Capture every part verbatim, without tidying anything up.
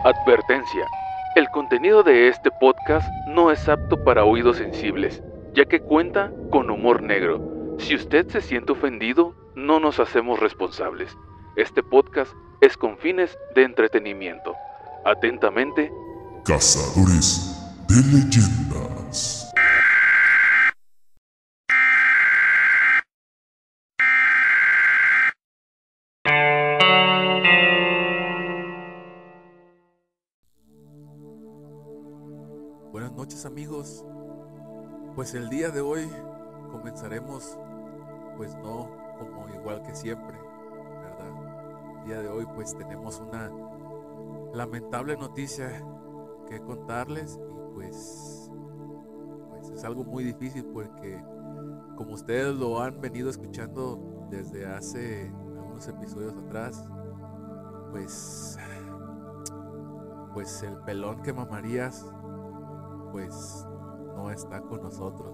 Advertencia. El contenido de este podcast no es apto para oídos sensibles, ya que cuenta con humor negro. Si usted se siente ofendido, no nos hacemos responsables. Este podcast es con fines de entretenimiento. Atentamente, Cazadores de Leyendas. Buenas noches, amigos. Pues el día de hoy comenzaremos, pues no como igual que siempre, ¿verdad? El día de hoy pues tenemos una lamentable noticia que contarles y pues, pues es algo muy difícil porque como ustedes lo han venido escuchando desde hace algunos episodios atrás, pues, pues el pelón que mamarías pues no está con nosotros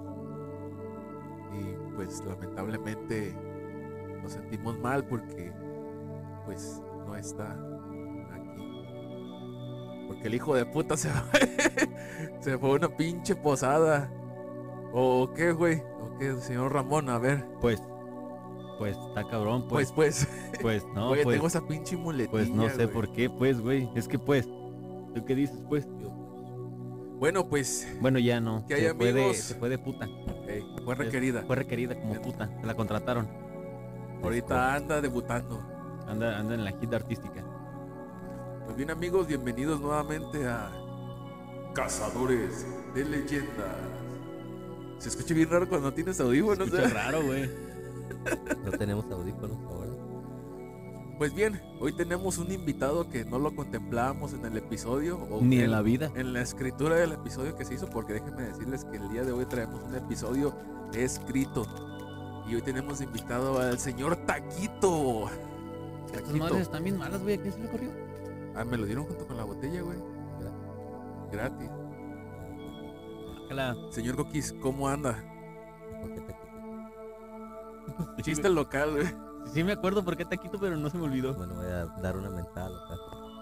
y pues lamentablemente nos sentimos mal porque pues no está aquí, porque el hijo de puta se fue se fue a una pinche posada o qué, güey, o qué, señor Ramón, a ver. Pues, pues está cabrón, pues, pues pues pues no, güey, pues, tengo esa pinche muletilla, pues no sé güey. por qué, pues, güey, es que pues, ¿tú qué dices, pues? Bueno, pues Bueno, ya no, ¿qué hay, se fue de, amigos? se fue de puta, okay, fue requerida, fue requerida como puta, se la contrataron, ahorita anda debutando. anda, anda en la gira artística. Pues bien, amigos, bienvenidos nuevamente a Cazadores de Leyendas. Se escucha bien raro cuando no tienes audífonos, Escucha ¿eh? raro, güey. No tenemos audífonos ahora. Pues bien, hoy tenemos un invitado que no lo contemplábamos en el episodio o Ni en en la vida. en la escritura del episodio que se hizo, porque déjenme decirles que el día de hoy traemos un episodio escrito y hoy tenemos invitado al señor Taquito. Estas Taquito. madres están bien malas, güey, ¿a quién se le ocurrió? Ah, me lo dieron junto con la botella, güey. Gratis. Bájala. Señor Coquis, ¿cómo anda? ¿Por qué te quito? Chiste local, güey. Sí me acuerdo por qué taquito, pero no se me olvidó. Bueno, voy a dar una mental acá.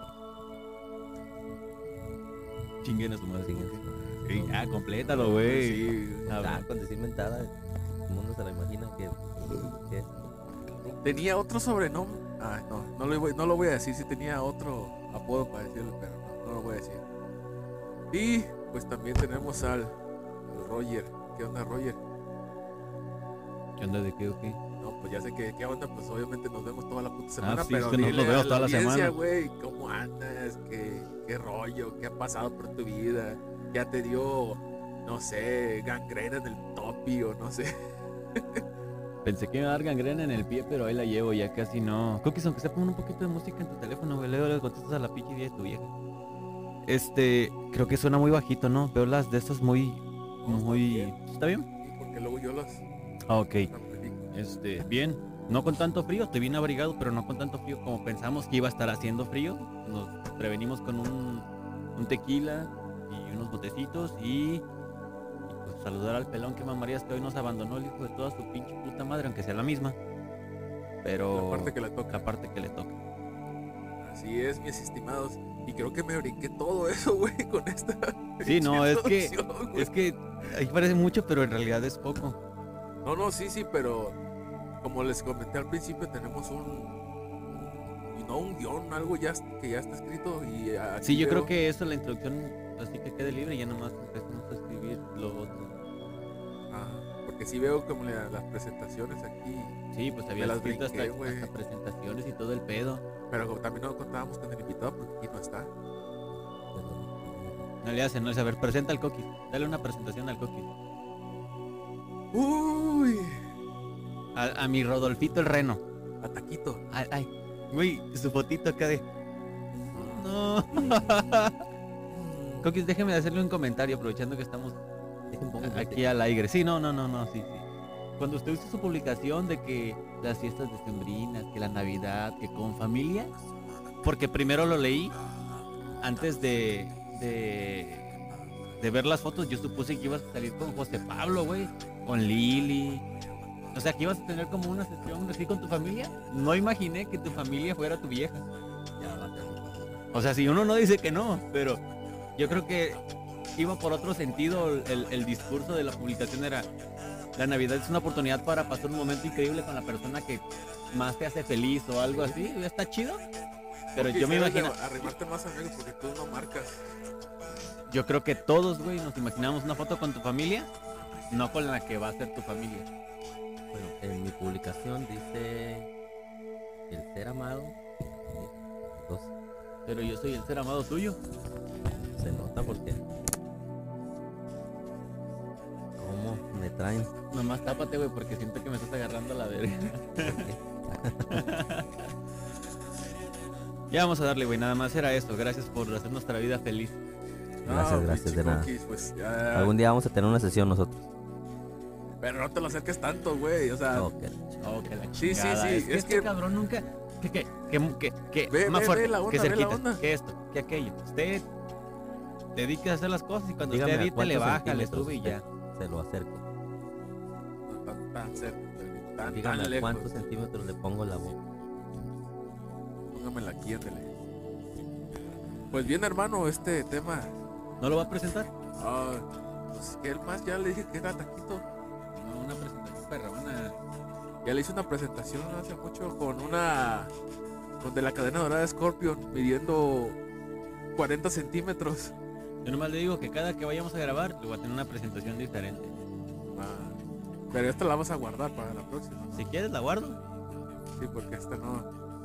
Chinguen a su madre. Chinguen. Sí, ya, complétalo, güey. Sí. A Ah, ver. con decir mentada, el mundo se la imagina que, que es. Tenía otro sobrenombre. Ah, no, no lo, voy, no lo voy a decir si tenía otro apodo para decirlo, pero no, no lo voy a decir. Y pues también tenemos al, al Roger. ¿Qué onda, Roger? ¿Qué onda de qué o qué? No, pues ya sé que qué onda, pues obviamente nos vemos toda la puta semana, Ah, sí, pero es que nos dile lo vemos a toda la audiencia, semana. güey, ¿cómo andas? ¿Qué, ¿Qué rollo? ¿Qué ha pasado por tu vida? ¿Ya te dio, no sé, gangrena en el topi o no sé? Pensé que me iba a dar gangrena en el pie, pero ahí la llevo, ya casi no. Cookies, aunque sea, pon un poquito de música en tu teléfono, güey. Luego le contestas a la pinche idea de tu vieja. Este, creo que suena muy bajito, ¿no? Veo las de estas muy, muy... ¿Está bien? Sí, porque luego yo las Ah, ok. amplifico. Este, bien. No con tanto frío, estoy bien abrigado, pero no con tanto frío como pensamos que iba a estar haciendo frío. Nos prevenimos con un, un tequila y unos botecitos y, y pues saludar al pelón que mamarías que hoy nos abandonó el hijo de toda su pinche puta madre, aunque sea la misma. Pero La parte que le toca. la parte que le toca. Así es, mis estimados. Y creo que me brinqué todo eso, güey, con esta. Sí, no, es que, introducción, güey. es que ahí parece mucho, pero en realidad es poco. No, no, sí, sí, pero como les comenté al principio, tenemos un. Y no un guión, algo ya que ya está escrito. Y aquí Sí, yo veo- creo que eso, la introducción, así que quede libre y ya nomás empezamos a escribir lo otro. Ah, porque sí veo como la- las presentaciones aquí. Sí, pues había las escrito hasta, brinqué, güey. hasta presentaciones y todo el pedo. Pero como también no contábamos con el invitado porque aquí no está. No le hacen, no es a ver, presenta al Coqui. Dale una presentación al Coqui. Uy, A, a mi Rodolfito el Reno. a Taquito. Ay, ay. Güey, su fotito acá de. No. Coquis, déjeme hacerle un comentario aprovechando que estamos Dejen pongo aquí al aire. Sí, no, no, no, no, sí, sí. Cuando usted hizo su publicación de que las fiestas decembrinas, que la Navidad, que con familia, porque primero lo leí antes de, de, de ver las fotos, yo supuse que ibas a salir con José Pablo, güey, con Lili. O sea, que ibas a tener como una sesión así con tu familia. No imaginé que tu familia fuera tu vieja. Ya va a ser. O sea, si uno no dice que no, pero yo creo que iba por otro sentido el, el discurso de la publicación. Era, la Navidad es una oportunidad para pasar un momento increíble con la persona que más te hace feliz o algo así. Está chido. Pero Porque yo me debes de imagino, arrimarte más amigos porque tú no marcas. yo creo que todos, güey, nos imaginamos una foto con tu familia, no con la que va a ser tu familia. Bueno, en mi publicación dice el ser amado. Dos, Pero yo soy el ser amado tuyo. se nota porque. ¿Cómo me traen? Nomás tápate, güey, porque siento que me estás agarrando la verga. Ya vamos a darle, güey, nada más era eso. Gracias por hacer nuestra vida feliz. Gracias, No, gracias, de pinche nada. Coquis, pues, ya- Algún día vamos a tener una sesión nosotros. Pero no te lo acerques tanto, güey. O sea, Ok. Oh, que la Sí, sí, chingada. sí, Es que es este que- cabrón nunca... ¿Qué, qué, qué, qué, qué? Ve, Más ve, fuerte, ve la onda, que ve la cerquita, onda. que esto, que aquello. Usted dedique a hacer las cosas y cuando Dígame, usted ¿a edite le cuántos baja, le centímetros sube y ya. Se lo acerco. no tan, tan cerca, tan, tan Dígame a lejos. cuántos centímetros le pongo la boca. Póngamela aquí, ándale. Pues bien, hermano, este tema. ¿No lo va a presentar? Ah, pues que él más ya le dije que era taquito. No, una presentación perrona. Ya le hice una presentación hace mucho con una. Con de la cadena dorada Scorpion, midiendo cuarenta centímetros. Yo nomás le digo que cada que vayamos a grabar, le voy a tener una presentación diferente. Ah, pero esta la vamos a guardar para la próxima. Si quieres, la guardo. Sí, porque esta no.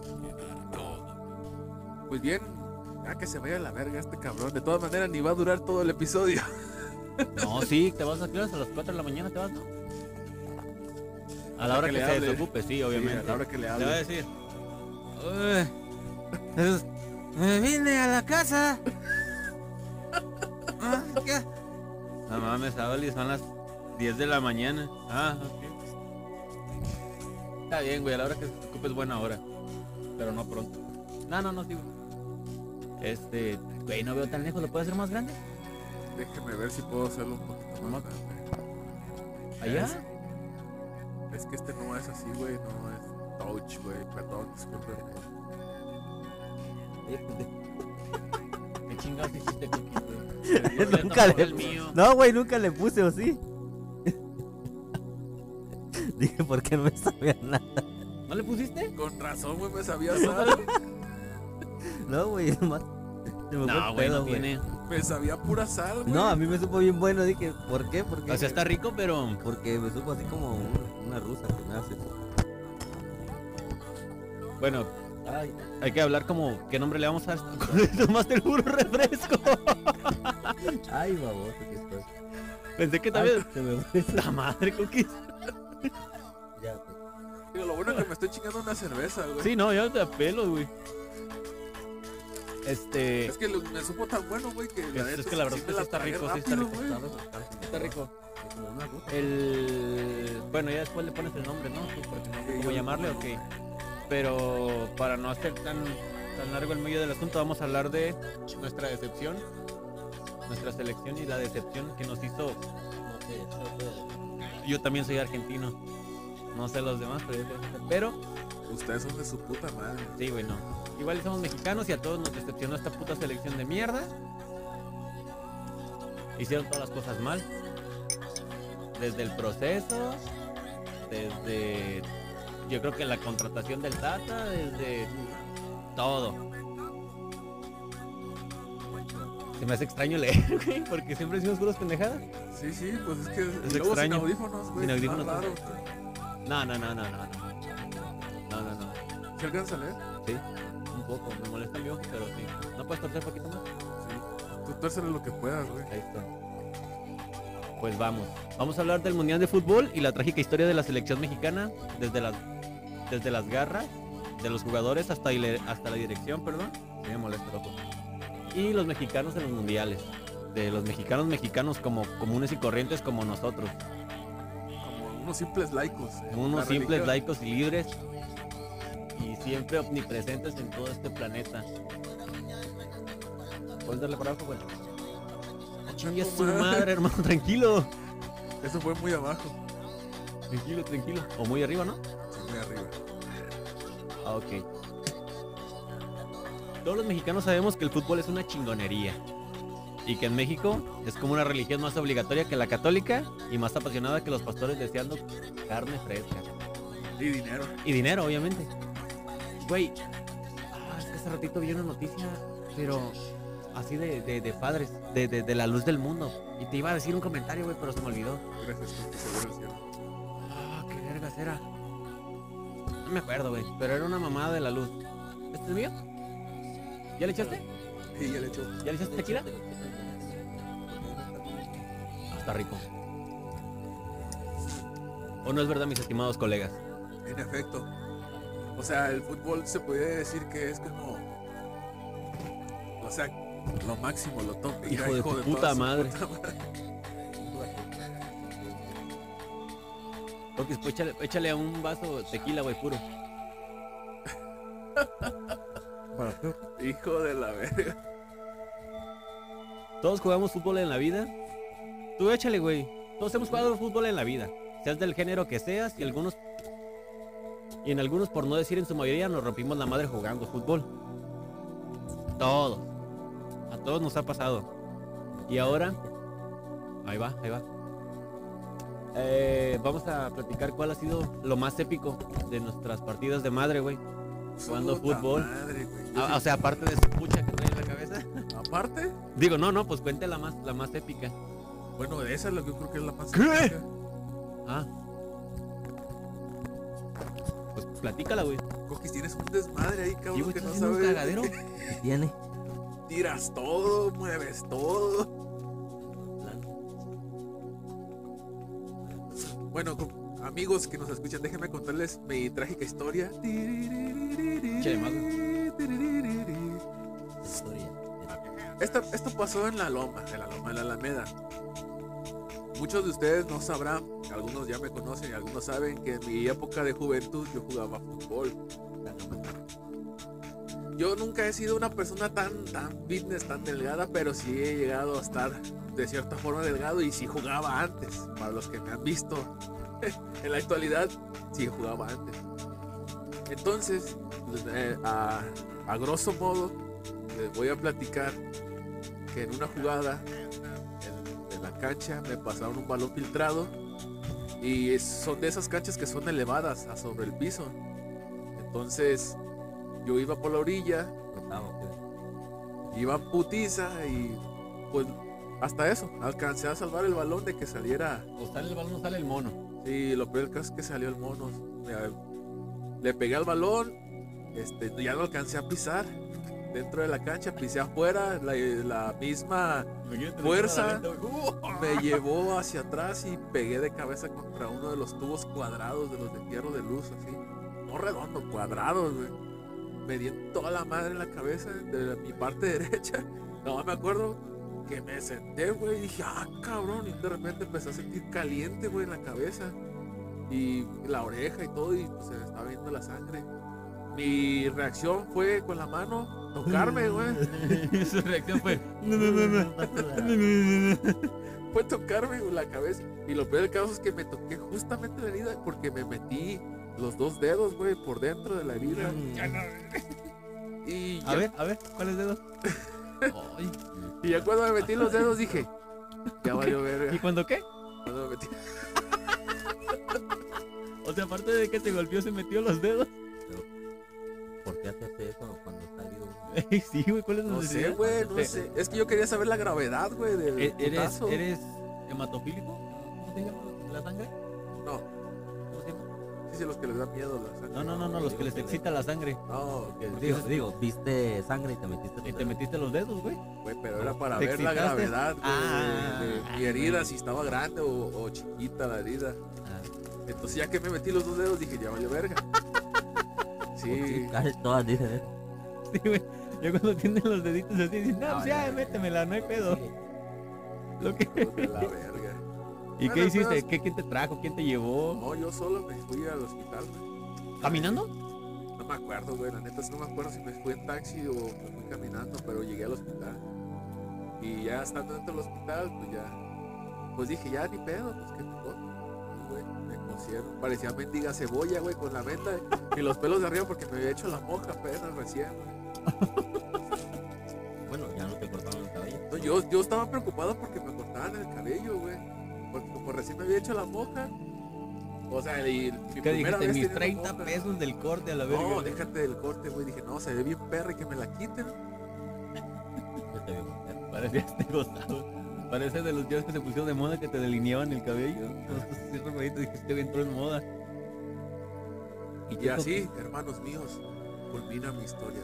Pues bien, ya que se vaya a la verga este cabrón. De todas maneras, ni va a durar todo el episodio. No, sí, te vas a quedar hasta las cuatro de la mañana, te vas, ¿no? A la hora que que, le se hable. desocupe, sí, obviamente. Sí, a la hora que le Le hable. va a decir, "Uy, es- me vine a la casa. Ah, ¿qué? No mames, Abel, son las diez de la mañana. Ah, ok. Está bien, güey, a la hora que se desocupe es buena hora. Pero no pronto. No, no, no, sí, güey. Este, güey, no veo tan lejos, ¿lo puedo hacer más grande? Déjeme ver si puedo hacerlo un poquito más grande. ¿Allá? Es, es que este no es así, güey. No es touch, güey. Perdón, disculpe. Oye, pues, de- ¿Qué chingados hiciste, Cookie, güey? Yo Nunca tampoco le- el mío. No, güey, nunca le puse, ¿o sí? Dije, ¿por qué no me sabía nada? ¿No le pusiste? Con razón, güey, me sabía sal. No, güey, nomás. Se me fue No, el güey, pedo, no tiene. Me sabía pura sal, güey. No, a mí me supo bien bueno. Dije, ¿por qué? Porque, O sea, está rico, pero... porque me supo así como una, una rusa que me hace. Bueno, Ay, hay que hablar como... ¿Qué nombre le vamos a dar? Tomaste el puro refresco. ay, baboso que estoy. Pensé que también... Ay, se me fue. ¡La madre, Cookies! Ya, pues. Digo, lo bueno es que me estoy chingando una cerveza, güey. Sí, no, yo te apelo, güey. Este... Es que lo- me supo tan bueno, güey, que Es- es neta que la sí verdad me es que sí la está tragué rico, sí está rápido, rico, güey. Está refrescante. Está rico. Como una rusa. El... Bueno, ya después le pones el nombre, ¿no? Tú, porque no sé Sí, cómo yo le llamarle, pongo. ok. Pero para no hacer tan, tan largo el medio del asunto, vamos a hablar de nuestra decepción. Nuestra selección y la decepción que nos hizo... No sé, no sé. Yo también soy argentino. No sé los demás, pero yo soy argentino. Pero, Ustedes son de su puta madre. sí, güey, no. Igual somos mexicanos y a todos nos decepcionó esta puta selección de mierda. Hicieron todas las cosas mal. Desde el proceso, desde... Yo creo que la contratación del Tata, desde todo. Se me hace extraño leer, güey, porque siempre decimos puras pendejadas. Sí, sí, pues es que. Es y luego extraño. sin audífonos, güey. Sin está audífonos, raro. No, no, no, no, no. No, no, no. ¿Se alcanza a leer? Sí, un poco. Me molesta mi ojo, pero sí. ¿No puedes torcer un poquito más? Sí. Tú tuércele lo que puedas, güey. Ahí está. Pues vamos. Vamos a hablar del Mundial de Fútbol y la trágica historia de la selección mexicana, desde las, desde las garras de los jugadores hasta, ile- hasta la dirección, perdón. Sí me molesta el ojo. Y los mexicanos en los mundiales. De los mexicanos mexicanos como comunes y corrientes como nosotros. Como unos simples laicos. eh. Como unos La simples religión. laicos y libres. Y siempre omnipresentes en todo este planeta. ¿Puedes darle para abajo, güey? Chingue tu su madre. madre, hermano, tranquilo. Eso fue muy abajo. Tranquilo, tranquilo. O muy arriba, ¿no? Sí, muy arriba. Ah, ok. Todos los mexicanos sabemos que el fútbol es una chingonería. Y que en México es como una religión más obligatoria que la católica y más apasionada que los pastores deseando carne fresca. Y dinero. Y dinero, obviamente. Güey, ah, es que hace ratito vi una noticia, pero así de, de, de padres, de, de, de la luz del mundo. Y te iba a decir un comentario, güey, pero se me olvidó. Gracias, porque seguro el cielo. Ah, qué vergas era. No me acuerdo, güey, pero era una mamada de la luz. ¿Este es mío? ¿Ya le echaste? Y ya le echó. ¿Ya le echaste tequila? Ah, está rico. ¿O no es verdad, mis estimados colegas? En efecto. O sea, el fútbol se podría decir que es como. O sea, lo máximo, lo top. Hijo de tu toda puta su madre. puta madre. Porque después échale, échale a un vaso tequila, güey, puro. Hijo de la verga. Todos jugamos fútbol en la vida. Tú échale, güey. Todos hemos jugado fútbol en la vida. Seas del género que seas y algunos... Y en algunos, por no decir en su mayoría, nos rompimos la madre jugando fútbol. Todos. A todos nos ha pasado. Y ahora... Ahí va, ahí va. Eh, vamos a platicar cuál ha sido lo más épico de nuestras partidas de madre, güey. Jugando Puta fútbol. madre, güey. Yo Ah, sí- o sea, aparte de su pucha que trae en la cabeza. Aparte, Digo, no, no, pues cuente la más, la más épica. bueno, esa es lo que yo creo que es la más. ¿Qué? épica. Ah. Pues platícala, güey. Coquis, tienes un desmadre ahí, Sí, cabrón, güey, que estás no haciendo un sabes. cagadero. ¿Qué tiene? Tiras todo, mueves todo. Bueno, com- amigos que nos escuchan, déjenme contarles mi trágica historia. Échale más, Historia. Esto, esto pasó en la Loma, en la Loma de la Alameda. Muchos de ustedes no sabrán, algunos ya me conocen y algunos saben que en mi época de juventud yo jugaba fútbol. Yo nunca he sido una persona tan, tan fitness, tan delgada, pero sí he llegado a estar de cierta forma delgado y sí jugaba antes. Para los que me han visto en la actualidad, sí jugaba antes. Entonces, eh, a, a grosso modo, les voy a platicar que en una jugada en, en la cancha me pasaron un balón filtrado y es- son de esas canchas que son elevadas a sobre el piso. Entonces, yo iba por la orilla, Contamos que iba en putiza y pues hasta eso, alcancé a salvar el balón de que saliera. O sale el balón o sale el mono. Sí, lo peor del caso es que salió el mono. Mira, le pegué al balón, este, ya lo alcancé a pisar dentro de la cancha, pisé afuera, la, la misma fuerza me llevó hacia atrás y pegué de cabeza contra uno de los tubos cuadrados de los de fierro de luz, así, no redondo, cuadrados, güey. Me di en toda la madre en la cabeza de mi parte derecha. No me acuerdo que me senté, güey, y dije, ah, cabrón, y de repente empecé a sentir caliente, güey, en la cabeza y la oreja y todo, y pues, se me estaba viendo la sangre. Mi reacción fue con la mano tocarme, güey. Su reacción fue... Fue tocarme güey, la cabeza. Y lo peor del caso es que me toqué justamente la herida porque me metí los dos dedos, güey, por dentro de la herida. Y A ya, ver, a ver, ¿cuáles dedos? Ay, y ya cuando me metí los dedos dije, ya valió ¿y verga. cuando qué? Cuando me metí, O sea, aparte de que te golpeó, se metió los dedos. ¿por qué haces eso cuando está herido? Sí, güey, ¿cuál es la no sé, necesidad? güey, no Eh, sé. Es que yo quería saber la gravedad, güey, del ¿E- ¿Eres, putazo. ¿Eres hematofílico? ¿Cómo se llama la sangre? No, ¿Cómo se llama? sí, sí, los que les da miedo la sangre. No, no, no, no, los que les excita la sangre. No, que- Digo, digo, viste sangre y te metiste. Y te metiste los dedos, güey. güey, pero era para ¿Te ver la excitaste? gravedad, güey, Ah, de, de mi herida, si estaba grande o, o chiquita la herida. Ah, Entonces ya que me metí los dos dedos dije, ya valió verga. Sí, Casi todas dicen eso. sí, güey. Yo cuando tienen los deditos así, dicen, no, No, pues ya, ya, ya. métemela, no hay pedo. Lo que... hijos de la verga. ¿Y Bueno, qué hiciste? pues- ¿Qué, ¿Quién te trajo? ¿Quién te llevó? No, yo solo me fui al hospital, güey. ¿Caminando? No me acuerdo, güey, la neta no me acuerdo si me fui en taxi o me fui caminando, pero llegué al hospital. Y ya estando dentro del hospital, pues ya, pues dije, ya ni pedo, pues qué mejor. Y, güey, me Lo hicieron. Parecía mendiga cebolla, güey, con la meta y los pelos de arriba porque me había hecho la moja apenas recién, güey. Bueno, ya no te cortaron el cabello. No, yo, yo estaba preocupado porque me cortaban el cabello, güey. Porque como recién me había hecho la moja. O sea, y mi ¿Qué primera dijiste? vez Mis teniendo treinta moja. pesos del corte a la verga. No, déjate del corte, güey. Dije, no, se ve bien perra y que me la quiten. Yo te veo mujer. Parecía este gozado. Parece de los días que se pusieron de moda que te delineaban el cabello. Entonces, así rapidito, dije, este entró en moda. Y tú, así, hermanos míos, culmina mi historia.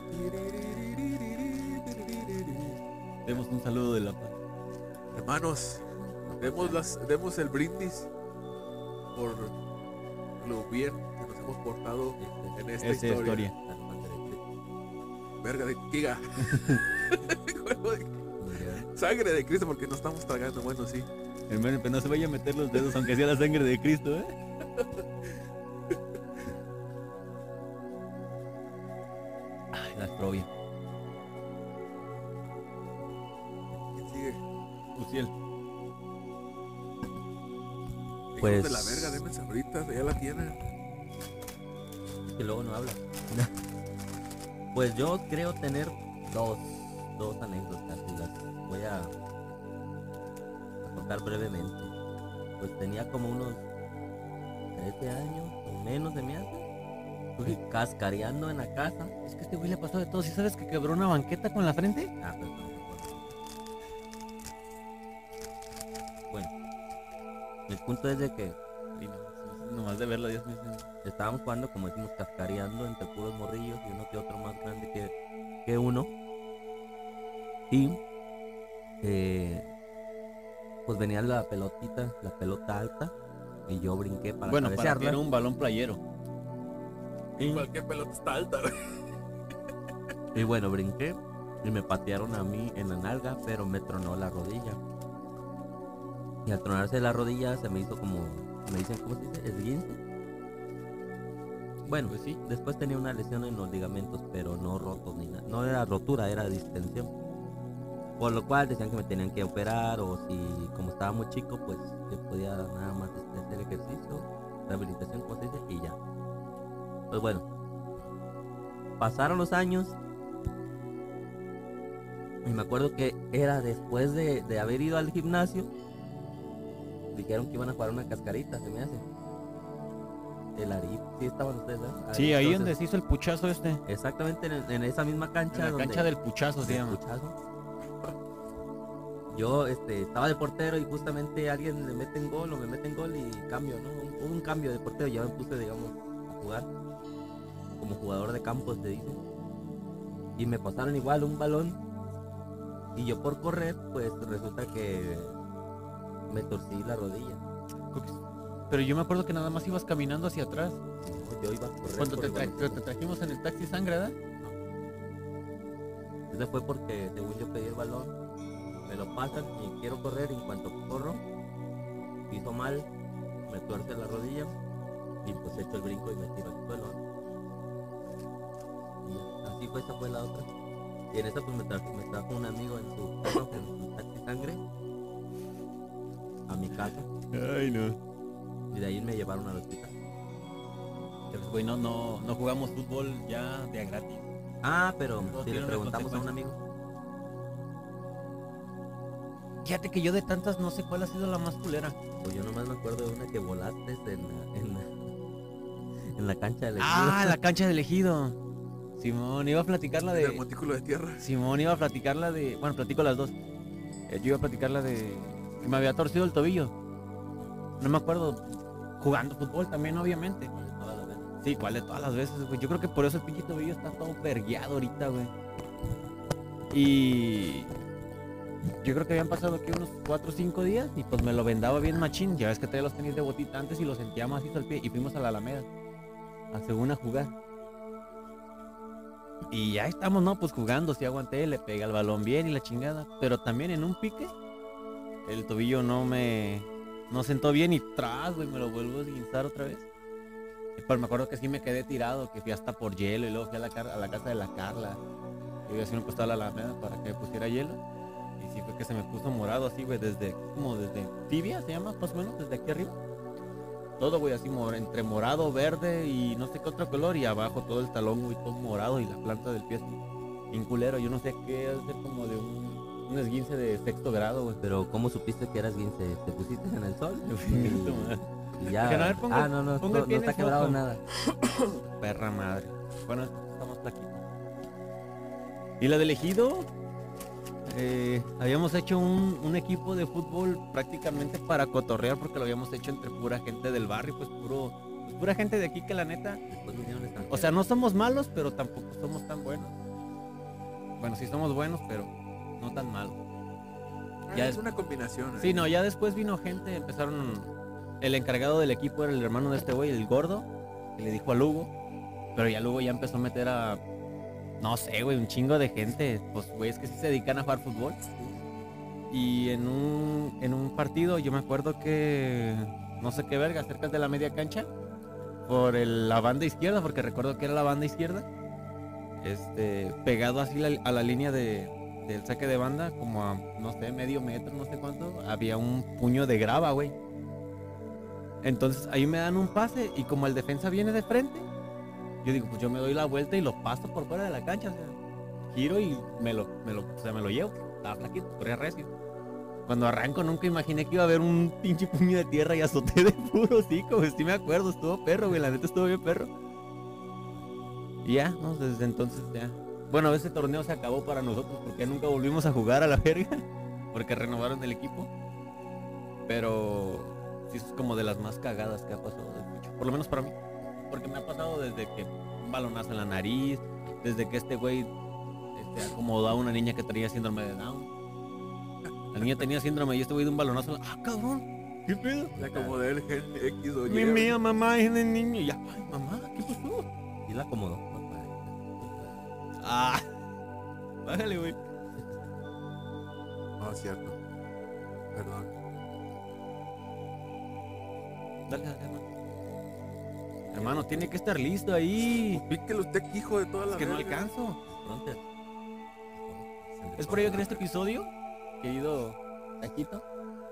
Demos un saludo de la paz. Hermanos, demos, las, demos el brindis por lo bien que nos hemos portado en esta Esa historia. historia. La sangre de Cristo. Verga de Kiga. Cuerpo de- Sangre de Cristo porque no estamos tragando. Bueno, sí. Hermano, pero no se vaya a meter los dedos, aunque sea la sangre de Cristo, ¿eh? Ay, la astrobia. ¿Quién sigue? Uciel. Pues- Hijos de la verga, denme ahorita, ya la tienen. Es que luego no habla. Pues yo creo tener dos, dos anécdotas y las voy a, a contar brevemente. Pues tenía como unos trece años o menos de mi hace. Y cascareando en la casa. Es que este güey le pasó de todo. ¿Sí sabes que quebró una banqueta con la frente? Ah, pero no me acuerdo. Bueno, el punto es de que Sí, no, nomás de verla, Dios mío. estábamos jugando, como decimos, cascareando entre puros morrillos y uno que otro más grande que, que uno. Y eh, pues venía la pelotita, la pelota alta, y yo brinqué para Bueno, para que cabecearla. era un balón playero. y, Cualquier pelota está alta, güey. y bueno, brinqué y me patearon a mí en la nalga, pero me tronó la rodilla. Y al tronarse la rodilla se me hizo como, me dicen, ¿cómo se dice? Esguince. Bueno, Pues sí. después tenía una lesión en los ligamentos, pero no rotos ni nada. No era rotura, era distensión. Por lo cual decían que me tenían que operar o si, como estaba muy chico, pues yo podía nada más este, hacer ejercicio, rehabilitación, como se dice, y ya. Pues bueno, pasaron los años y me acuerdo que era después de, de haber ido al gimnasio. Dijeron que iban a jugar una cascarita, se me hace. El Arif, sí estaban ustedes, ¿verdad? Sí, Arif, ahí entonces, donde se hizo el puchazo este. exactamente en, en esa misma cancha. En la donde- cancha del puchazo se del llama. puchazo. Yo este, estaba de portero y justamente alguien le mete en gol o me mete en gol y cambio, ¿no? Un, un cambio de portero, ya me puse, digamos, a jugar como jugador de campo, te dicen. Y me pasaron igual un balón y yo por correr, pues resulta que me torcí la rodilla. Pero yo me acuerdo que nada más ibas caminando hacia atrás. No, yo iba a correr. Cuando por te, el tra- balón. te trajimos en el taxi sangre, ¿verdad? Ese fue porque según yo pedí el balón, me lo pasan y quiero correr y en cuanto corro, piso mal, me tuerce la rodilla y pues echo el brinco y me tiro al suelo. Y ya, así fue, esa fue la otra. Y en esa pues me trajo, me trajo un amigo en su carro, en su taxi sangre, a mi casa Ay, no. y de ahí me llevaron al hospital. Pero, güey, no, no, no jugamos fútbol ya de a gratis. Ah, pero No si tiene le una preguntamos a un amigo, Fíjate que yo de tantas no sé cuál ha sido la más culera. pues yo nomás me acuerdo de una que volaste en la, en la, en la cancha del Ah, ejido. la cancha del ejido. Simón, iba a platicar la En el de... montículo de tierra. Simón iba a platicar la de... Bueno, platico las dos. Eh, yo iba a platicar la de... Que me había torcido el tobillo. No me acuerdo. Jugando fútbol también, obviamente. Toda la vez. Sí, ¿cuál de todas las veces, güey? Yo creo que por eso el pinche tobillo está todo vergueado ahorita, güey. Y... Yo creo que habían pasado aquí unos cuatro o cinco días y pues me lo vendaba bien machín. Ya ves que traía los tenis de botita antes y lo sentía macizo al pie. Y fuimos a la Alameda. A según a jugar. Y ya estamos, ¿no? Pues jugando, sí aguanté, le pega el balón bien y la chingada. Pero también en un pique, el tobillo no me... No sentó bien y tras, güey, me lo vuelvo a esguinzar otra vez. Y pues me acuerdo que sí me quedé tirado, que fui hasta por hielo y luego fui a la, car- a la casa de la Carla. Y yo así me costaba la Alameda para que me pusiera hielo. Y sí fue que se me puso morado así, güey, desde, como desde tibia se llama, más o menos, desde aquí arriba. todo, güey, así mor- entre morado, verde y no sé qué otro color, y abajo todo el talón, güey, todo morado y la planta del pie así, bien culero. Yo no sé qué, ha de ser como de un, un esguince de sexto grado, güey. Pero ¿cómo supiste que eras guince? ¿Te pusiste en el sol? Tu madre. Y ya. Dijeron, a ver, ponga- ah, no, no, ponga el no, pie no en está el quebrado foco. nada. Perra madre. Bueno, estamos flaquitos. Y la del ejido, eh, habíamos hecho un, un equipo de fútbol prácticamente para cotorrear, porque lo habíamos hecho entre pura gente del barrio, pues puro, pues pura gente de aquí que la neta, Después vinieron extranjeros. o sea, no somos malos, pero tampoco somos tan buenos. Bueno, sí somos buenos, pero no tan malos. Ah, Ya es es- una combinación. Sí, ¿eh? no, ya después vino gente, empezaron, el encargado del equipo era el hermano de este güey, el gordo, que le dijo a Lugo, pero ya Lugo ya empezó a meter a, no sé, güey, un chingo de gente, pues güey, es que sí se dedican a jugar fútbol. Y en un, en un partido yo me acuerdo que, no sé qué verga, cerca de la media cancha, por el- la banda izquierda, porque recuerdo que era la banda izquierda, este, pegado así la- a la línea de, del saque de banda, como a, no sé, medio metro, no sé cuánto, había un puño de grava, güey. Entonces ahí me dan un pase y como el defensa viene de frente, yo digo, pues yo me doy la vuelta y lo paso por fuera de la cancha, o sea, giro y me lo, me lo, o sea, me lo llevo. Estaba flaquito, corría recio. Cuando arranco nunca imaginé que iba a haber un pinche puño de tierra y azoté de puro hocico, güey. Sí me acuerdo, estuvo perro, güey, la neta estuvo bien perro. Y ya, ¿no? Desde entonces ya. Bueno, ese torneo se acabó para nosotros porque nunca volvimos a jugar a la verga, porque renovaron el equipo. Pero sí es como de las más cagadas que ha pasado del bicho, por lo menos para mí. Porque me ha pasado desde que un balonazo en la nariz, desde que este güey este, acomodó a una niña que tenía síndrome de Down. La niña tenía síndrome y este güey de un balonazo. ¡Ah, cabrón! ¿Qué pedo? Le acomodé el gen X o Y. Mi mía, mamá, es el niño. Y ya, ay, mamá, ¿qué pasó? Y la acomodó. Ah, bájale, güey. No, es cierto. Perdón. Dale, dale, hermano. Hermano, tiene que estar listo ahí. Píquelo usted, hijo de toda la Es que no verga. alcanzo. Fronter. Es por ello que en este episodio, querido Taquito,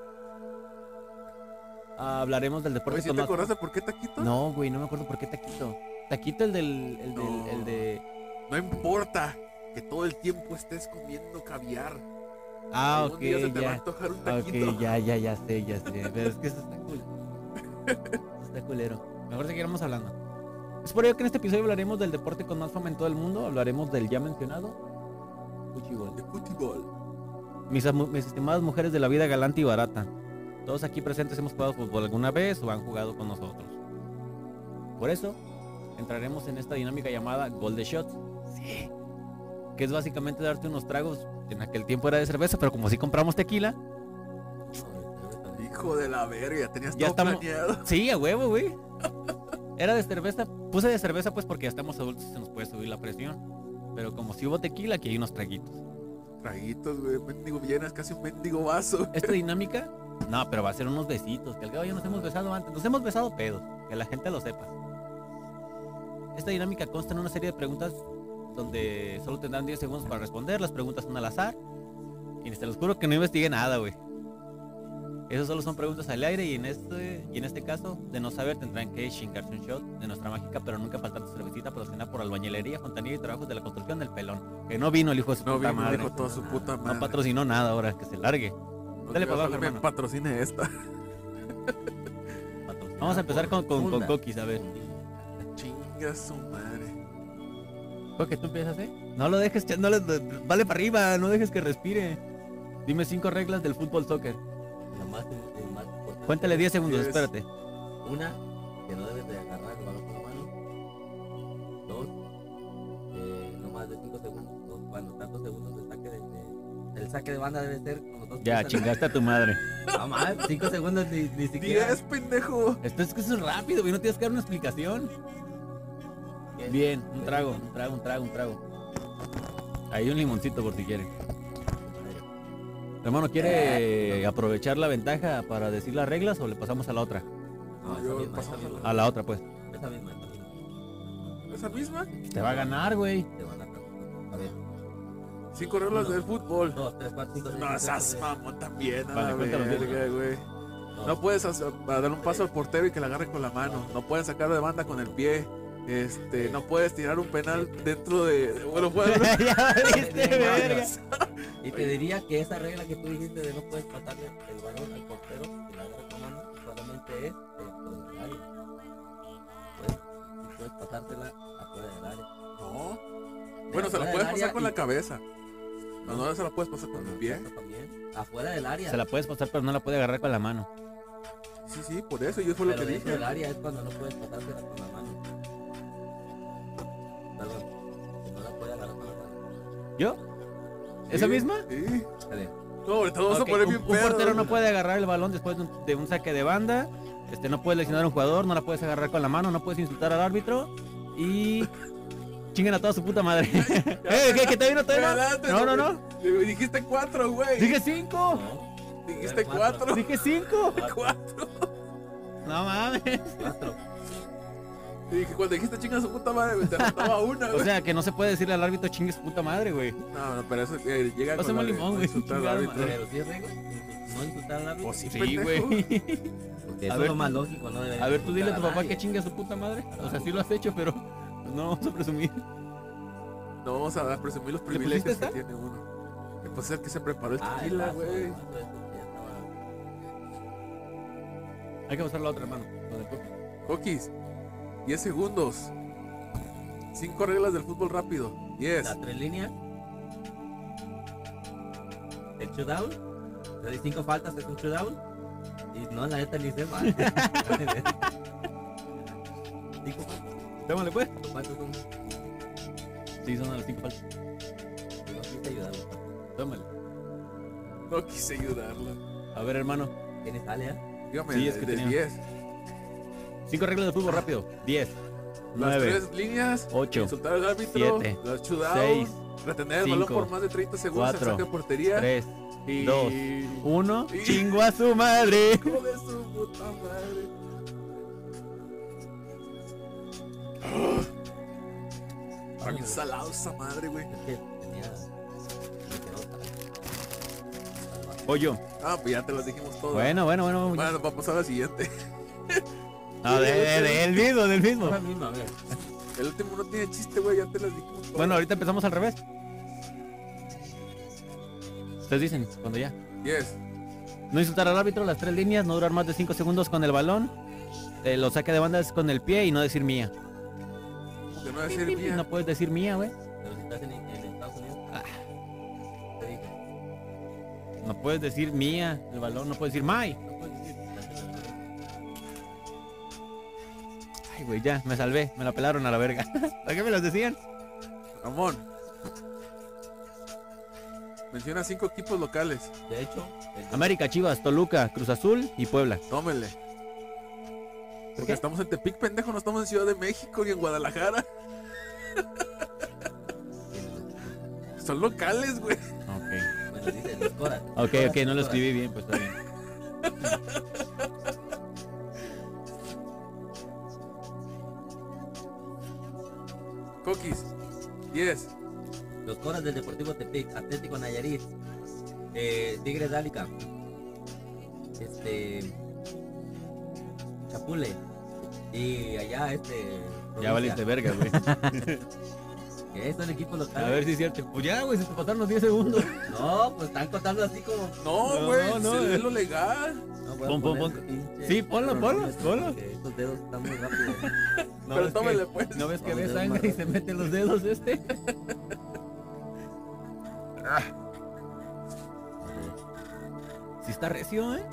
hablaremos del deporte Oye, ¿sí con te más- acuerdas de por qué taquito? No, güey, no me acuerdo por qué Taquito. Taquito el del, el del, No. el de... No importa que todo el tiempo estés comiendo caviar. Ah, Algún ok, día se te va a ya. antojar un Ok, taquito. ya, ya, ya sé, ya sé. Pero es que eso está cool. Eso está culero. Mejor seguiremos hablando. Es por ello que en este episodio hablaremos del deporte con más fama en todo el mundo. Hablaremos del ya mencionado Cuchibol. De fútbol. Mis, amu- mis estimadas mujeres de la vida galante y barata. Todos aquí presentes hemos jugado fútbol alguna vez o han jugado con nosotros. Por eso, entraremos en esta dinámica llamada Gol de Shots. Sí. Que es básicamente darte unos tragos. En aquel tiempo era de cerveza, pero como si compramos tequila. Hijo de la verga, tenías Ya todo estamos- planeado. Sí, a huevo, güey. Era de cerveza. Puse de cerveza pues porque ya estamos adultos y se nos puede subir la presión. Pero como si hubo tequila, aquí hay unos traguitos. Traguitos, güey. Mendigo llenas casi un mendigo vaso. Esta dinámica, no, pero va a ser unos besitos. Que al cabo ya nos hemos besado antes. Nos hemos besado pedos. Que la gente lo sepa. Esta dinámica consta en una serie de preguntas donde solo tendrán diez segundos para responder. Las preguntas son al azar. Y te los juro que no investigué nada, güey. Eso solo son preguntas al aire y en este y en este caso, de no saber, tendrán que chingarse un shot de nuestra mágica, pero nunca faltante cervecita patrocinada por Albañilería, Fontanería y Trabajos de la Construcción del Pelón. Que no vino el hijo de su No puta vino, madre. dijo toda su puta madre. No patrocinó nada ahora, que se largue. No Dale creo para abajo, que me hermano. patrocine esta. Vamos a empezar con, con, con Funda. Coquis, a ver. Chinga su madre. Coque, ¿tú empiezas, eh? No lo dejes, ch- no le, vale para arriba, no dejes que respire. Dime cinco reglas del fútbol soccer. La más, el más importante. Cuéntale diez segundos, Yes. espérate. Una, que no debes de agarrar el balón con la mano. Dos, eh, no más de cinco segundos. Dos, cuando tantos segundos de saque de, de- el saque de banda debe ser con los dos Ya, pies al- chingaste a tu madre. No más, cinco segundos ni, ni siquiera. Diez, pendejo. Esto es que eso es rápido, güey, no tienes que dar una explicación. ¿Qué? Bien, un trago, un trago, un trago, un trago. Hay un limoncito por si quiere. Hermano, ¿quiere aprovechar la ventaja para decir las reglas o le pasamos a la otra? No, esa Yo misma, esa pasamos misma. A la otra, pues. Esa misma, esa misma. ¿Esa misma? Te va a ganar, güey. Te van a A ver. Cinco reglas Uno. del fútbol. Dos, tres, cuatro, cinco, seis, No, siete, esas ocho, mamón también, a Vale, la cuéntalo, verga, güey. No puedes hacer- a dar un paso al portero y que la agarre con la mano. No puedes sacar de banda con el pie. Este, no puedes tirar un penal dentro de. Bueno, puedes. Ya viste, verga. Y te diría que esa regla que tú dijiste de no puedes pasarle el balón al portero que la agarra con mano solamente es dentro del área. Pues, si puedes pasártela afuera del área. No. Bueno, se la Afuera puedes del pasar área con y- la cabeza. No, no se la puedes pasar con el pie. Eso también. Afuera del área. Se la puedes pasar, pero no la puede agarrar con la mano. Sí, sí, por eso yo fue lo Pero que dentro dije. del área es cuando no puedes pasársela con la mano. Perdón. Que no la puede agarrar con la mano. ¿Yo? ¿Esa Sí, misma? Sí. Dale. No, ahorita vamos Ok, a poner un, bien un pedo. portero no puede agarrar el balón después de un, de un saque de banda. Este, no puedes lesionar a un jugador, no la puedes agarrar con la mano, no puedes insultar al árbitro y chinguen a toda su puta madre. ¿Eh? ¿Qué? ¿Que te vino todavía? Adelante, No, no, no. güey. Dijiste cuatro, güey. Dije cinco. No. Dijiste Cuatro. cuatro. Dije cinco. Cuatro. No mames. Cuatro. Y dije, cuando dijiste chinga su puta madre, güey, te faltaba una, O güey. sea, que no se puede decirle al árbitro chingue su puta madre, güey. No, no, pero eso eh, llega Pásame con la un de limón, güey, insultar al chingada árbitro. madre. Pero si es regla, no insultar al árbitro. O sí, Sí, pendejo. güey. Porque eso A es ver, lo más lógico, ¿no? Debería A ver, tú dile a tu insultar papá nadie. que chingue a su puta madre. O sea, sí lo has hecho, pero no vamos a presumir. No vamos a presumir los ¿Le privilegios pusiste que esta? tiene uno. Que pues es el que se preparó el Ah, el tequila, vaso, güey. el vaso ese que ya estaba- Hay que pasar la otra, hermano. Lo del coque. Coquis, diez segundos. Cinco reglas del fútbol rápido. diez. Las tres líneas. El shootout. De cinco faltas es un shootout. Y no, la neta ni sé más. Cinco faltas. Démosle, pues. Cinco faltas son. Sí, son las cinco faltas. No quise ayudarlo. Tómale. No quise ayudarlo. A ver, hermano. ¿Tienes Ale, ah? Dígame, Sí, de- es que de tenía- diez. Cinco reglas de fútbol rápido. Diez. Las Nueve. tres líneas. Ocho. Insultar al árbitro. Siete. Los shootouts. Seis. Retener el balón cinco, por más de treinta segundos cuatro, en saque de portería. Tres. y... dos, Uno. y- Chingo a su madre. Hijo de su puta madre. Está bien salado esa madre, güey. Es que tenía. me quedó para- O yo. Ah, pues ya te las dijimos todas. Bueno, bueno, bueno. Bueno, vamos a la siguiente. No, de, de- del mismo, del mismo. Ahora mismo, a ver. El último no tiene chiste, güey, ya te las dijimos todas. Bueno, ahorita empezamos al revés. Ustedes dicen, cuando ya. diez. No insultar al árbitro, las tres líneas, no durar más de cinco segundos con el balón. Eh, lo saque de banda es con el pie y no decir mía. Como que no decir mía. No puedes decir mía, güey. Pero si estás en, en Estados Unidos. Ah. Te dije. No puedes decir mía, el balón, no puedes decir my. No puedes decir. estás en la- Ay, güey, ya, me salvé, me la pelaron a la verga. ¿Para qué me las decían? Ramón. Menciona cinco equipos locales. De hecho, el- América, Chivas, Toluca, Cruz Azul y Puebla. Tómele. Porque qué? estamos en Tepic, pendejo, no estamos en Ciudad de México ni en Guadalajara. Son locales, güey. Ok. bueno, dice los coras. Ok, ok, no lo escribí bien, pues está bien. Coquis. diez. Los coras del Deportivo Tepic, Atlético Nayarit, eh, Tigres Dálica, este, Chapule y allá este. Ya provincia, valiste verga, güey. Que son equipos locales. A ver si es cierto. Pues ya, güey, se te pasaron los diez segundos. No, pues están contando así como. No, No, güey, no, se eh. es lo legal. No, voy a Pon, pon, poner pon. pinche Sí, ponlo, ponlo, cronómetro, ponlo. porque estos dedos están muy rápidos. No Pero ves tómale, que- pues. ¿No ves que Los ve dedos sangre más y se mete los dedos este? Sí está recio, ¿eh?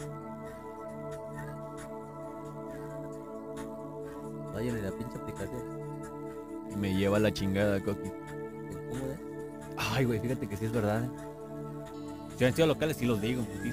Oye, ni la pinche aplicación. Y me lleva la chingada, Coqui. ¿Cómo es? Ay, güey, fíjate que sí es verdad, ¿eh? Si han sido locales, sí los digo. Sí.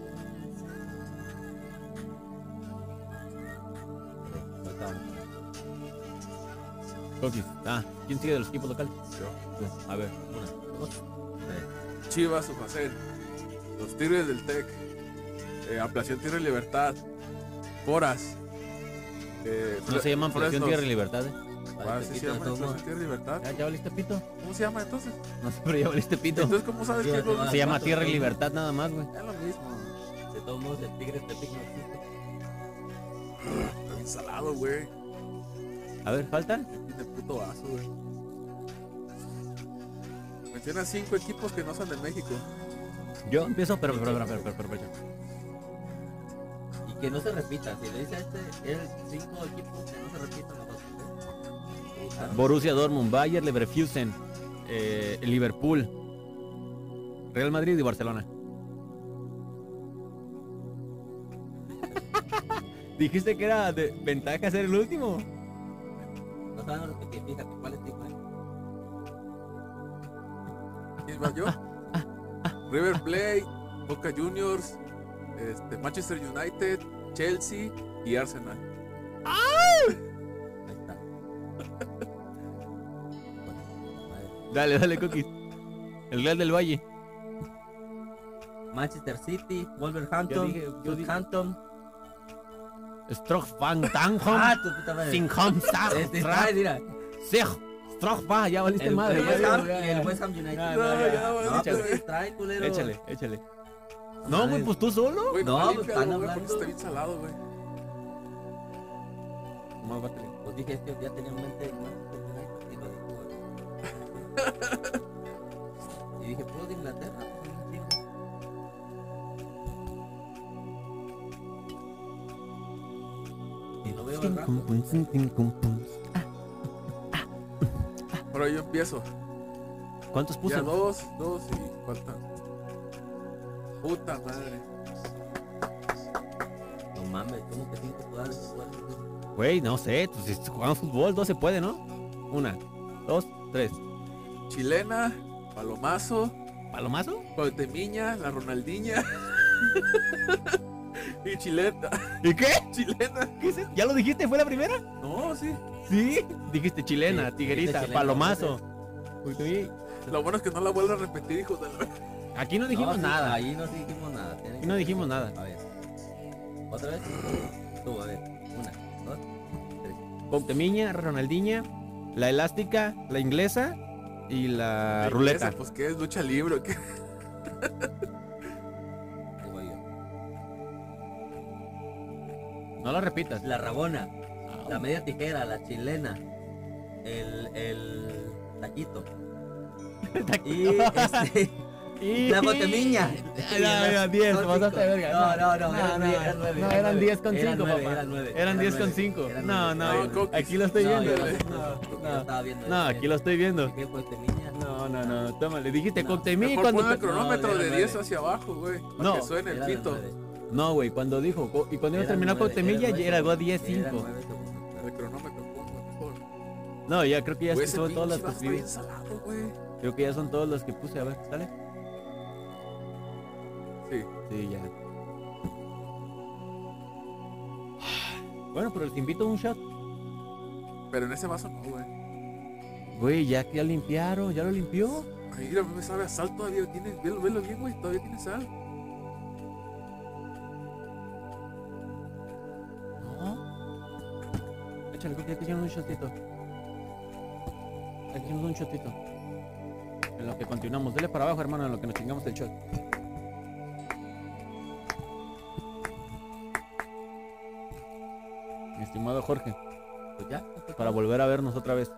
Coqui. Ah, ¿quién sigue de los equipos locales? Tú. A ver. Una, dos, tres. Chivas, Ujacén. Los Tigres del Tec. Eh, Ampliación Tierra y Libertad. Coras. Eh, No se llaman Ampliación Fresnos. Tierra y Libertad, ¿eh? Ah, Vale, sí te se quito de llama todos modos. Ampliación Tierra y Libertad. ¿Ya, ya valiste pito? ¿Cómo se llama entonces? No sé, pero ya valiste pito. Entonces, ¿cómo sabes Sí, que no, no? Se llama cuatro, Tierra y ¿no? Libertad nada más, güey. Es lo mismo. De todos modos, el tigre Tepic no existe. Está bien salado, güey. A ver, ¿faltan? Tiene puto vaso, güey. Menciona cinco equipos que no son de México. Yo empiezo, pero, pero, pero, pero, pero, pero, pero. Y que no se repita. Si le dice a este, el cinco equipos que no se repitan los otros. ¿Eh? Borussia Dortmund, Bayer Leverkusen, eh, Liverpool, Real Madrid y Barcelona. Dijiste que era de ventaja ser el último. No saben repetir, fíjate cuál es tipo, ¿eh? ¿Quién va yo? River Plate, Boca Juniors, este, Manchester United, Chelsea y Arsenal. Ahí está. Dale, dale, Cookies. El Real del Valle. Manchester City, Yo Wolverhampton, dije- yo dije- Southampton. Strohfang, Tangham, Ah, tu puta madre. Singham, Este está, mira. Sig, Strohfang, ya valiste El, madre. el ya, West ya, Ham ya, y ya. el West Ham United. No, No, no, ya, ya. vale, No, Échale, pues trae, culero. échale, échale. No No, güey, mames. pues tú solo. Güey, No, no, pues, límpialo, están güey, porque hablando. está bien salado, güey. Nomás bátele. Pues dije, es que ya tenía en mente el Manchester United y lo dijo. Y dije, puro de Inglaterra. pues, un chingo. Y no veo el rato. Pero yo empiezo. ¿Cuántos puse? Ya dos, dos y faltan. Puta madre. No mames, ¿cómo que cinco jugadores? Güey, no sé, pues si jugamos fútbol, dos se puede, ¿no? Una, dos, tres. Chilena, Palomazo, ¿Palomazo? Cuauhtemiña, la Ronaldiña. Y chilena. ¿Y qué? Chilena. ¿Qué es eso? ¿Ya lo dijiste? ¿Fue la primera? No, sí. Sí. Dijiste chilena, Sí, tiguerita, dijiste chilena, palomazo. Uy, uy, Lo bueno es que no la vuelvo a repetir, hijo de la... aquí no dijimos No, sí, nada. Ahí no dijimos nada. tienen Aquí que- no dijimos nada. A ver. ¿Otra vez? Tú, a ver. Una, dos, tres. Cuauhtemiña, Ronaldiña, la elástica, la inglesa y la, La ruleta. inglesa, pues, ¿qué es? Lucha libre, ¿o qué? Ahí voy yo. No la repitas. La rabona, la media tijera, la chilena, el, el taquito. Y este, Y... la Cuauhtemiña. Ay, ay, ay, diez, Son pasaste de cinco. verga. No, no, no, no, eran no, nueve, eran nueve, no, eran eran nueve. diez con Eran cinco, nueve, papá. eran nueve, Eran eran diez con nueve, cinco. eran No, nueve. no, No, Coquis. aquí lo estoy No, viendo. yo- no, yo No, estaba viendo no, eso. aquí lo estoy viendo. ¿Qué Cuauhtemiña? No, no, no, tómale. Dijiste No. Cuauhtemiña Mejor cuando... pon el te- cronómetro No, de era diez nueve. hacia abajo, güey. Para No. que suene el Era de pito. nueve. No, güey, cuando dijo... Y cuando Eran terminó nueve, Cuauhtemiña eran ya nueve era segundos. diez Eran cinco. nueve segundos. El cronómetro, ponlo mejor. No, ya creo que ya Güey, son ese todas las pinche que vaso está escribí. bien salado, güey. Creo que ya son todas las que puse. A ver, ¿sale? Sí. Sí, ya. Bueno, pero les invito a un shot. Pero en ese vaso no, güey. Güey, ya que ya limpiaron, ya lo limpió. Ay, mira, me sabe a sal todavía. Tiene, velo, velo bien, güey. Todavía tiene sal. No. Échale, Cookie, aquí tienes un shotito. Aquí tienes un shotito. En lo que continuamos. Dele para abajo, hermano, en lo que nos chingamos el shot. Mi estimado Jorge, Pues ya. para volver a vernos otra vez.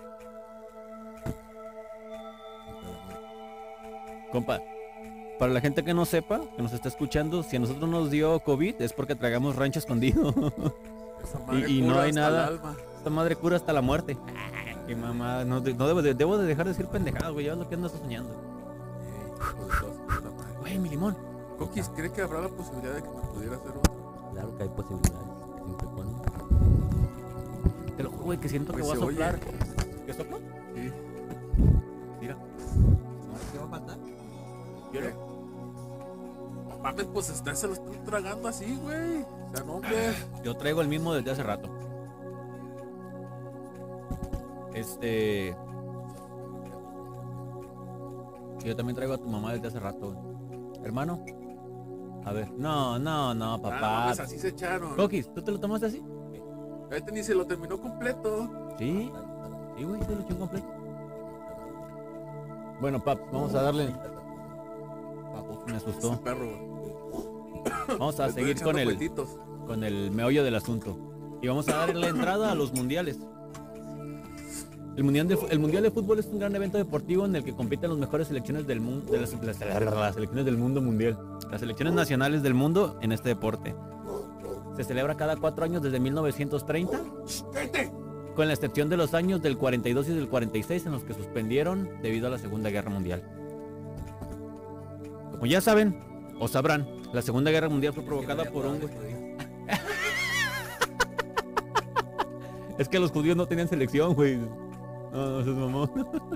Compa, para la gente que no sepa, que nos está escuchando, si a nosotros nos dio COVID es porque tragamos rancho escondido. Esa madre Y- y no pura hay hasta nada. el alma. Esta madre cura hasta la muerte. Ay, qué mamada. No, de- no debo, de, debo de dejar de decir pendejadas, güey. Ya es lo que andas soñando. Eh, hijo de toda su puta madre. Güey, mi limón. Coquis, ¿cree que habrá la posibilidad de que me pudiera hacer otro? Claro que hay posibilidades. Siempre y cuando. Te lo juro, güey, que siento que Pues voy a se oye. soplar. ¿Qué soplo? Sí. Mira. ¿Qué va a faltar? ¿Qué? No mames, pues está, se lo están tragando así, güey. O sea, no, hombre. Yo traigo el mismo desde hace rato. Este. Yo también traigo a tu mamá desde hace rato, güey. Hermano. A ver. No, no, no, Ah, no papá. mames, así se echaron. Coquis, ¿tú te lo tomaste así? Este ni se lo terminó completo. Sí. Sí, güey, se lo echó completo. Bueno, pap, vamos a darle. Papu, me Ese asustó. perro, güey. Vamos a Le estoy seguir con echando el, cuentitos. con el meollo del asunto. Y vamos a dar la entrada a los mundiales. El mundial, de, el mundial de Fútbol es un gran evento deportivo en el que compiten las mejores selecciones del mundo, de las, las, las selecciones del mundo mundial, las selecciones nacionales del mundo en este deporte. Se celebra cada cuatro años desde mil novecientos treinta, con la excepción de los años del cuarenta y dos y del cuarenta y seis en los que suspendieron debido a la Segunda Guerra Mundial. Como ya saben, o sabrán, la Segunda Guerra Mundial fue provocada por un... Es que los judíos no tenían selección, güey. No, no, eso es mamón.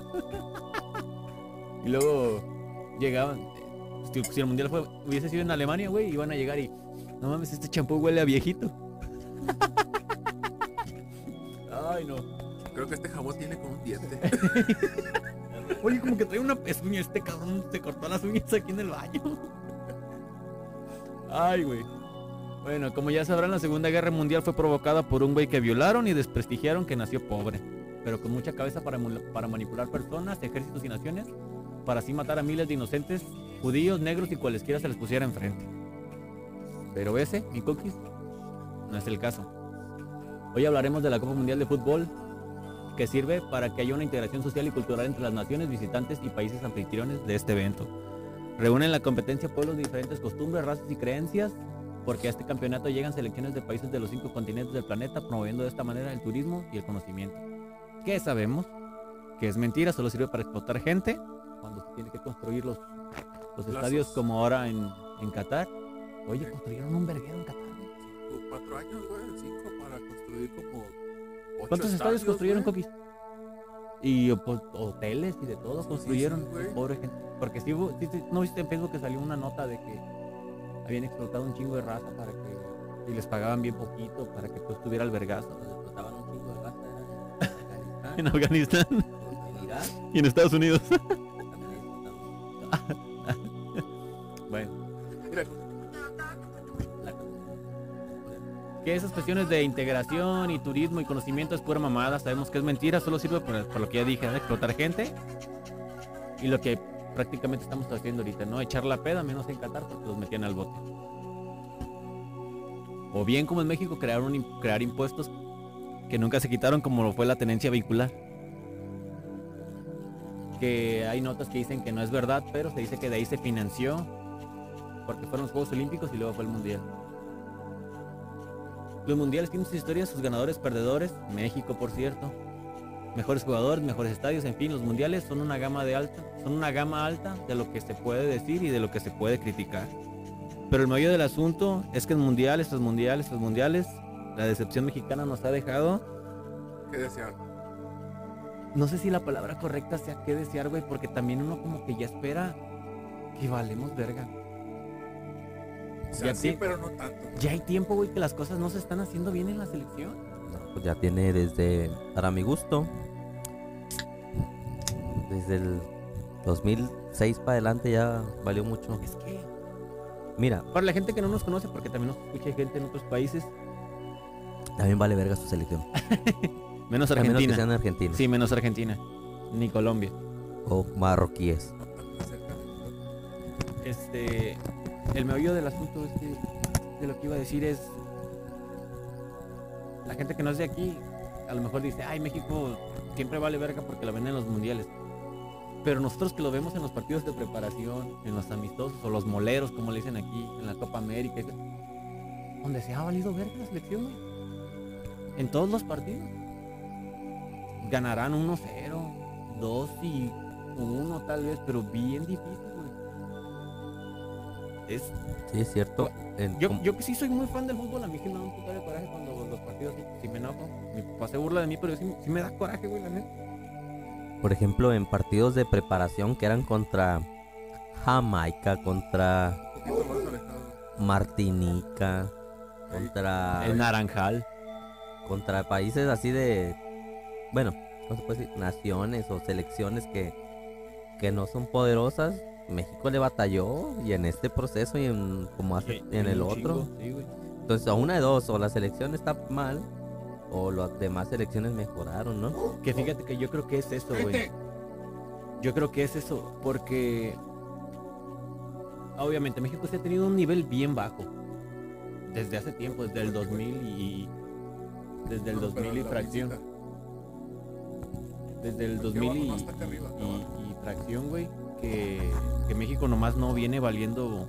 Y luego llegaban. Si, si el mundial fue, hubiese sido en Alemania, güey, iban a llegar y. No mames, este champú huele a viejito. Ay, no. Creo que este jabón tiene como un diente. Oye, como que trae una pezuña. Este cabrón se cortó las uñas aquí en el baño. Ay, güey. Bueno, como ya sabrán, la Segunda Guerra Mundial fue provocada por un güey que violaron y desprestigiaron, que nació pobre, pero con mucha cabeza para, para manipular personas, ejércitos y naciones, para así matar a miles de inocentes, judíos, negros y cualesquiera se les pusiera enfrente. Pero ese, mi cookies, no es el caso. Hoy hablaremos de la Copa Mundial de Fútbol, que sirve para que haya una integración social y cultural entre las naciones, visitantes y países anfitriones de este evento. Reúnen la competencia pueblos de diferentes costumbres, razas y creencias, porque a este campeonato llegan selecciones de países de los cinco continentes del planeta, promoviendo de esta manera el turismo y el conocimiento. ¿Qué sabemos? Que es mentira, solo sirve para explotar gente cuando se tiene que construir los, los estadios como ahora en, en Qatar. Oye, construyeron un verguero en Qatar. Cinco, cuatro años, güey, cinco para construir como ocho ¿Cuántos estadios construyeron, güey? Coquis? Y pues, hoteles y de todo construyeron, sí, güey. pobre gente. Porque si hubo- sí, sí, no viste en Facebook que salió una nota de que habían explotado un chingo de raza para que, y les pagaban bien poquito para que pues tuviera el vergazo. Donde explotaban un chingo de raza era En en Afganistán, Afganistán en Irak, y en Estados Unidos. también explotaban. Bueno, Mira, La- que esas cuestiones de integración y turismo y conocimiento es pura mamada. Sabemos que es mentira, solo sirve por, por lo que ya dije, ¿no? Explotar gente. Y lo que prácticamente estamos haciendo ahorita, ¿no? Echar la peda, menos en Qatar, porque los metían al bote. O bien, como en México, crear, un, im- crear impuestos que nunca se quitaron, como lo fue la tenencia vehicular. Que hay notas que dicen que no es verdad, pero se dice que de ahí se financió, porque fueron los Juegos Olímpicos y luego fue el Mundial. Los mundiales tienen sus historias, sus ganadores, perdedores. México, por cierto. Mejores jugadores, mejores estadios, en fin, los mundiales son una gama de alta, son una gama alta de lo que se puede decir y de lo que se puede criticar. Pero el meollo del asunto es que en mundiales, tras mundiales, tras mundiales, la decepción mexicana nos ha dejado. ¿qué desear? No sé si la palabra correcta sea qué desear, güey, porque también uno como que ya espera que valemos verga. O sea, Ya sí, te- pero no tanto. Ya hay tiempo, güey, que las cosas no se están haciendo bien en la selección. No, pues ya tiene desde, para mi gusto, desde el dos mil seis para adelante ya valió mucho. Es que, Mira, para la gente que no nos conoce, porque también nos escucha gente en otros países, también vale verga su selección. menos A menos que Argentina. sean argentinos Sí, menos Argentina, ni Colombia. o marroquíes. No tan cerca. Este, el meollo del asunto es que, de lo que iba a decir es, la gente que no es de aquí, a lo mejor dice, ay, México siempre vale verga porque la ven en los mundiales. Pero nosotros que lo vemos en los partidos de preparación, en los amistosos o los moleros, como le dicen aquí, en la Copa América, y- donde se ha valido verga la selección, güey. En todos los partidos. Ganarán uno cero, dos y uno tal vez, pero bien difícil, güey. Es, Sí, es cierto. En- yo, como- yo que sí soy muy fan del fútbol, a mí sí me da un puto de coraje cuando los partidos sí, sí me enojo. Mi papá se burla de mí, pero sí, sí me da coraje, güey, la neta. Por ejemplo, en partidos de preparación que eran contra Jamaica, contra Un poquito más alejado. Martinica, contra, El naranjal. contra países así de, bueno, no se puede decir, naciones o selecciones que, que no son poderosas. México le batalló y en este proceso y en, como hace en el Un otro. chingo, sí, güey. Entonces, a una de dos, o la selección está mal o las demás selecciones mejoraron, ¿no? Que fíjate que yo creo que es eso, güey. Yo creo que es eso, porque obviamente México sí ha tenido un nivel bien bajo. desde hace tiempo, desde el dos mil y... Desde el No, dos mil pero y la fracción. visita. Desde el Aquí dos mil abajo, y, no, hasta acá arriba, acá y- abajo. y fracción, güey, que, que México nomás no viene valiendo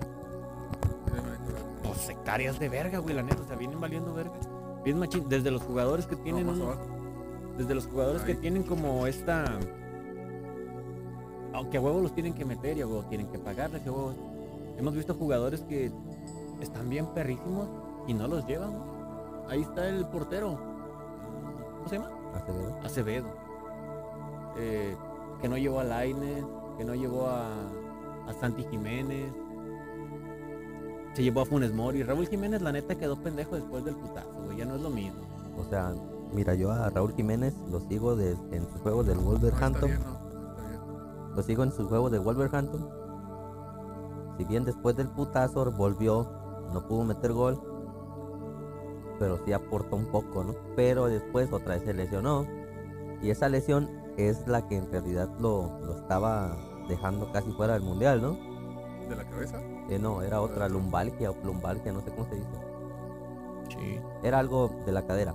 pues, hectáreas de verga, güey, la neta, o sea, vienen valiendo verga. Bien machín, desde los jugadores que tienen No, más un- abajo. desde los jugadores que Ahí. tienen como esta, aunque a huevos los tienen que meter y a huevos tienen que pagarles, y a huevos. Hemos visto jugadores que están bien perrísimos y no los llevan, güey. Ahí está el portero, ¿cómo se llama? Acevedo. Acevedo, eh, que no llevó a Lainez, que no llevó a, a Santi Jiménez, se llevó a Funes Mori. Raúl Jiménez, la neta, quedó pendejo después del putazo, güey, ya no es lo mismo. O sea, mira, yo a Raúl Jiménez lo sigo de- en sus juegos del No, está Wolverhampton. bien, no, está bien. Lo sigo en sus juegos de Wolverhampton. Si bien después del putazo volvió, no pudo meter gol, pero sí aportó un poco, ¿no? Pero después otra vez se lesionó. Y esa lesión es la que en realidad lo, lo estaba dejando casi fuera del mundial, ¿no? ¿De la cabeza? Eh, no, era otra lumbalgia o plumbalgia, no sé cómo se dice. Sí. Era algo de la cadera.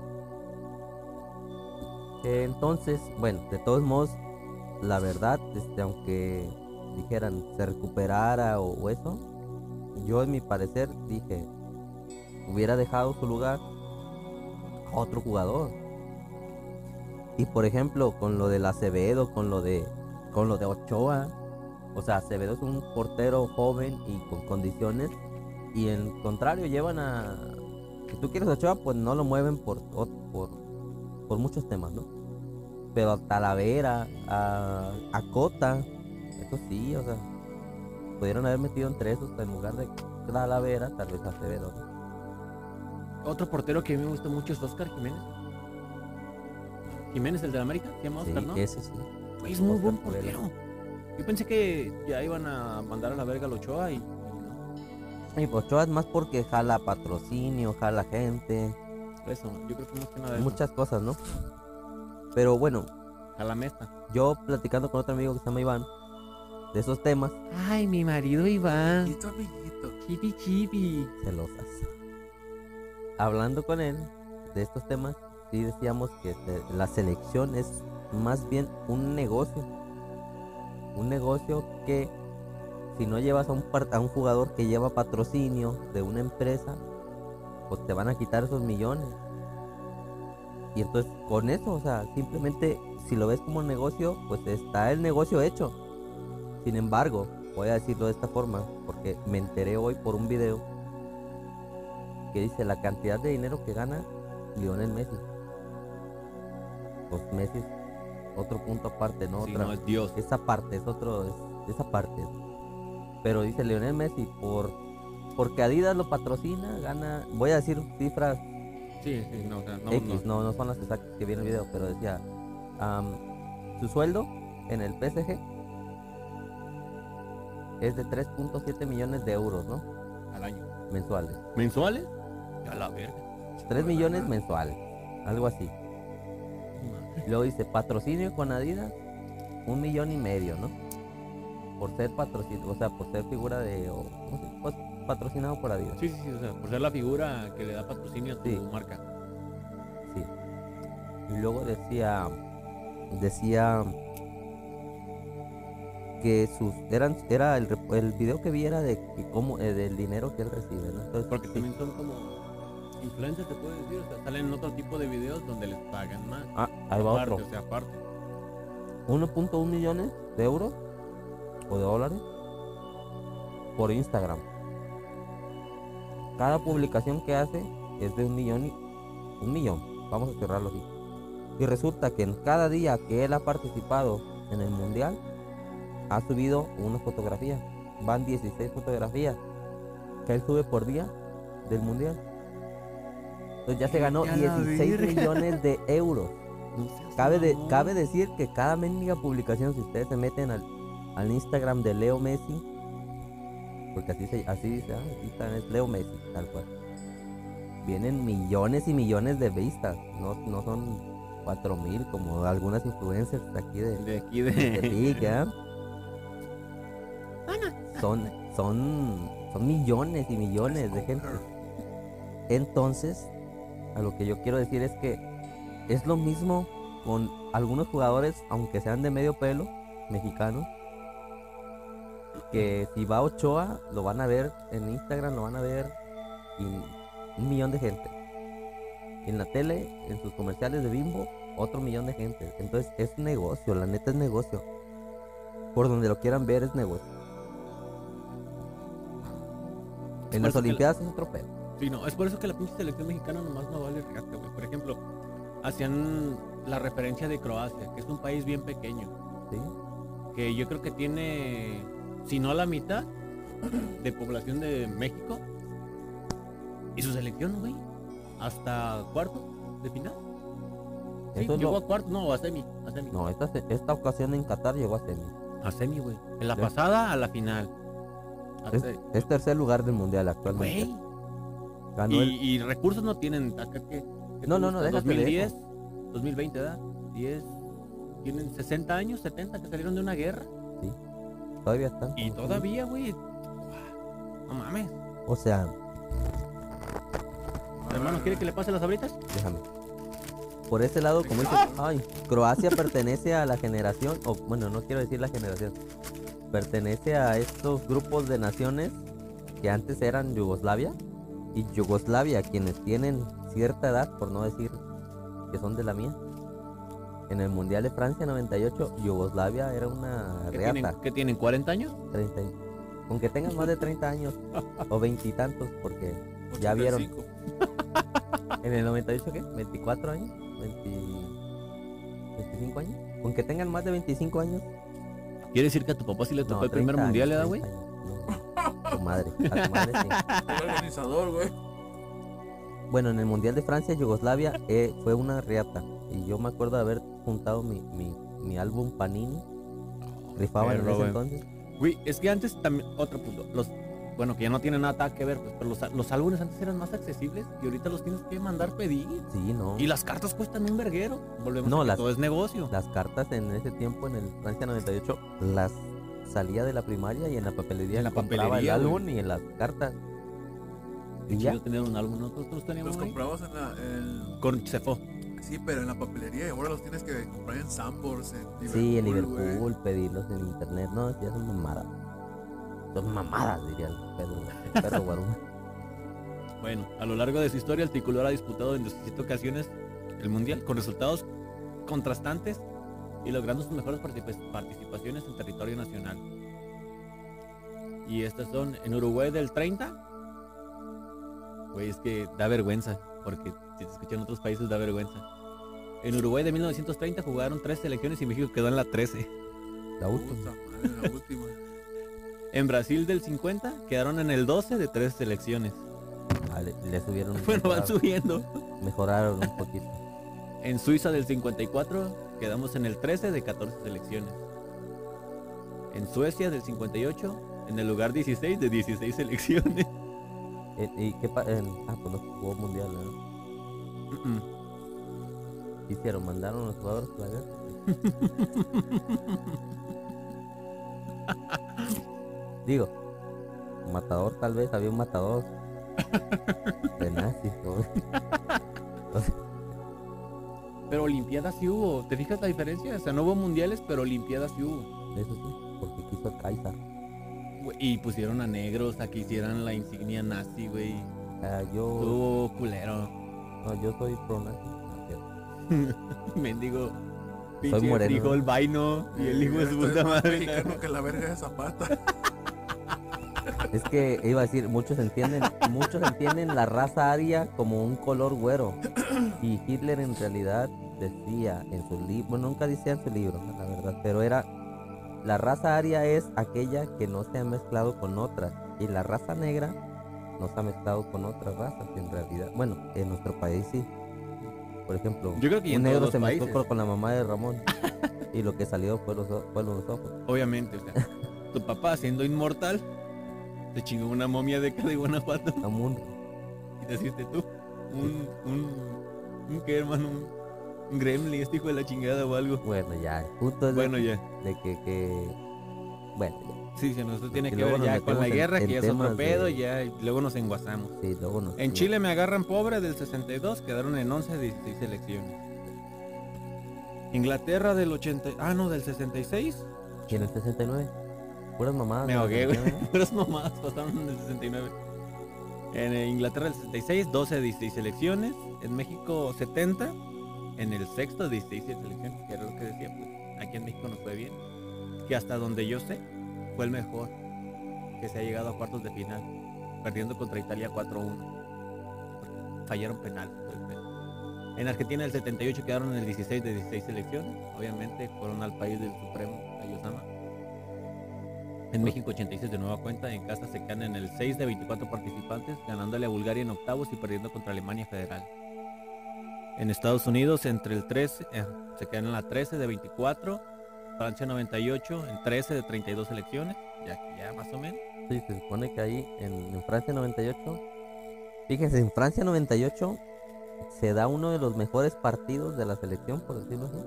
Eh, Entonces, bueno, de todos modos, la verdad, este, aunque dijeran se recuperara o, o eso, yo en mi parecer dije, hubiera dejado su lugar a otro jugador. Y por ejemplo, con lo del Acevedo, con lo de, con lo de Ochoa, o sea, Acevedo es un portero joven y con condiciones, y en contrario llevan a, si tú quieres a Ochoa, pues no lo mueven por, ot- por, por muchos temas, ¿no? Pero a Talavera, a, a Cota, eso sí, o sea, pudieron haber metido entre esos en lugar de Talavera, tal vez Acevedo, ¿no? Otro portero que a mí me gusta mucho es Oscar Jiménez. Jiménez, el de la América, se llama Oscar, Sí, ¿no? ese sí. Güey, es muy Oscar buen Cubela. portero. Yo pensé que ya iban a mandar a la verga al Ochoa y, y no. Y pues Ochoa es más porque jala patrocinio, jala gente, Por eso, yo creo que más que nada eso. muchas cosas, ¿no? Pero bueno, A la mesta. yo platicando con otro amigo que se llama Iván, de esos temas, Ay, mi marido Iván. Y tu amiguito. Chipi chipi. celosas. Hablando con él de estos temas, sí decíamos que se- la selección es más bien un negocio. Un negocio que si no llevas a un, par- a un jugador que lleva patrocinio de una empresa, pues te van a quitar esos millones. Y entonces con eso, o sea, simplemente si lo ves como negocio, pues está el negocio hecho. Sin embargo, voy a decirlo de esta forma, porque me enteré hoy por un video que dice la cantidad de dinero que gana Lionel Messi. Pues Messi es otro punto aparte, ¿no? Sí, Otra, no, es Dios. esa parte es otro, es- esa parte. Pero dice Lionel Messi, por porque Adidas lo patrocina, gana, voy a decir cifras Sí, sí, no, o sea, no, X, no. no, no son las exactas que viene el video, pero decía, am, su sueldo en el P S G es de tres punto siete millones de euros, ¿no? Al año. Mensuales. ¿Mensuales? A la verga. tres millones mensuales, algo así. Madre. Y luego dice, patrocinio con Adidas, un millón y medio, ¿no? Por ser patrocinio, o sea, por ser figura de, o, ¿cómo se- pues, patrocinado por Adidas. Sí, sí, sí, o sea, por ser la figura que le da patrocinio a tu Sí. marca. Sí. Y luego decía, decía que sus, eran, era el, rep- el video que vi era de que cómo, eh, del dinero que él recibe, ¿no? Entonces, Porque sí. también son como influencers, te puedo decir, o sea, salen en otro tipo de videos donde les pagan más. Ah, ahí va Aparte, otro. o sea, aparte. uno punto uno millones de euros o de dólares por Instagram. Cada publicación que hace es de un millón y un millón. Vamos a cerrarlo así. Y resulta que en cada día que él ha participado en el mundial ha subido una fotografía. Van dieciséis fotografías que él sube por día del mundial. Entonces ya se ganó Vete a la dieciséis verga. millones de euros. No seas Cabe, de, mamón. cabe decir que cada mendiga publicación, si ustedes se meten al, al Instagram de Leo Messi, porque así se así dice, ah, Instagram es Leo Messi, tal cual. Vienen millones y millones de vistas, no, no son cuatro mil como algunas influencers de aquí de, De aquí de de... Tepic, ¿ah? Son, son, son millones y millones de gente. Entonces, a lo que yo quiero decir es que es lo mismo con algunos jugadores, aunque sean de medio pelo, mexicanos, que si va Ochoa, lo van a ver en Instagram, lo van a ver y un millón de gente. En la tele, en sus comerciales de Bimbo, otro millón de gente. Entonces es negocio, la neta es negocio. Por donde lo quieran ver es negocio. En por las eso que Olimpiadas es otro pedo. Sí, no, es por eso que la pinche selección mexicana nomás no vale reata, güey. Por ejemplo, hacían la referencia de Croacia, que es un país bien pequeño, ¿Sí? que yo creo que tiene, si no la mitad de población de México, y su selección, güey, hasta cuarto de final. Sí, Eso es llegó lo- a cuarto, no, a semi, a semi. No, esta, se- esta ocasión en Qatar llegó a semi. A semi, güey. En la Sí. pasada, a la final. A Es, se- es tercer lugar del mundial actualmente. Güey. Ganó Y, el- y recursos no tienen acá que, que No, te no, no, gusta, déjate de dos mil diez, dos mil veinte, ¿verdad? diez, tienen sesenta años, setenta que salieron de una guerra Sí, todavía están. y como- todavía, güey, no mames. O sea, Hermano, ¿quiere que le pase las abritas? déjame. Por ese lado, como dices, ay, Croacia pertenece a la generación, o bueno, no quiero decir la generación, pertenece a estos grupos de naciones que antes eran Yugoslavia, y Yugoslavia, quienes tienen cierta edad, por no decir que son de la mía, en el Mundial de Francia noventa y ocho, Yugoslavia era una ¿Qué reata. tienen, ¿Qué tienen? ¿cuarenta años? treinta y- aunque tengan más de treinta años, o veintitantos, porque ya vieron. ochenta y cinco. En el noventa y ocho, ¿qué? ¿veinticuatro años? veinte, ¿veinticinco años? Aunque tengan más de veinticinco años. ¿Quiere decir que a tu papá sí le tocó No, el primer treinta mundial, ¿verdad, años, güey? treinta años, no. Tu madre, a tu madre sí. El organizador, güey. Bueno, en el Mundial de Francia, Yugoslavia eh, fue una reata. Y yo me acuerdo de haber juntado mi, mi, mi álbum Panini. Rifaban en perro, ese güey. entonces. Güey, es que antes también, otro punto, los, bueno, que ya no tiene nada que ver, pues, pero los, los álbumes antes eran más accesibles y ahorita los tienes que mandar pedir. Sí, no. Y las cartas cuestan un verguero. Volvemos No, a que las- todo es negocio. Las cartas en ese tiempo, en el Francia noventa y ocho, las salía de la primaria y en la papelería En la compraba papelería, el güey. álbum y en las cartas. Qué Y ya. chido tener un álbum. Nosotros teníamos Los ahí. comprabas en la. en- Con Cefo. Sí, pero en la papelería. Y ahora los tienes que comprar en Sambors, en Liverpool. Sí, en güey. Liverpool, pedirlos en internet. No, ya son mamadas. Son mamadas, diría el Pedro, el perro guaruma. Bueno, a lo largo de su historia, el tricolor ha disputado en diecisiete ocasiones el mundial con resultados contrastantes y logrando sus mejores participa- participaciones en territorio nacional. Y estas son en Uruguay del treinta. Güey, es que da vergüenza, porque si te escuchan en otros países da vergüenza. En Uruguay de mil novecientos treinta jugaron tres selecciones y México quedó en la trece. La última. Puta madre, la última. En Brasil del cincuenta quedaron en el doce de tres selecciones. Ah, le, le subieron. Bueno, van mejoraron, subiendo. mejoraron un poquito. En Suiza del cincuenta y cuatro quedamos en el trece de catorce selecciones. En Suecia del cincuenta y ocho en el lugar dieciséis de dieciséis selecciones. Eh, ¿Y qué pa- en- ah, pues no jugó mundial, ¿no? Mm-mm. ¿Qué hicieron? ¿Mandaron a los jugadores a la guerra? Digo, un matador tal vez, había un matador de nazis, ¿no? O sea, Pero Olimpiadas sí hubo. ¿Te fijas la diferencia? O sea, no hubo mundiales, pero Olimpiadas sí hubo. eso sí, porque quiso el Kaiser. Güey, y pusieron a negros a que hicieran la insignia nazi, güey. Ah, yo, Estuvo culero. no, yo soy pro nazi. No, cierto. Mendigo. Soy Pinche moreno. frijol vaino y el hijo de su Esto es puta más madre. mexicano que la verga de Zapata. Es que iba a decir, muchos entienden, muchos entienden la raza aria como un color güero. Y Hitler en realidad decía en su libro, bueno, nunca decía en su libro, la verdad, pero era, la raza aria es aquella que no se ha mezclado con otras. Y la raza negra no se ha mezclado con otras razas, en realidad. Bueno, en nuestro país sí. Por ejemplo, Yo creo que en un todos negro los se mezcló países. con, con la mamá de Ramón. Y lo que salió fue los, o- fueron los ojos. Obviamente, o sea, tu papá siendo inmortal, te chingó una momia de acá de Guanajuato. A Munro. Y te hiciste tú. Un, un, un qué, hermano, un, un gremlin, este hijo de la chingada o algo. Bueno, ya, el punto es de Bueno, ya. de que, que bueno, ya. Sí, sí, nosotros tiene Y que luego ver nos ya con la metemos en- guerra, en que ya es otro temas pedo, de- y ya y luego nos enguasamos. Sí, luego nos- En Chile me agarran pobre del sesenta y dos, quedaron en once de dieciséis selecciones. Inglaterra del ochenta, ah no, del sesenta y seis. Y en el sesenta y nueve, puras mamadas. Me de la ahogué, güey. selección, ¿eh? Puras mamadas pasaron en el sesenta y nueve. En eh, Inglaterra del sesenta y seis, doce de dieciséis selecciones. En México setenta. En el sexto de dieciséis selecciones, que era lo que decía, pues aquí en México nos fue bien. Que hasta donde yo sé, fue el mejor que se ha llegado a cuartos de final, perdiendo contra Italia cuatro uno. Fallaron penal. todo el pedo. En Argentina el setenta y ocho quedaron en el dieciséis de dieciséis selecciones. Obviamente fueron al país del Supremo, Ayosama. En México ochenta y seis de nueva cuenta, en casa se quedan en el seis de veinticuatro participantes, ganándole a Bulgaria en octavos y perdiendo contra Alemania Federal. En Estados Unidos entre el trece, eh, se quedan en la trece de veinticuatro, Francia noventa y ocho en trece de treinta y dos selecciones, ya que ya más o menos. Sí, se supone que ahí en, en Francia noventa y ocho, fíjense, en Francia noventa y ocho se da uno de los mejores partidos de la selección, por decirlo así.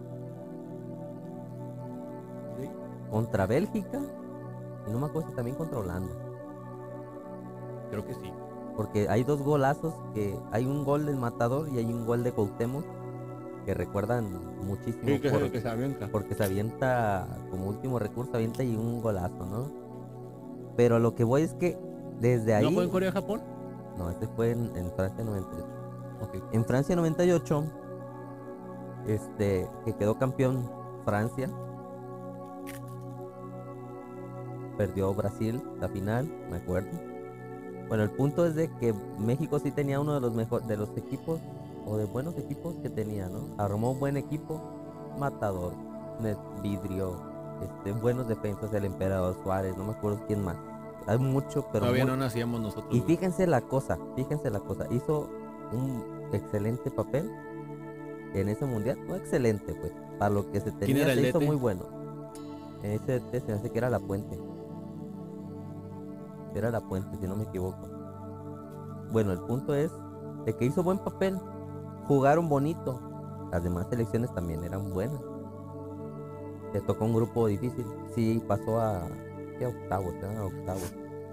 ¿Sí? Contra Bélgica y no me acuerdo si también contra Holanda. Creo que sí. Porque hay dos golazos, que hay un gol del Matador y hay un gol de Cuauhtémoc que recuerdan muchísimo Sí, que por- se, que se avienta. porque se avienta como último recurso, avienta y un golazo, ¿no? Pero a lo que voy es que desde ahí... ¿No fue en Corea-Japón? No, ese fue en, en Francia noventa y ocho. Ok. En Francia noventa y ocho, este, que quedó campeón Francia, perdió Brasil la final, me acuerdo. Bueno, el punto es de que México sí tenía uno de los mejores, de los equipos, o de buenos equipos que tenía, ¿no? Armó un buen equipo, Matador, Net, Vidrio, este, buenos defensas, el Emperador Suárez, no me acuerdo quién más. Hay mucho, pero Todavía muy- no nacíamos nosotros. y güey. fíjense la cosa, fíjense la cosa, hizo un excelente papel en ese mundial, no excelente pues, para lo que se tenía era el se hizo D T? muy bueno. En ese D T se me hace que era La Puente. Era La Puente, si no me equivoco. Bueno, el punto es de que hizo buen papel, jugaron bonito, las demás selecciones también eran buenas. Le tocó un grupo difícil, sí pasó a, ¿qué? octavos, ¿no? A octavos.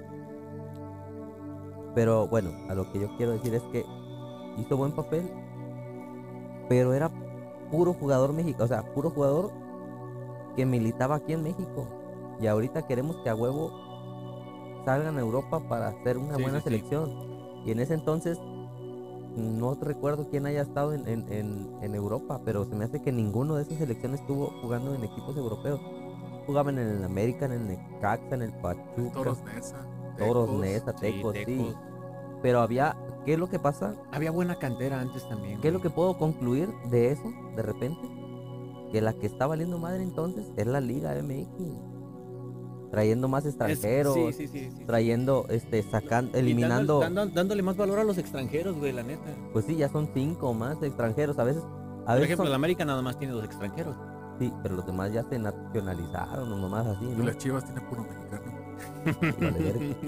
Pero bueno, a lo que yo quiero decir es que hizo buen papel, pero era puro jugador mexicano, o sea, puro jugador que militaba aquí en México. Y ahorita queremos que a huevo salgan a Europa para hacer una Sí, buena sí, sí. selección. Y en ese entonces no recuerdo quién haya estado en, en, en, en Europa, pero se me hace que ninguno de esas selecciones estuvo jugando en equipos europeos. Jugaban en el América, en el Necaxa, en el Pachuca, Toros Nesa. Toros, Tecos. Nesa, Sí, Tecos, sí. Tecos. Pero había, ¿qué es lo que pasa? Había buena cantera antes también. ¿Qué es lo güey. que puedo concluir de eso, de repente? Que la que está valiendo madre entonces es la Liga M X. Trayendo más Es- extranjeros, Sí, sí, sí. sí. trayendo, este, sacando, Y eliminando. dándole, dando- dándole más valor a los extranjeros, güey, la neta. Pues sí, ya son cinco más extranjeros. A veces, a Por veces ejemplo, son- el América nada más tiene dos extranjeros. sí, pero los demás ya se nacionalizaron o nomás así, Y ¿no? las Chivas tienen puro mexicano. Vale, verga.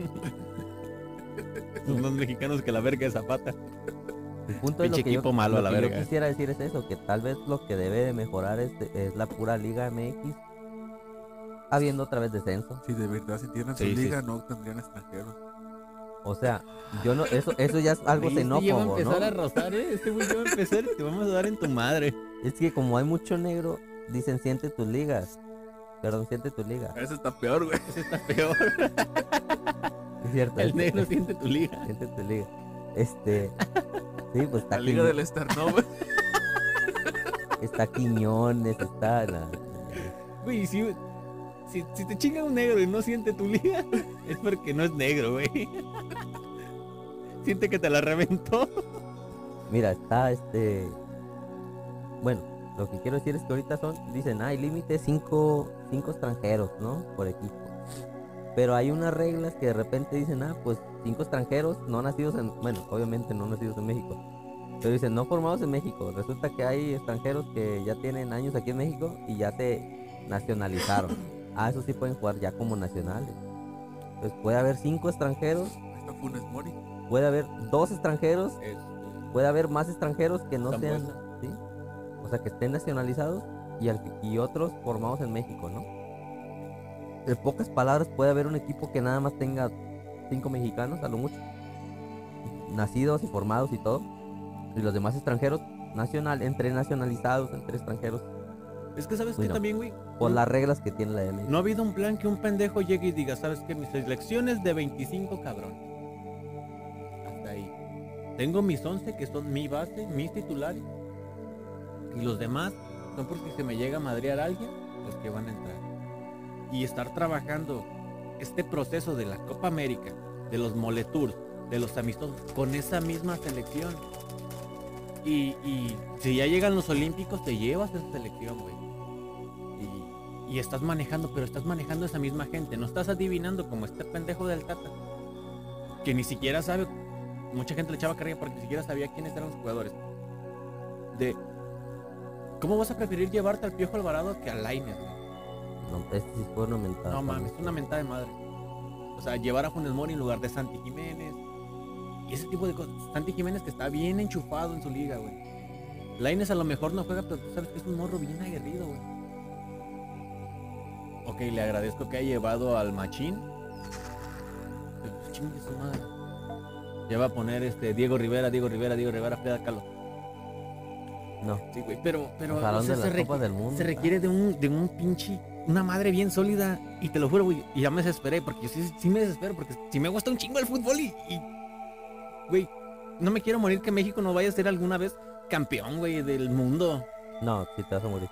Son más mexicanos que la verga de Zapata. El punto es lo Pinche que, yo, equipo malo lo a la que yo verga. quisiera decir es eso, que tal vez lo que debe de mejorar es, es la pura Liga M X, habiendo otra vez descenso. Si de verdad sintieran su Sí, sí. liga, no tendrían extranjeros. O sea, yo no, eso, eso ya es algo Güey, este ya va a xenófobo, empezar ¿no? a rozar, ¿eh? Este güey ya va a empezar, te vamos a dar en tu madre. Es que como hay mucho negro, dicen siente tus ligas. Perdón, siente tu liga. Eso está peor, güey. Ese está peor. Es cierto. El es- negro siente tu liga. Siente tu liga. Este, sí, pues está, La liga Quiñ- del Star, güey. está Quiñones, está la- Güey, si, si, si te chinga un negro y no siente tu liga, es porque no es negro, güey. Siente que te la reventó. Mira, está este. Bueno, lo que quiero decir es que ahorita son, dicen, hay límite cinco, cinco extranjeros, ¿no? Por equipo. Pero hay unas reglas que de repente dicen, ah, pues cinco extranjeros no nacidos en, bueno, obviamente no nacidos en México. Pero dicen, no formados en México. Resulta que hay extranjeros que ya tienen años aquí en México y ya se nacionalizaron. Ah, eso sí pueden jugar ya como nacionales. Pues puede haber cinco extranjeros, Ahí está Funes Mori. puede haber dos extranjeros, Este, puede haber más extranjeros que no sean, Zambuesa. ¿sí? O sea, que estén nacionalizados y, al- y otros formados en México, ¿no? en pocas palabras, puede haber un equipo que nada más tenga cinco mexicanos, a lo mucho, nacidos y formados y todo, y los demás extranjeros, nacional, entre nacionalizados, entre extranjeros, Es que sabes que Bueno, también, güey. por no- las reglas que tiene la M X. No ha habido un plan que un pendejo llegue y diga, ¿sabes qué? Mi selección es de veinticinco, cabrón. Hasta ahí. Tengo mis once que son mi base, mis titulares. Y los demás son porque se me llega a madrear alguien, los que van a entrar. Y estar trabajando este proceso de la Copa América, de los Moletours, de los amistosos, con esa misma selección. Y, y si ya llegan los Olímpicos, te llevas esa selección, güey. Y, y estás manejando, pero estás manejando esa misma gente. No estás adivinando como este pendejo del Tata. Que ni siquiera sabe. Mucha gente le echaba carrilla porque ni siquiera sabía quiénes eran los jugadores. De. ¿Cómo vas a preferir llevarte al Piojo Alvarado que a Lainez, güey? No, este sí fue una mentada. No mames, es una mentada de madre. O sea, llevar a Funes Mori en lugar de Santi Jiménez. Y ese tipo de cosas. Santi Jiménez que está bien enchufado en su liga, güey. Lainez a lo mejor no juega, pero tú sabes que es un morro bien aguerrido, güey. Ok, le agradezco que haya llevado al Machín. Pero pues, chingue su madre. Ya va a poner este Diego Rivera, Diego Rivera, Diego Rivera, Freda Kahlo. No, Sí, güey, pero, pero Ojalá o sea, de se, la requi- Copa del Mundo. se requiere de un, de un pinche, una madre bien sólida. Y te lo juro, güey, y ya me desesperé, porque yo sí, sí me desespero, porque sí me gusta un chingo el fútbol y, y, güey, no me quiero morir que México no vaya a ser alguna vez campeón, güey, del mundo. no, sí te vas a morir.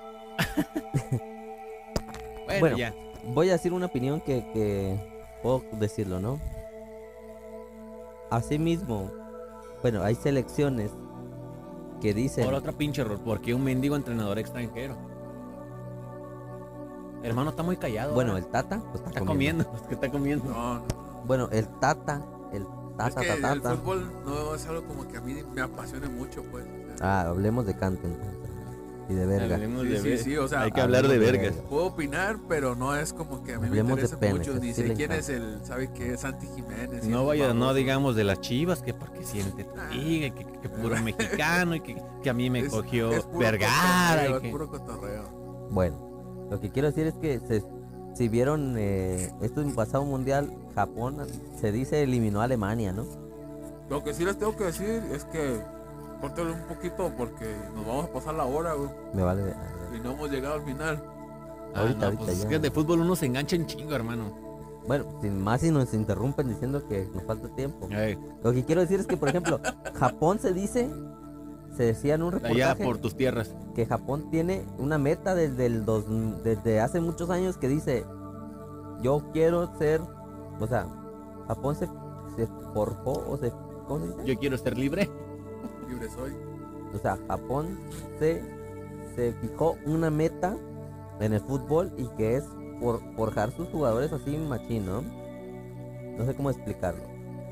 Bueno, Bueno. ya. Voy a decir una opinión que, que puedo decirlo, ¿no? Asimismo, bueno, hay selecciones que dicen, Por otro pinche error, porque un mendigo entrenador extranjero. Hermano, está muy callado. bueno, ahora. el Tata, pues está, está comiendo. comiendo, es que está comiendo. No, no. Bueno, el Tata, el Es Tata, que Tata, el Tata. fútbol no es algo como que a mí me apasione mucho, pues. Ah, hablemos de Cante entonces. Y de verga. Hablemos Sí, de sí, ver- sí, o sea, hay que hablar de hablemos de vergas. verga. Puedo opinar, pero no es como que a mí Hablemos me de interesa penes, mucho, ni eso sí sé le quién encanta. es el, sabe qué es Santi Jiménez. y No esos vaya, no babosos. digamos de las Chivas, que porque siente tu liga, que, que, que puro mexicano y que, que a mí me Es- cogió es puro Vergara. cotorreo, y que- Es puro cotorreo. Bueno, lo que quiero decir es que se, si vieron eh, esto en pasado mundial, Japón se dice eliminó a Alemania, ¿no? Lo que sí les tengo que decir es que córtale un poquito porque nos vamos a pasar la hora, güey, Me vale ver- y no hemos llegado al final. Ah, ahorita, no, ahorita pues es ya. que de fútbol uno se engancha en chingo, hermano. Bueno, sin más si nos interrumpen diciendo que nos falta tiempo. Ay, Lo que quiero decir es que, por ejemplo, Japón se dice, se decía en un allá reportaje por tus tierras. que Japón tiene una meta desde el dos, desde hace muchos años que dice, yo quiero ser, o sea, Japón se, se forjó o se, ¿cómo se dice? Yo quiero ser libre. Libre soy. O sea, Japón se, se fijó una meta en el fútbol y que es por, forjar sus jugadores así machín, ¿no? No sé cómo explicarlo.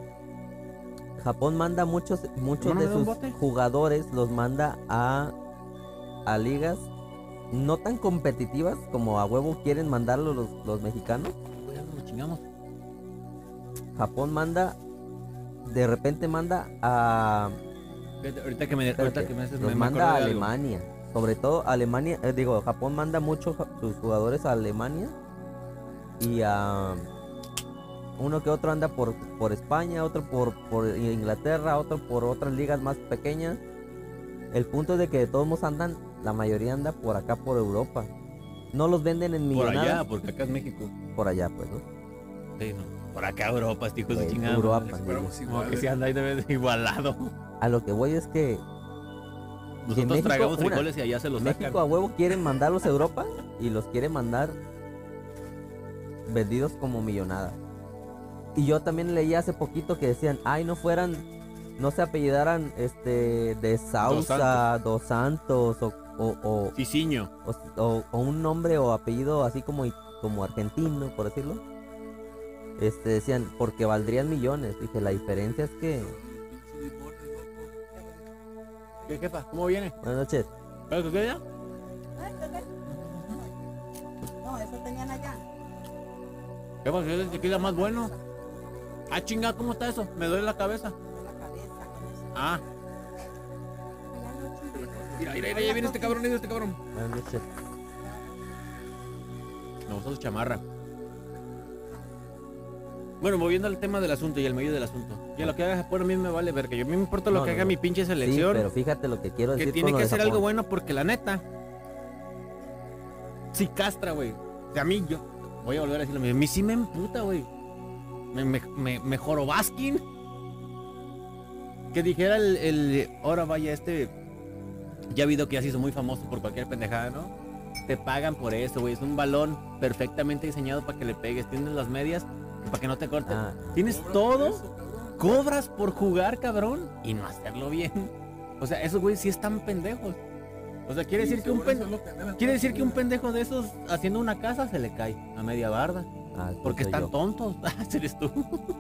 Japón manda muchos, muchos ¿Hermano, de me da un sus bote? jugadores, los manda a, a ligas no tan competitivas como a huevo quieren mandarlo los, los mexicanos. Pues ya nos lo chingamos. Japón manda, de repente manda a... Fíjate, Ahorita que me, ahorita Espérate, que me haces, los me, me manda a acordé de algo. Alemania. Sobre todo Alemania, eh, digo, Japón manda muchos ja- sus jugadores a Alemania y a uno que otro anda por, por España, otro por, por Inglaterra, otro por otras ligas más pequeñas. El punto es de que de todos modos andan, la mayoría anda por acá por Europa. No los venden en Por millonadas. allá, porque acá es México. Por allá, pues, ¿no? Sí, no. Por acá Europa, este hijo de Güey, chingada. Europa, madre. digo. Fuéramos Como que iguales. si anda ahí de vez igualado. A lo que voy es que Nosotros México, tragamos una, frijoles y allá se los sacan. México a huevo quiere mandarlos a Europa y los quiere mandar vendidos como millonada. Y yo también leí hace poquito que decían, ay, no fueran, no se apellidaran este de Sousa, Dos Santos, o, o, o, Cicinho. o- o- o un nombre o apellido así como, como argentino, por decirlo. Este decían, porque valdrían millones. Dije, la diferencia es que. ¿Qué jefa? ¿Cómo viene? Buenas noches. ¿Qué, qué, qué, ya? No, eso tenían allá. ¿Qué pasa? ¿Es el tequila más bueno? Ah, chinga, ¿cómo está eso? Me duele la cabeza. Por la cabeza. con eso. Ah, mira, mira, mira, ya viene este cabrón, viene este cabrón. Buenas noches. Me gusta su chamarra. Bueno, volviendo al tema del asunto y el medio del asunto. Que lo que haga Japón a mí me vale verga. Yo a mí me importa lo No, que no, haga no. mi pinche Sí, selección. pero fíjate lo que quiero que decir. tiene con lo que de hacer Japón. algo bueno porque la neta. Sí castra, güey. O sea, a mí yo. Voy a volver a decir lo mismo. A mí sí me emputa, güey. Me, me, me, me jorobaskin. Que dijera el, el. Ahora vaya, este. Ya ha habido que ya se hizo muy famoso por cualquier pendejada, ¿no? Te pagan por eso, güey. Es un balón perfectamente diseñado para que le pegues. Tienes las medias para que no te corten. Ah, Tienes Cobran por todo. eso, cabrón. Cobras por jugar, cabrón. Y no hacerlo bien. O sea, esos güeyes sí están pendejos. O sea, quiere Sí, decir que un seguro eso pendejo. es lo que anhelan Quiere todos, decir que un güey. pendejo de esos haciendo una casa se le cae a media barda. ah, Porque soy están yo. tontos. Ese eres tú.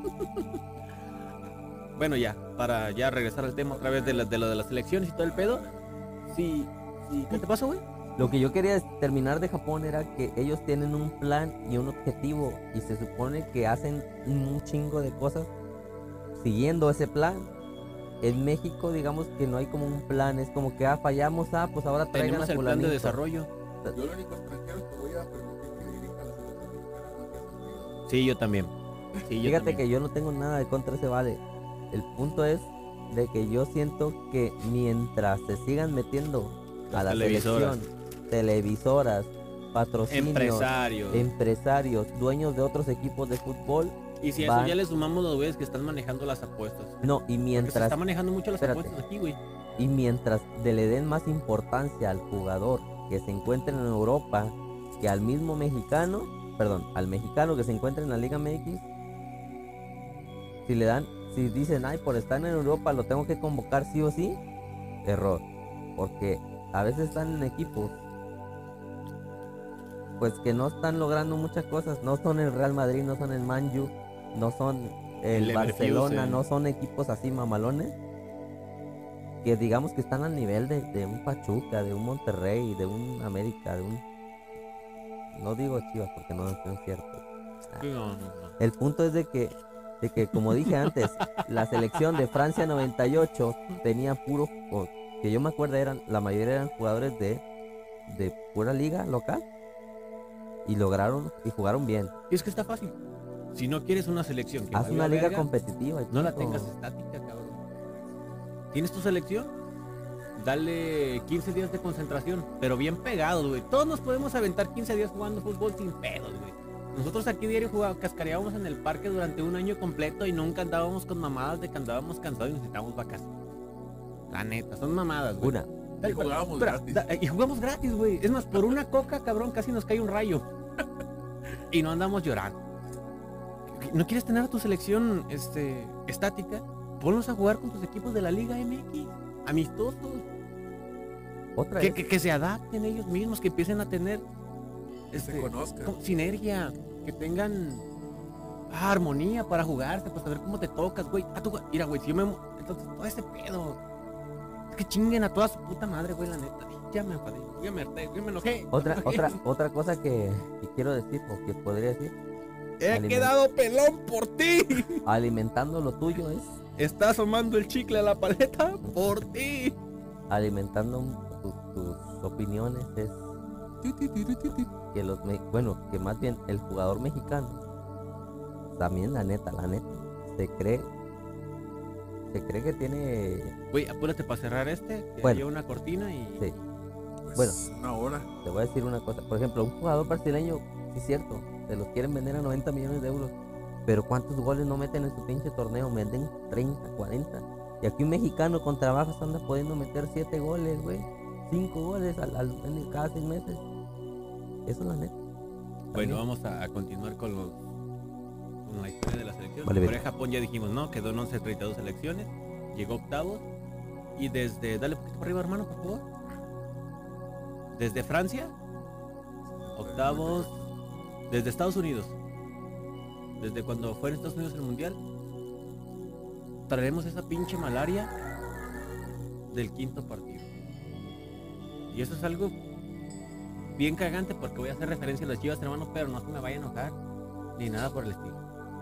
Bueno, ya, para ya regresar al tema otra vez de, la- de lo de las elecciones y todo el pedo. Sí, sí. ¿Qué te pasó, güey? Lo que yo quería es- terminar de Japón era que ellos tienen un plan y un objetivo y se supone que hacen un chingo de cosas siguiendo ese plan. En México, digamos que no hay como un plan, es como que ah, fallamos, ah, pues ahora traigan Tenemos a el plan de fulanito. desarrollo. Yo el único extranjero que voy a permitir que dirija la selección mexicana no es Estados Unidos. Sí, yo también. Sí, yo Fíjate también. que yo no tengo nada de contra ese vale. El punto es de que yo siento que mientras se sigan metiendo a Las la televisoras. selección, televisoras, patrocinios, Empresarios. empresarios, dueños de otros equipos de fútbol, Y si a eso van- ya le sumamos los güeyes que están manejando las apuestas. no, y Porque se mientras está manejando mucho las espérate. apuestas aquí, güey. y mientras de le den más importancia al jugador que se encuentre en Europa que al mismo mexicano, perdón, al mexicano que se encuentra en la Liga M X, si le dan, si dicen, ay, por estar en Europa lo tengo que convocar sí o sí, error, porque a veces están en equipos pues que no están logrando muchas cosas, no son el Real Madrid, no son el Man U, no son el, El Barcelona, Leverkusen. no son equipos así mamalones, que digamos que están al nivel de, de un Pachuca, de un Monterrey, de un América, de un... No digo Chivas porque no, no es cierto. No, no, no. El punto es de que, de que como dije antes, la selección de Francia noventa y ocho tenía puro, o que yo me acuerdo eran, la mayoría eran jugadores de, de pura liga local y lograron y jugaron bien. Y es que está fácil. Si no quieres una selección que Haz valga una liga verga, competitiva. y no la punto. tengas estática, cabrón. ¿Tienes tu selección? Dale quince días de concentración, pero bien pegados, güey. Todos nos podemos aventar quince días jugando fútbol sin pedos, güey. Nosotros aquí diario jugábamos, cascareábamos en el parque durante un año completo y nunca andábamos con mamadas de que andábamos cansados y necesitábamos vacaciones. La neta, son mamadas, güey. Una. Y jugábamos Espera, gratis. da- y jugamos gratis, güey. Es más, por una coca, cabrón, casi nos cae un rayo. Y no andamos llorando. ¿No quieres tener a tu selección este, estática? Ponlos a jugar con tus equipos de la Liga M X. Amistosos. Otra Que, es, que, que se adapten ellos mismos, que empiecen a tener Que se este, conozcan. como sinergia, que tengan ah, armonía para jugarse, para saber cómo te tocas, güey. Ah, tú, mira, güey, si yo me... Entonces, todo ese pedo. Es que chinguen a toda su puta madre, güey, la neta. Ay, ya me enfadé, ya me harté, ya me enojé. otra, otra, otra cosa que, que quiero decir, o que podría decir, He Aliment- quedado pelón por ti. alimentando lo tuyo es Está asomando el chicle a la paleta por ti. alimentando tu- tus opiniones es que los me- bueno, que más bien el jugador mexicano también la neta, la neta se cree se cree que tiene Güey, apúrate para cerrar este. Que Bueno. haya una cortina y. sí, Pues, bueno. una hora. te voy a decir una cosa, por ejemplo, un jugador brasileño, sí es cierto, se los quieren vender a noventa millones de euros, pero ¿cuántos goles no meten en su pinche torneo? Venden treinta, cuarenta, y aquí un mexicano con trabajos anda pudiendo meter siete goles, güey, cinco goles al, al- en cada seis meses, eso es la neta. Bueno, También. vamos a, a continuar con los con la historia de la selección. Vale, Corea bien. Japón ya dijimos, ¿no? Quedó en once treinta y dos selecciones. Llegó octavos. Y desde. Dale un poquito para arriba, hermano, por favor. Desde Francia. Octavos. Desde Estados Unidos. Desde cuando fue en Estados Unidos el mundial. Traeremos esa pinche malaria del quinto partido. Y eso es algo bien cagante porque voy a hacer referencia a las Chivas, hermanos, pero no se me vaya a enojar ni nada por el estilo.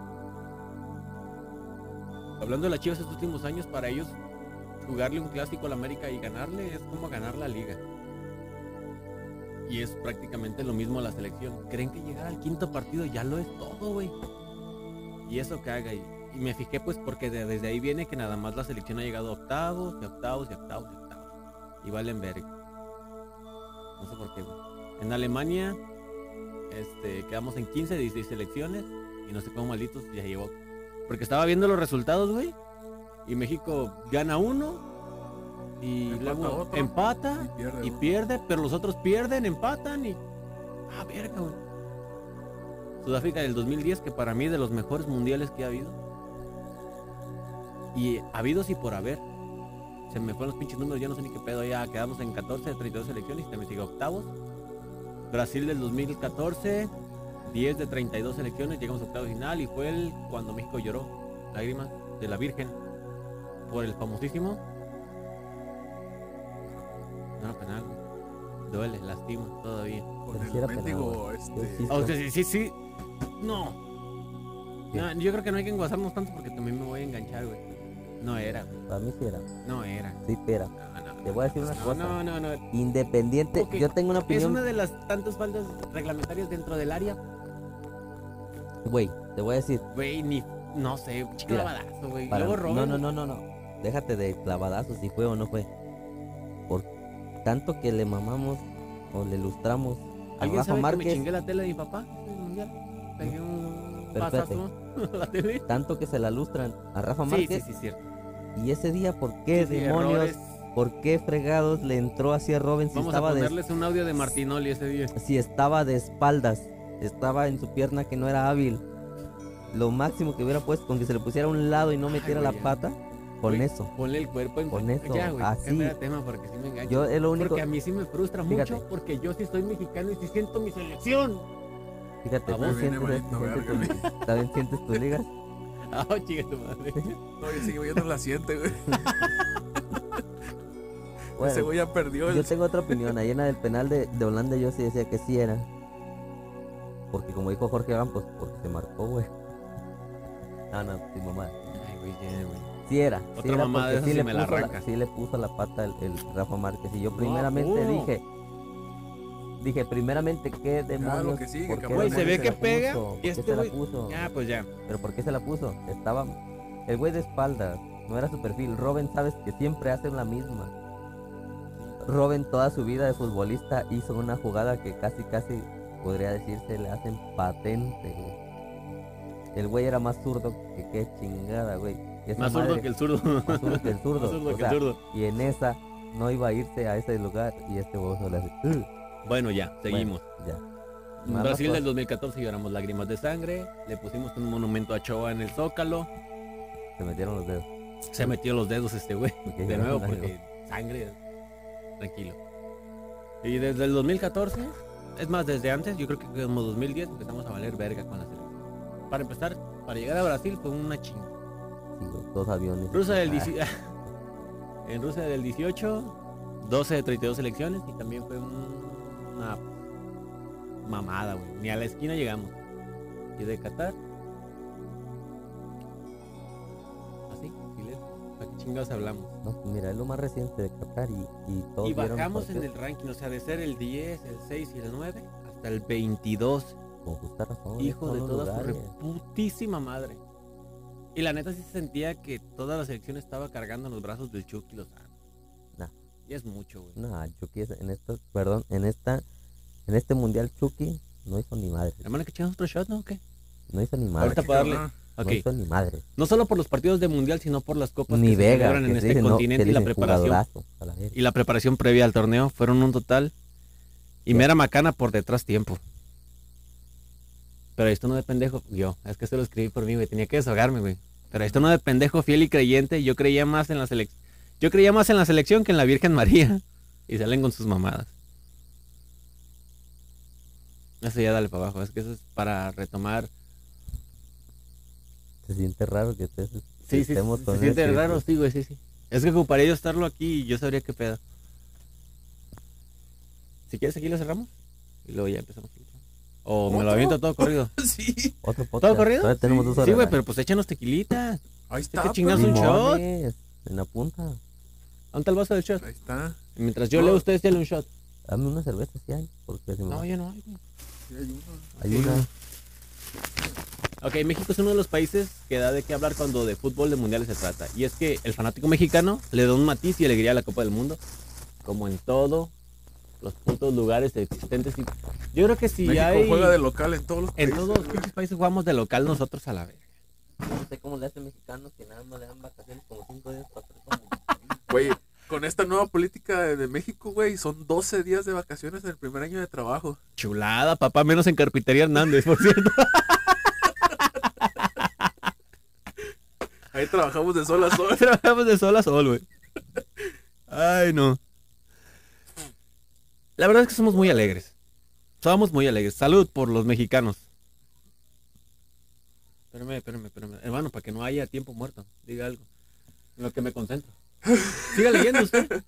Hablando de las Chivas estos últimos años, para ellos jugarle un clásico al América y ganarle es como ganar la liga. Y es prácticamente lo mismo a la selección. ¿Creen que llegar al quinto partido ya lo es todo, güey? y eso caga. Y, y me fijé pues porque de- desde ahí viene que nada más la selección ha llegado a octavos, y octavos, y octavos, y octavos. Y valen verga. No sé por qué, güey. En Alemania, este, quedamos en quince, dieciséis selecciones. Y no sé cómo malditos ya llegó. Porque estaba viendo los resultados, güey. Y México gana uno. Y Empata luego otro, empata y pierde y uno. pierde, pero los otros pierden, empatan y... Ah, verga, güey. Sudáfrica del dos mil diez, que para mí es de los mejores mundiales que ha habido. Y habidos y por haber. Se me fueron los pinches números, ya no sé ni qué pedo. Ya quedamos en catorce de treinta y dos selecciones y también sigue octavos. Brasil del dos mil catorce, diez de treinta y dos selecciones, llegamos a octavos final y fue el cuando México lloró. Lágrimas de la Virgen. Por el famosísimo. No era penal, güey. Duele, lastima todavía. Con Pero el sí era penal, mendigo, güey. este... Yo sí- Ah, o sea, sí, sí, sí. No. ¿Qué? No, yo creo que no hay que enguasarnos tanto porque también me voy a enganchar, güey. No era, güey. Para mí sí era. No era. Sí, era. No, no, Te voy a decir una no, cosa. no, no, no. Independiente, Ok, yo tengo una Es opinión. una de las tantas faltas reglamentarias dentro del área. Güey, te voy a decir. Güey, ni. No sé, chico Mira, lavadazo, güey. para- Luego no, roban. no, no, no, no. Déjate de clavadazos si fue o no fue. Por tanto que le mamamos o le ilustramos a ¿Alguien Rafa sabe que me Márquez, chingué la tele de mi papá? En el mundial. Pegué un Pero espérate. pasazo a la tele. tanto que se la lustran a Rafa Sí, Márquez. sí, sí, cierto. Y ese día, ¿por qué Sí, sí, demonios? errores. ¿Por qué fregados le entró así a Robin si Vamos a estaba de ponerles un audio de Martinoli ese día. si estaba de espaldas? Estaba en su pierna que no era hábil. Lo máximo que hubiera puesto con que se le pusiera a un lado y no Ay, metiera güey, la ya. pata, con Güey, eso. Ponle el cuerpo en Con eso, Ya, güey, así. cambia de tema porque sí me engancho. Yo es lo único, Porque a mí sí me frustra Fíjate. mucho porque yo sí soy mexicano y sí siento mi selección. fíjate, a tú vos viene sientes, valiendo sientes verga, tu- también sientes tus ligas. Ah, chica tu madre. No, y sigue viendo la siente, güey. Bueno, Ese güey ya perdió yo el... tengo otra opinión. Ahí en la del penal de, de Holanda yo sí decía que sí era. Porque como dijo Jorge Campos, porque se marcó, güey. No, no, sí, mamá. Ay, güey, ya, güey. Sí era. Otra sí era mamada de porque esas sí sí le, me la puso la, arrancas. sí le puso la pata el, el Rafa Márquez. Y yo No, primeramente ¿cómo? dije... Dije, primeramente, ¿qué demonios? que sigue, ¿por qué cabrón. Güey, se demonios ve que la pega puso? y ¿Por este qué se la güey- puso? Ya, pues ya. ¿Pero por qué se la puso? Estaba... El güey de espaldas. No era su perfil. Robin, sabes que siempre hacen la misma. Robin toda su vida de futbolista hizo una jugada que casi, casi, podría decirse, le hacen patente, güey. El güey era más zurdo que qué chingada, güey. Y esa Más zurdo madre- que el zurdo. Más zurdo que el zurdo. Más zurdo o que sea, el zurdo. y en esa no iba a irse a ese lugar y este bozo le hace... "Ugh". Bueno, ya, seguimos. Bueno, ya. En Más Brasil las del dos mil catorce lloramos lágrimas de sangre. Le pusimos un monumento a Choa en el Zócalo. cosas, se metieron los dedos. Se metió los dedos este güey. Porque De lloraron nuevo, lágrimas. porque sangre. Tranquilo. Y desde el dos mil catorce, es más, desde antes, yo creo que como dos mil diez empezamos a valer verga con la selección. Para empezar, para llegar a Brasil fue una chinga. Sí, güey, dos aviones. Rusia del Ah, dieci- en Rusia del dieciocho, doce de treinta y dos selecciones y también fue un- una mamada, güey. Ni a la esquina llegamos. Y de Qatar. Así, silencio. ¿Para qué chingados hablamos? No, pues mira, es lo más reciente de Qatar y, y todos Y vieron bajamos por en qué. el ranking, o sea, de ser el diez, el seis y el nueve hasta el veintidós. Con justa razón. Hijo son de los toda su lugares. reputísima madre. Y la neta sí se sentía que toda la selección estaba cargando en los brazos del Chucky Lozano. Nah. Y es mucho, güey. No, Chucky es- en esta, perdón, en esta, en este mundial Chucky no hizo ni madre. Hermano, que echamos otro shot, ¿no? ¿O qué? No hizo ni madre. Ahorita para darle. Ajá. Ok. No hizo ni madre. No solo por los partidos de mundial, sino por las copas Ni que se Vega, celebran en que este dicen, no, continente que y la dicen preparación. jugadorazo, a la verga. Y la preparación previa al torneo fueron un total. Y Ya. mera macana por detrás tiempo. Pero esto no de pendejo, yo, es que esto lo escribí por mí, güey, tenía que desahogarme, güey. Pero esto no de pendejo fiel y creyente, yo creía más en la selección. Yo creía más en la selección que en la Virgen María. Y salen con sus mamadas. Eso ya dale para abajo, es que eso es para retomar. Se siente raro que estés, que Sí, sí, sí, estemos se con siente ese- raro, sí, güey, sí, sí. Es que ocuparía yo estarlo aquí y yo sabría qué pedo. Si quieres aquí lo cerramos y luego ya empezamos. O me lo ¿Otro? aviento todo corrido. Sí, Otro podcast. corrido? Todavía tenemos Sí. dos horas. Sí, güey, pero pues échanos tequilita. ahí que está. chingados perro. un shot. Limones, en la punta. ¿Dónde está el vaso del shot? Ahí está. Y mientras yo No. leo, ustedes denle un shot. Dame una cerveza si hay, porque si No, no, ya no hay, güey. Sí, hay uno. hay una. Ok, México es uno de los países que da de qué hablar cuando de fútbol de mundiales se trata. Y es que el fanático mexicano le da un matiz y alegría a la Copa del Mundo, como en todos los putos lugares existentes. Y yo creo que si México hay... juega de local en todos los En países. todos los pinches países jugamos de local nosotros a la vez. No sé cómo le hacen mexicanos que nada más le dan vacaciones como cinco días para hacer como... Güey, con esta nueva política de, de México, güey, son doce días de vacaciones en el primer año de trabajo. Chulada, papá, menos en Carpintería Hernández, por cierto. Ahí trabajamos de sol a sol. Trabajamos de sol a sol, güey. Ay, no. La verdad es que somos muy alegres. Somos muy alegres. Salud por los mexicanos. Espérame, espérame, espérame. Hermano, para que no haya tiempo muerto. Diga algo. En lo que me concentro. Siga leyendo usted.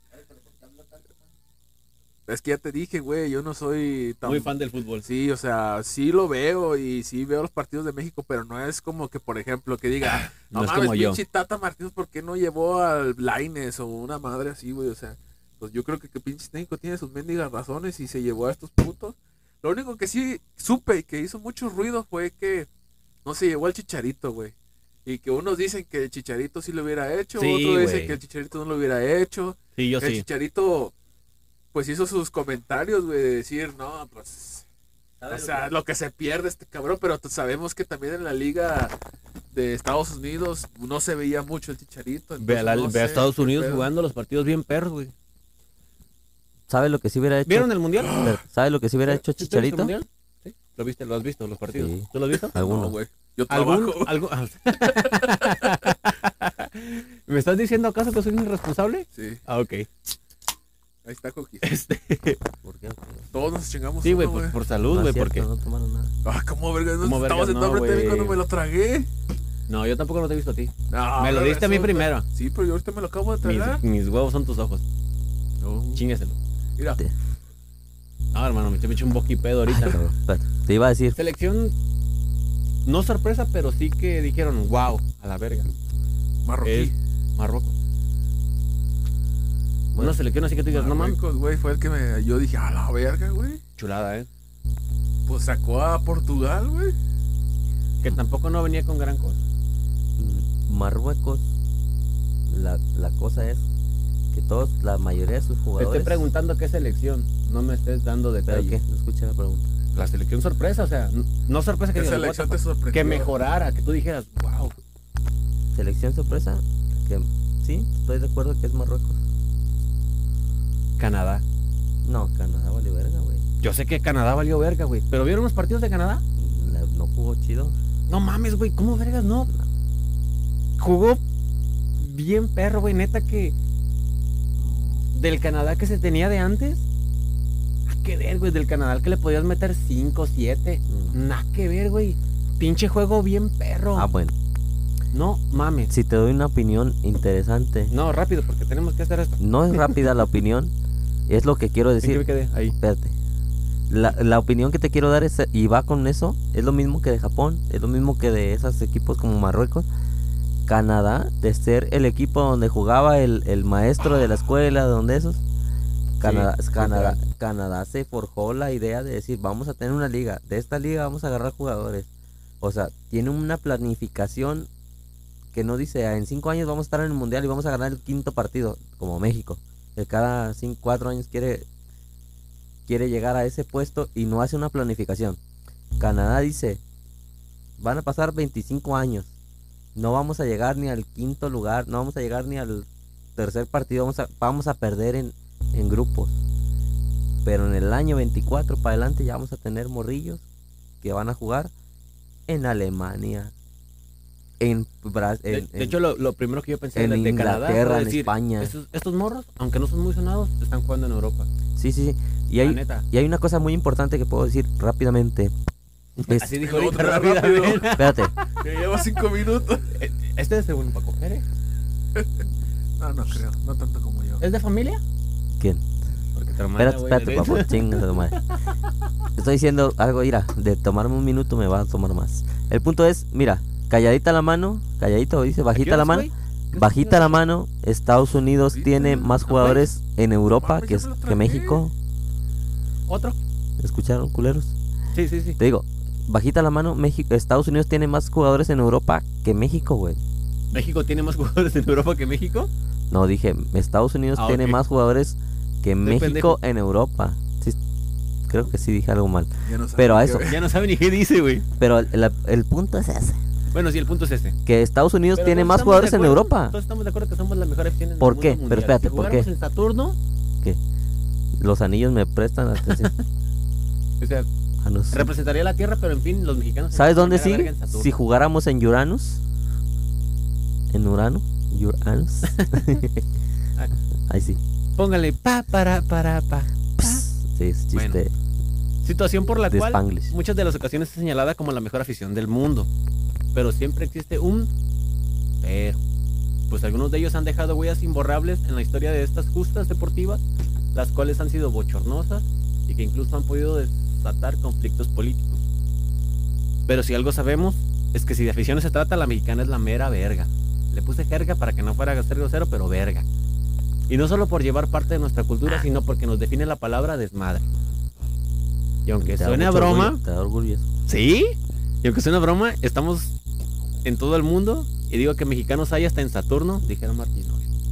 Es que ya te dije, güey, yo no soy tan... Muy fan del fútbol. Sí, o sea, sí lo veo y sí veo los partidos de México, pero no es como que, por ejemplo, que diga, no, No es mames, como yo. pinche Tata Martínez, ¿por qué no llevó al Lainez o una madre así, güey? O sea, pues yo creo que, que pinche México tiene sus mendigas razones y se llevó a estos putos. Lo único que sí supe y que hizo mucho ruido fue que no se llevó al Chicharito, güey. Y que unos dicen que el Chicharito sí lo hubiera hecho, Sí, otros dicen güey. que el Chicharito no lo hubiera hecho. Sí, yo El sí. Chicharito, pues hizo sus comentarios, güey, de decir, no, pues, o sea, lo que se pierde este cabrón, pero t- sabemos que también en la liga de Estados Unidos no se veía mucho el Chicharito. Ve a, la- entonces no ve a sé Estados qué Unidos pedo. jugando los partidos bien perros, güey. ¿Sabe lo que sí hubiera hecho? ¿Vieron el mundial? Pero, ¿sabe lo que sí hubiera hecho ¿Sí viste el Chicharito? mundial? Sí. ¿Lo viste? ¿Lo has visto? Los partidos. Sí. ¿Tú lo has visto? Algunos. No, güey, yo ¿Algún, trabajo. algún- ¿Me estás diciendo acaso que soy un irresponsable? Sí, Ah, ok. ahí está Coqui. Este, ¿Por qué? Todos nos chingamos sí, güey, uno, por, por No salud, es güey, cierto, porque... no tomaron nada. Ah, ¿cómo verga? No ¿Cómo estaba vergas? sentado No, frente a mí güey. cuando me lo tragué. No, yo tampoco lo te he visto a ti. No, Me lo pero diste a mí eso- primero. Sí, pero yo ahorita me lo acabo de tragar. Mis, mis huevos son tus ojos. No. Chingueselo. Mira, Te- No, hermano, me he hecho un boquipedo ahorita. Pero, espérate, te iba a decir, Selección, no sorpresa, pero sí que dijeron, wow, a la verga. Marroquí. Es Marruecos. Bueno, Una selección así que tú digas, no mames. Marruecos, güey, fue el que me... Yo dije, a la verga, güey. Chulada, ¿eh? Pues sacó a Portugal, güey. Que tampoco no venía con gran cosa. mm, Marruecos, la, la cosa es que todos, la mayoría de sus Te jugadores... estoy preguntando qué selección. No me estés dando ¿Pero detalles. qué? No escuché la pregunta. La selección sorpresa, o sea, n- no sorpresa que ¿Qué digas, selección "What te the fuck", sorprendió? que mejorara, que tú dijeras, wow. Selección sorpresa, que sí, estoy de acuerdo que es Marruecos. Canadá. No, Canadá vale verga, güey. Yo sé que Canadá valió verga, güey. ¿Pero vieron los partidos de Canadá? La- No jugó chido. No mames, güey, ¿cómo vergas no? Jugó bien perro, güey, neta que del Canadá que se tenía de antes, a que ver, güey, del Canadá al que le podías meter cinco, siete, Mm. nada que ver, güey. Pinche juego bien perro. Ah, bueno, No mames. si te doy una opinión interesante, No, rápido, porque tenemos que hacer esto. no es rápida la opinión, es lo que quiero ¿En qué me decir. quedé? Ahí. Espérate. La, la opinión que te quiero dar es, y va con eso, es lo mismo que de Japón, es lo mismo que de esos equipos como Marruecos. Canadá, de ser el equipo donde jugaba el, el maestro de la escuela, donde esos, Canadá, sí, Canadá, literal. Canadá se forjó la idea de decir, vamos a tener una liga, de esta liga vamos a agarrar jugadores. O sea, tiene una planificación que no dice, "Ah, en cinco años vamos a estar en el mundial y vamos a ganar el quinto partido", como México, que cada cinco, cuatro años quiere, quiere llegar a ese puesto y no hace una planificación. Canadá dice, van a pasar veinticinco años, no vamos a llegar ni al quinto lugar, no vamos a llegar ni al tercer partido, vamos a, vamos a perder en, en grupos. Pero en el año veinticuatro para adelante ya vamos a tener morrillos que van a jugar en Alemania, en Brasil, De, de hecho, lo, lo primero que yo pensé en de, de Canadá Inglaterra, fue en decir, España. Estos, estos morros, aunque no son muy sonados, están jugando en Europa. Sí, sí, sí. Y La hay, neta. y hay una cosa muy importante que puedo decir rápidamente. Es- Así dijo el ahorita otro, rápidamente. espérate, Que lleva cinco minutos. Este es segundo para coger, ¿eh? No, no creo, no tanto como yo. ¿Es de familia? ¿quién? Porque te hermana, Espérate, güey, espérate, la papu, neta. chinga su madre. Te estoy diciendo algo, mira, de tomarme un minuto me va a tomar más. El punto es, mira, calladita la mano, calladito, dice, ¿A qué bajita la horas, mano, güey? ¿Qué bajita horas? la mano, Estados Unidos Sí, tiene sí, más no, jugadores en Europa mames, que, ya me lo que tragué. México. ¿Otro? ¿Escucharon, culeros? Sí, sí, sí. Te digo, bajita la mano, México, Estados Unidos tiene más jugadores en Europa que México, güey. ¿México tiene más jugadores en Europa que México? No, dije, Estados Unidos Ah, tiene ok. más jugadores que México pendejo. en Europa. Sí, creo que sí dije algo mal. Ya no sabe Pero a qué eso, ver. Ya no sabe ni qué dice, güey. pero el, el- el punto es ese. Bueno, sí, el punto es este. Que Estados Unidos Pero tiene todos más estamos jugadores de en acuerdo- Europa. Todos estamos de acuerdo que somos la mejor afición en ¿Por el qué? mundo Pero mundial. espérate, Si ¿por qué? jugáramos en Saturno, Los anillos me prestan atención. o sea, Ah, no sé. representaría la Tierra, pero en fin, los mexicanos... ¿Sabes dónde sí? sí? Si jugáramos en Uranus. En Urano. Uranus. Ahí sí. Póngale pa, para, para, pa. Sí, es chiste. Bueno. Situación por la De cual Spanglish. muchas de las ocasiones es señalada como la mejor afición del mundo. Pero siempre existe un pero. Pues algunos de ellos han dejado huellas imborrables en la historia de estas justas deportivas, las cuales han sido bochornosas y que incluso han podido desatar conflictos políticos. Pero si algo sabemos, es que si de aficiones se trata, la mexicana es la mera verga. Le puse jerga para que no fuera a ser grosero, pero verga. Y no solo por llevar parte de nuestra cultura, sino porque nos define la palabra desmadre. Y aunque Te da suene a mucho broma, orgullo, te da orgullo eso. ¿sí? Y aunque suene a broma, estamos en todo el mundo. Y digo que mexicanos hay hasta en Saturno, dijera Martín.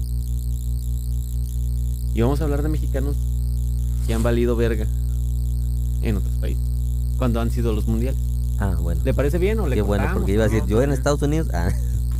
Y vamos a hablar de mexicanos que han valido verga en otros países, cuando han sido los mundiales. Ah, bueno. ¿Le parece bien o le Qué bueno, cortamos? porque iba a decir, No, yo en no. Estados Unidos. Ah.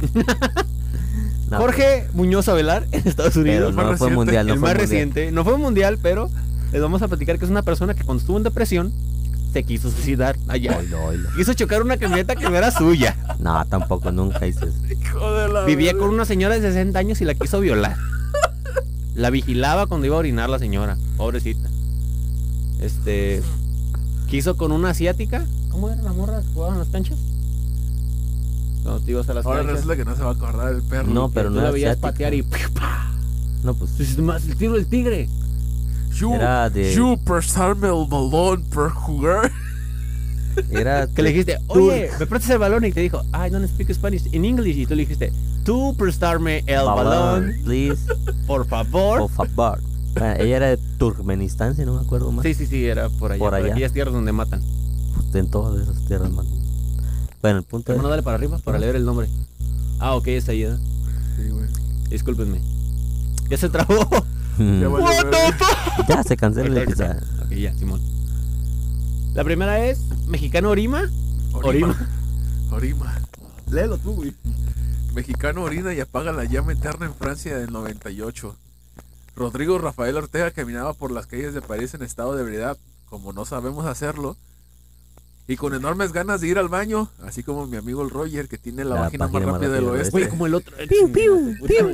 No, Jorge Muñoz Avelar en Estados pero Unidos. no más fue reciente, mundial, no el fue más mundial. reciente. No fue un mundial, pero les vamos a platicar que es una persona que cuando estuvo en depresión se quiso suicidar allá. Oilo, oilo. Quiso chocar una camioneta que no era suya. No, tampoco, nunca hice eso. Hijo de la Vivía verga. con una señora de sesenta años y la quiso violar. La vigilaba cuando iba a orinar la señora, pobrecita. Este, quiso con una asiática. ¿Cómo era la morra que jugaban las canchas? Cuando te ibas a las Ahora canchas. resulta que no se va a acordar el perro. No, que pero tú no la era veías asiática. patear y ¡pah! No, pues Entonces, más el tiro del tigre. You, era de- you prestarme el balón por jugar. era. Que le dijiste, oye, me prestas el balón y te dijo, I don't speak Spanish in English. Y tú le dijiste, tú prestarme el balón, please, por favor. por favor. Bueno, ella era de Turkmenistán, si no me acuerdo más. Sí, sí, sí, era por allá, Por por, allá. aquellas tierras donde matan. En todas esas tierras, man. Bueno, el punto es. Hermano, dale para arriba para leer el nombre. Ah, ok, está ahí, ¿eh? Sí, güey. Discúlpenme. Ya se trabó. Mm, Ya valió verga. ya se cancela el episodio. Ok, ya, Simón. La primera es mexicano Orima. Orima. Orima. Léelo tú, güey. Mexicano orina y apaga la llama eterna en Francia del noventa y ocho. Rodrigo Rafael Ortega caminaba por las calles de París en estado de ebriedad, como no sabemos hacerlo, y con enormes ganas de ir al baño, así como mi amigo el Roger, que tiene la, La vagina más página más rápida del rápida del oeste. Güey, como el otro. Piu, piu,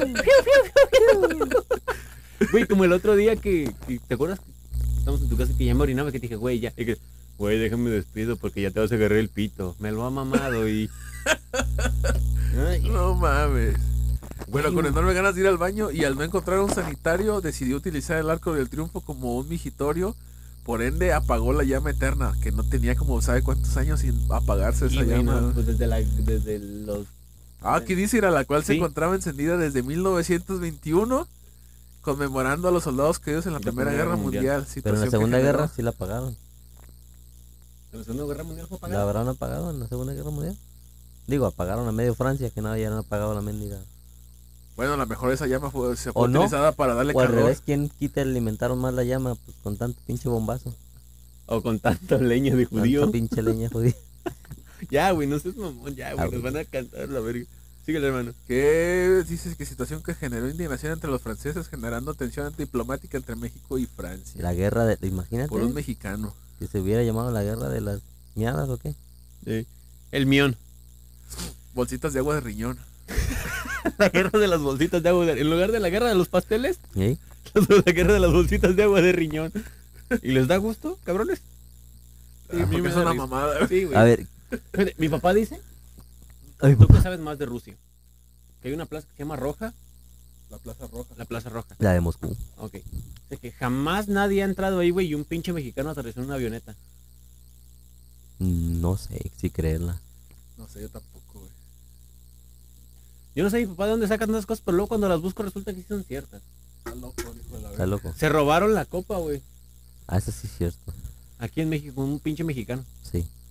Güey, como el otro día que, que- ¿te acuerdas? Que estamos en tu casa y que ya me orinaba, que te dije, güey, ya. Y que, güey, déjame despido porque ya te vas a agarrar el pito. Me lo ha mamado y. Ay, No mames. Bueno, Güey. con enormes ganas de ir al baño y al no encontrar un sanitario, decidió utilizar el Arco del Triunfo como un migitorio. Por ende, apagó la llama eterna, que no tenía como sabe cuántos años sin apagarse y, esa güey, llama. no, pues desde, la, desde los. Ah, aquí dice, era la cual se Sí. encontraba encendida desde mil novecientos veintiuno, conmemorando a los soldados caídos en la La Primera Primera Guerra Guerra Mundial. Pero en situación la que Segunda generó- Guerra sí la apagaron. ¿En la Segunda Guerra Mundial fue La apagado? habrán apagado en la Segunda Guerra Mundial. Digo, apagaron a medio Francia, que no, ya no apagado la mendiga. Bueno, a lo mejor esa llama fue, se fue ¿O no? utilizada para darle O al calor. revés, ¿quién quita alimentaron más la llama? Pues con tanto pinche bombazo. O con tanta leña de judío. Tanta pinche leña judía. Ya, güey, no seas mamón, ya, güey. Ah, Nos güey. van a cantar la verga. Síguele, hermano. Que dice que situación que generó indignación entre los franceses, generando tensión diplomática entre México y Francia. La guerra de... Imagínate Por un mexicano. que se hubiera llamado la guerra de las miadas o qué. Sí. El mión. Bolsitas de agua de riñón. La guerra de las bolsitas de agua de... En lugar de la guerra de los pasteles, ¿Eh? la guerra de las bolsitas de agua de riñón. ¿Y les da gusto, cabrones? Sí, Ah, porque es una risa. mamada. Sí, güey. A ver... Fíjate, mi papá dice, ay, tú papá. que sabes más de Rusia, que hay una plaza que se llama Roja, La Plaza Roja. la Plaza Roja. La de Moscú. Ok. Dice que jamás nadie ha entrado ahí, güey, y un pinche mexicano aterrizó en una avioneta. Mm, No sé si creerla. No sé, yo tampoco, güey. Yo no sé, mi papá, de dónde sacan esas cosas, pero luego cuando las busco resulta que sí son ciertas. Está loco, hijo de la Está verga. loco. Se robaron la copa, güey, Ah, eso sí es cierto. aquí en México, un pinche mexicano. Sí.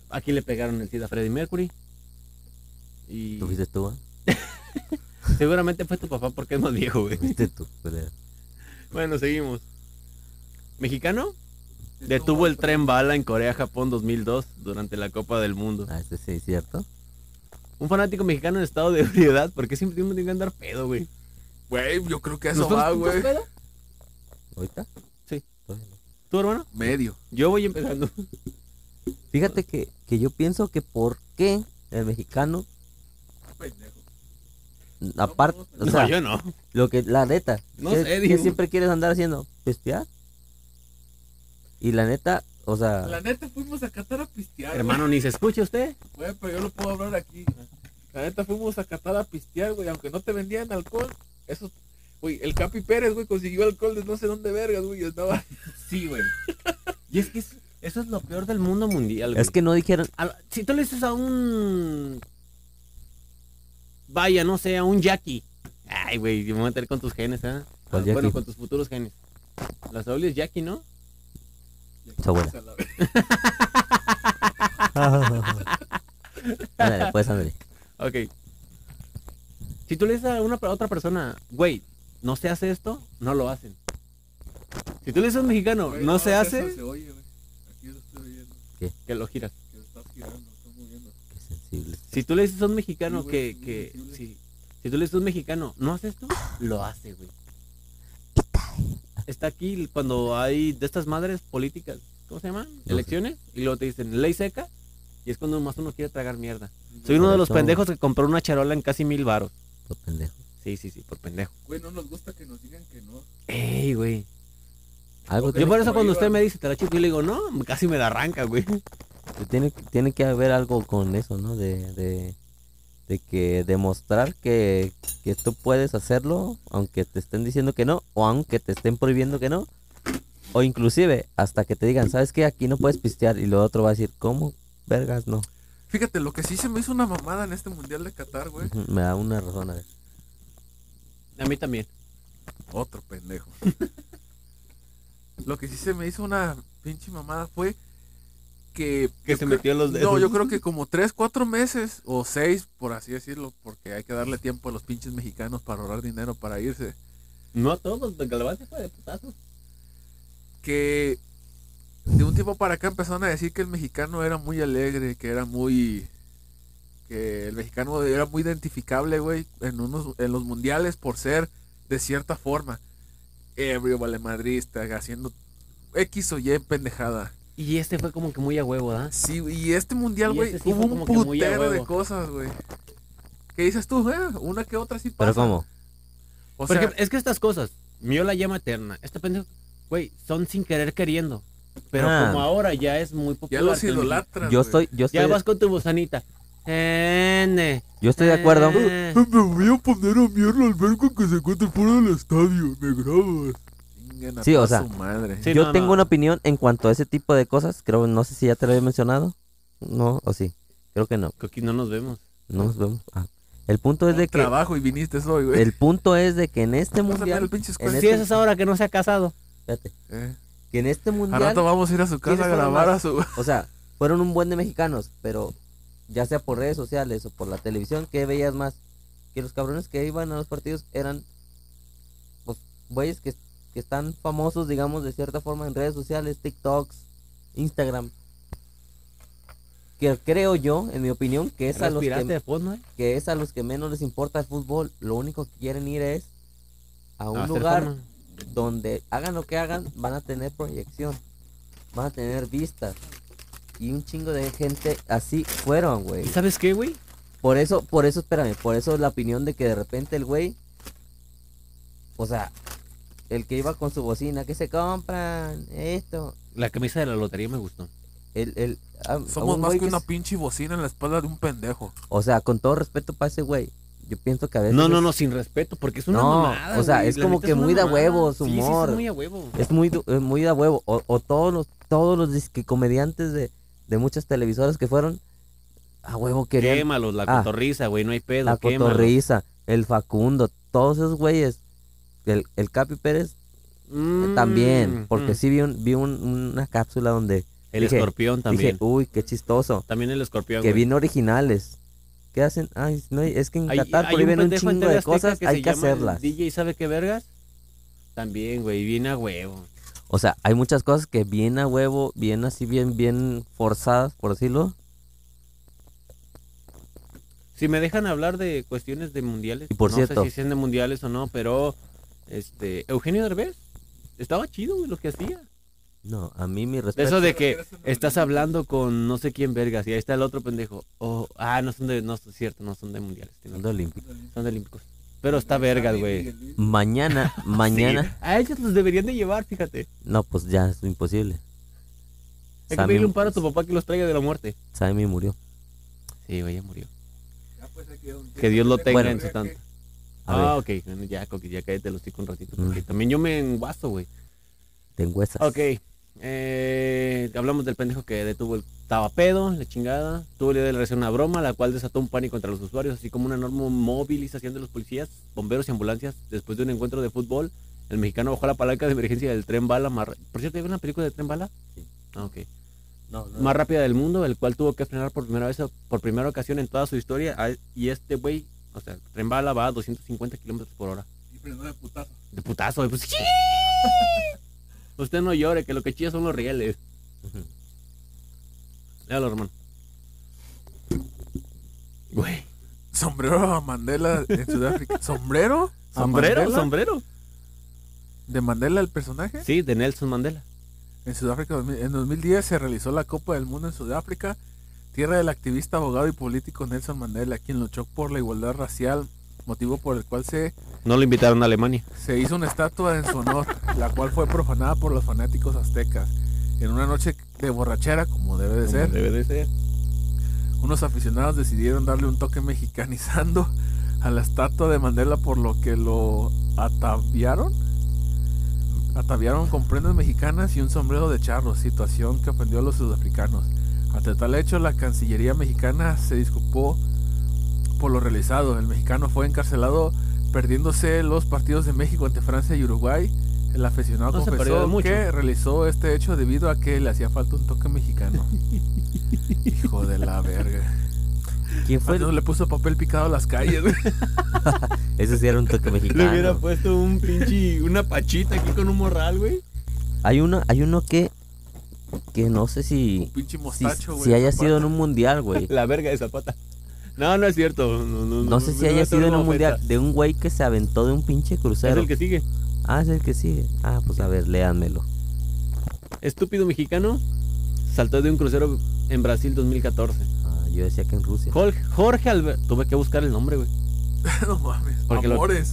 aquí le pegaron el SIDA a Freddie Mercury. Y ¿Tú fuiste tú, eh? seguramente fue tu papá porque es más viejo, güey. Fuiste tú, culero. Bueno, seguimos. ¿Mexicano? Detuvo el tren bala en Corea-Japón dos mil dos durante la Copa del Mundo. Ah, este sí, ¿cierto? Un fanático mexicano en estado de ebriedad. ¿Por qué siempre tiene que andar pedo, güey? Güey, yo creo que eso ¿Nosotros va, juntos güey. pedo? ¿Ahorita? Sí. Todavía no. ¿Tú, hermano? Medio. Yo voy empezando. Fíjate que, que yo pienso que por qué el mexicano, aparte, o No, sea, yo no. lo que, la neta, No ¿qué, sé, qué digo. siempre quieres andar haciendo? ¿Pistear? Y la neta, o sea, La neta fuimos a Qatar a pistear. Hermano, ni se escucha usted. Güey, pero yo lo puedo hablar aquí. La neta fuimos a Qatar a pistear, güey. Aunque no te vendían alcohol. Eso, güey, el Capi Pérez, güey, consiguió alcohol de no sé dónde vergas, güey. Estaba. Sí, güey. Y es que es- eso es lo peor del mundo mundial, güey. es que no dijeron, A- si tú le dices a un... Vaya, no sé, a un Jackie. Ay, güey, me voy a meter con tus genes, ¿eh? ¿Cuál Bueno, Jackie? con tus futuros genes. La Saúl es Jackie, ¿no? su abuela. Ándale, pues, ándale. Ok. Si tú le dices a una a otra persona, güey, no se hace esto, no lo hacen. Si tú le dices a un mexicano, Güey, no se eso hace, se oye, güey. Aquí lo estoy oyendo. que lo giras. Que lo estás girando, estás moviendo. Qué sensible. Si tú le dices a un mexicano Sí, que, güey, que muy sensible. si, si tú le dices a un mexicano, no haces esto, lo hace, güey. Está aquí cuando hay de estas madres políticas, ¿cómo se llaman? sé. Elecciones, y luego te dicen ley seca, y es cuando más uno quiere tragar mierda. Soy uno de los Correcto. pendejos que compró una charola en casi mil varos. Por pendejo. Sí, sí, sí, por pendejo. Güey, no nos gusta que nos digan que no. Ey, güey. Algo Ok. Yo tiene, por eso como cuando iba. usted me dice, te la chupo, yo le digo, no, casi me la arranca, güey. tiene, tiene que haber algo con eso, ¿no? De, de, de que demostrar que, que tú puedes hacerlo, aunque te estén diciendo que no, o aunque te estén prohibiendo que no, o inclusive hasta que te digan, ¿sabes qué? Aquí no puedes pistear, y lo otro va a decir, ¿cómo? Vergas, no. Fíjate, lo que sí se me hizo una mamada en este mundial de Qatar, güey. Ujú, me da una razón a ver. A mí también. Otro pendejo. Lo que sí se me hizo una pinche mamada fue que... Que yo se creo- metió los dedos. No, yo creo que como tres, cuatro meses o seis, por así decirlo, porque hay que darle tiempo a los pinches mexicanos para ahorrar dinero para irse. No a todos, de Galván se fue de putazos. Que de un tiempo para acá empezaron a decir que el mexicano era muy alegre, que era muy... Que el mexicano era muy identificable, güey, en, unos, en los mundiales por ser de cierta forma. Ebrio, valemadrista, haciendo X o Y pendejada. Y este fue como que muy a huevo, ¿ah? Sí, y este mundial, Y güey, este sí hubo fue un como que muy a putero de huevo. cosas, güey. ¿Qué dices tú, eh? Una que otra sí pasa. ¿Pero cómo? O Porque sea, es que estas cosas, mío la llama eterna, este pendejo, güey, son sin querer queriendo. Pero Ah. como ahora ya es muy ya popular. los que el mexicano- idolatras, Yo güey. estoy, yo Ya estoy, vas con tu bosanita. N. yo estoy de acuerdo. Eh. Me voy a poner a mierda al vergo que se encuentre fuera del estadio. Me grabas. Chinguen a Sí, o toda sea, su madre. Sí, Yo no, tengo no. una opinión en cuanto a ese tipo de cosas. Creo, no sé si ya te lo había mencionado. No, o sí. Creo que no. Creo que no nos vemos. No nos vemos. Ah. El punto es de que, Trabajo y viniste hoy, güey. el punto es de que en este Pásame mundial, el pinche en escuela. Si este- es esa hora que no se ha casado. fíjate, Eh, que en este Al mundial, rato vamos a ir a su casa a ¿quiénes fueron grabar a más? su... o sea, fueron un buen de mexicanos, pero ya sea por redes sociales o por la televisión, ¿qué veías más? Que los cabrones que iban a los partidos eran, pues, güeyes que, que están famosos, digamos, de cierta forma en redes sociales, TikToks, Instagram. Que creo yo, en mi opinión, que es a los Respirate que, de fondo, ¿eh? que es a los que menos les importa el fútbol. Lo único que quieren ir es a un A hacer lugar fama. donde hagan lo que hagan, van a tener proyección, van a tener vistas. Y un chingo de gente así fueron, güey. ¿Y sabes qué, güey? Por eso, por eso, espérame, por eso la opinión de que de repente el güey, o sea, el que iba con su bocina, que se compran esto, La camisa de la lotería me gustó. el, el, a- a Somos un más güey que que una es- pinche bocina en la espalda de un pendejo. o sea, con todo respeto para ese güey, yo pienso que a veces No, no, es- no, sin respeto, porque es una No, mamada, o sea, güey. es La como neta que una muy de mamada. huevo su Sí, sí, humor. es muy a huevo. es muy du- es muy de huevo, o, o todos los todos los disque comediantes de, de muchas televisoras que fueron a huevo querían Quémalos, la Ah. cotorriza, güey, no hay pedo, la quémalos. Cotorriza, el Facundo, todos esos güeyes, el, el Capi Pérez eh, Mm, también, porque mm. sí vi, un, vi un- una cápsula donde El Dije- escorpión también. Dije, uy, qué chistoso. También el escorpión, Que güey. bien originales. ¿Qué hacen? Ay, no, es que en Hay, Qatar hay un prohíben un pendejo en chingo T V de Azteca cosas, que hay se que llama el hacerlas. D J, ¿sabe qué vergas? También, güey, viene a huevo. O sea, hay muchas cosas que bien a huevo, bien así, bien, bien forzadas, por decirlo. Si me dejan hablar de cuestiones de mundiales, Y por no cierto- sé si sean de mundiales o no, pero este Eugenio Derbez estaba chido, güey, lo que hacía. No, a mí mi De respeto. eso de que estás hablando con no sé quién vergas y ahí está el otro pendejo. Oh, ah, no son de, no es cierto, no son de mundiales, tienes Mundo olímpico. razón, son de olímpicos. Pero está vergas, güey. Mañana, mañana. Sí, a ellos los deberían de llevar, fíjate. No, pues ya es imposible. Hay que Sammy, pedirle un paro a tu papá que los traiga de la muerte. Sammy murió. Sí, güey, ya murió. Que Dios lo tenga Bueno. en su tanto. A Ah, ver, ok, bueno, ya, Coqui, ya cállate los hocico un ratito. Mm. Porque también yo me enguaso, güey. te engüesas. Ok, eh, hablamos del pendejo que detuvo el... Estaba pedo, la chingada. Tuvo la idea de realizar una broma, la cual desató un pánico entre los usuarios, así como una enorme movilización de los policías, bomberos y ambulancias. Después de un encuentro de fútbol, el mexicano bajó la palanca de emergencia del tren bala más... ra- Por cierto, ¿hay una película de tren bala? Sí. Ah, ok. No, no. Más rápida del mundo, el cual tuvo que frenar por primera vez, por primera ocasión en toda su historia. ah, Y este güey, o sea, el tren bala va a doscientos cincuenta kilómetros por hora. Y frenó de putazo. De putazo, güey, pues ¡sí! Usted no llore, que lo que chilla son los rieles. Ujú. Léalo, hermano. Güey. Sombrero a Mandela en Sudáfrica. ¿Sombrero? ¿A ¿Sombrero? Mandela? ¿Sombrero? ¿De Mandela el personaje? Sí, de Nelson Mandela. En Sudáfrica, dos mil en dos mil diez se realizó la Copa del Mundo en Sudáfrica, tierra del activista, abogado y político Nelson Mandela, quien luchó por la igualdad racial, motivo por el cual se, No lo invitaron a Alemania. se hizo una estatua en su honor, la cual fue profanada por los fanáticos aztecas. En una noche de borrachera, como debe de Como ser, debe de ser. unos aficionados decidieron darle un toque mexicanizando a la estatua de Mandela, por lo que lo ataviaron ataviaron con prendas mexicanas y un sombrero de charro, situación que ofendió a los sudafricanos. Ante tal hecho, la Cancillería mexicana se disculpó por lo realizado. El mexicano fue encarcelado perdiéndose los partidos de México ante Francia y Uruguay. El aficionado No se perdió de confesó mucho. que realizó este hecho debido a que le hacía falta un toque mexicano. Hijo de la verga. ¿Quién fue? No le puso papel picado a las calles, güey. Ese sí era un toque Le hubiera mexicano. puesto un pinche, una pachita aquí con un morral, güey. Hay uno, hay uno que, que no sé si, Pinche si, mostacho, güey. si haya sido en un mundial, güey. La verga de Zapata. No, no es cierto. No, no, No sé si me haya va a sido tomar en un una mundial ofensa. de un güey que se aventó de un pinche Es crucero. el que sigue. Ah, es el que sigue. Ah, pues a ver, léanmelo. Estúpido mexicano saltó de un crucero en Brasil dos mil catorce. Ah, yo decía que en Rusia. Jorge, Jorge Alberto. Tuve que buscar el nombre, güey. No mames. Porque lo- Amores.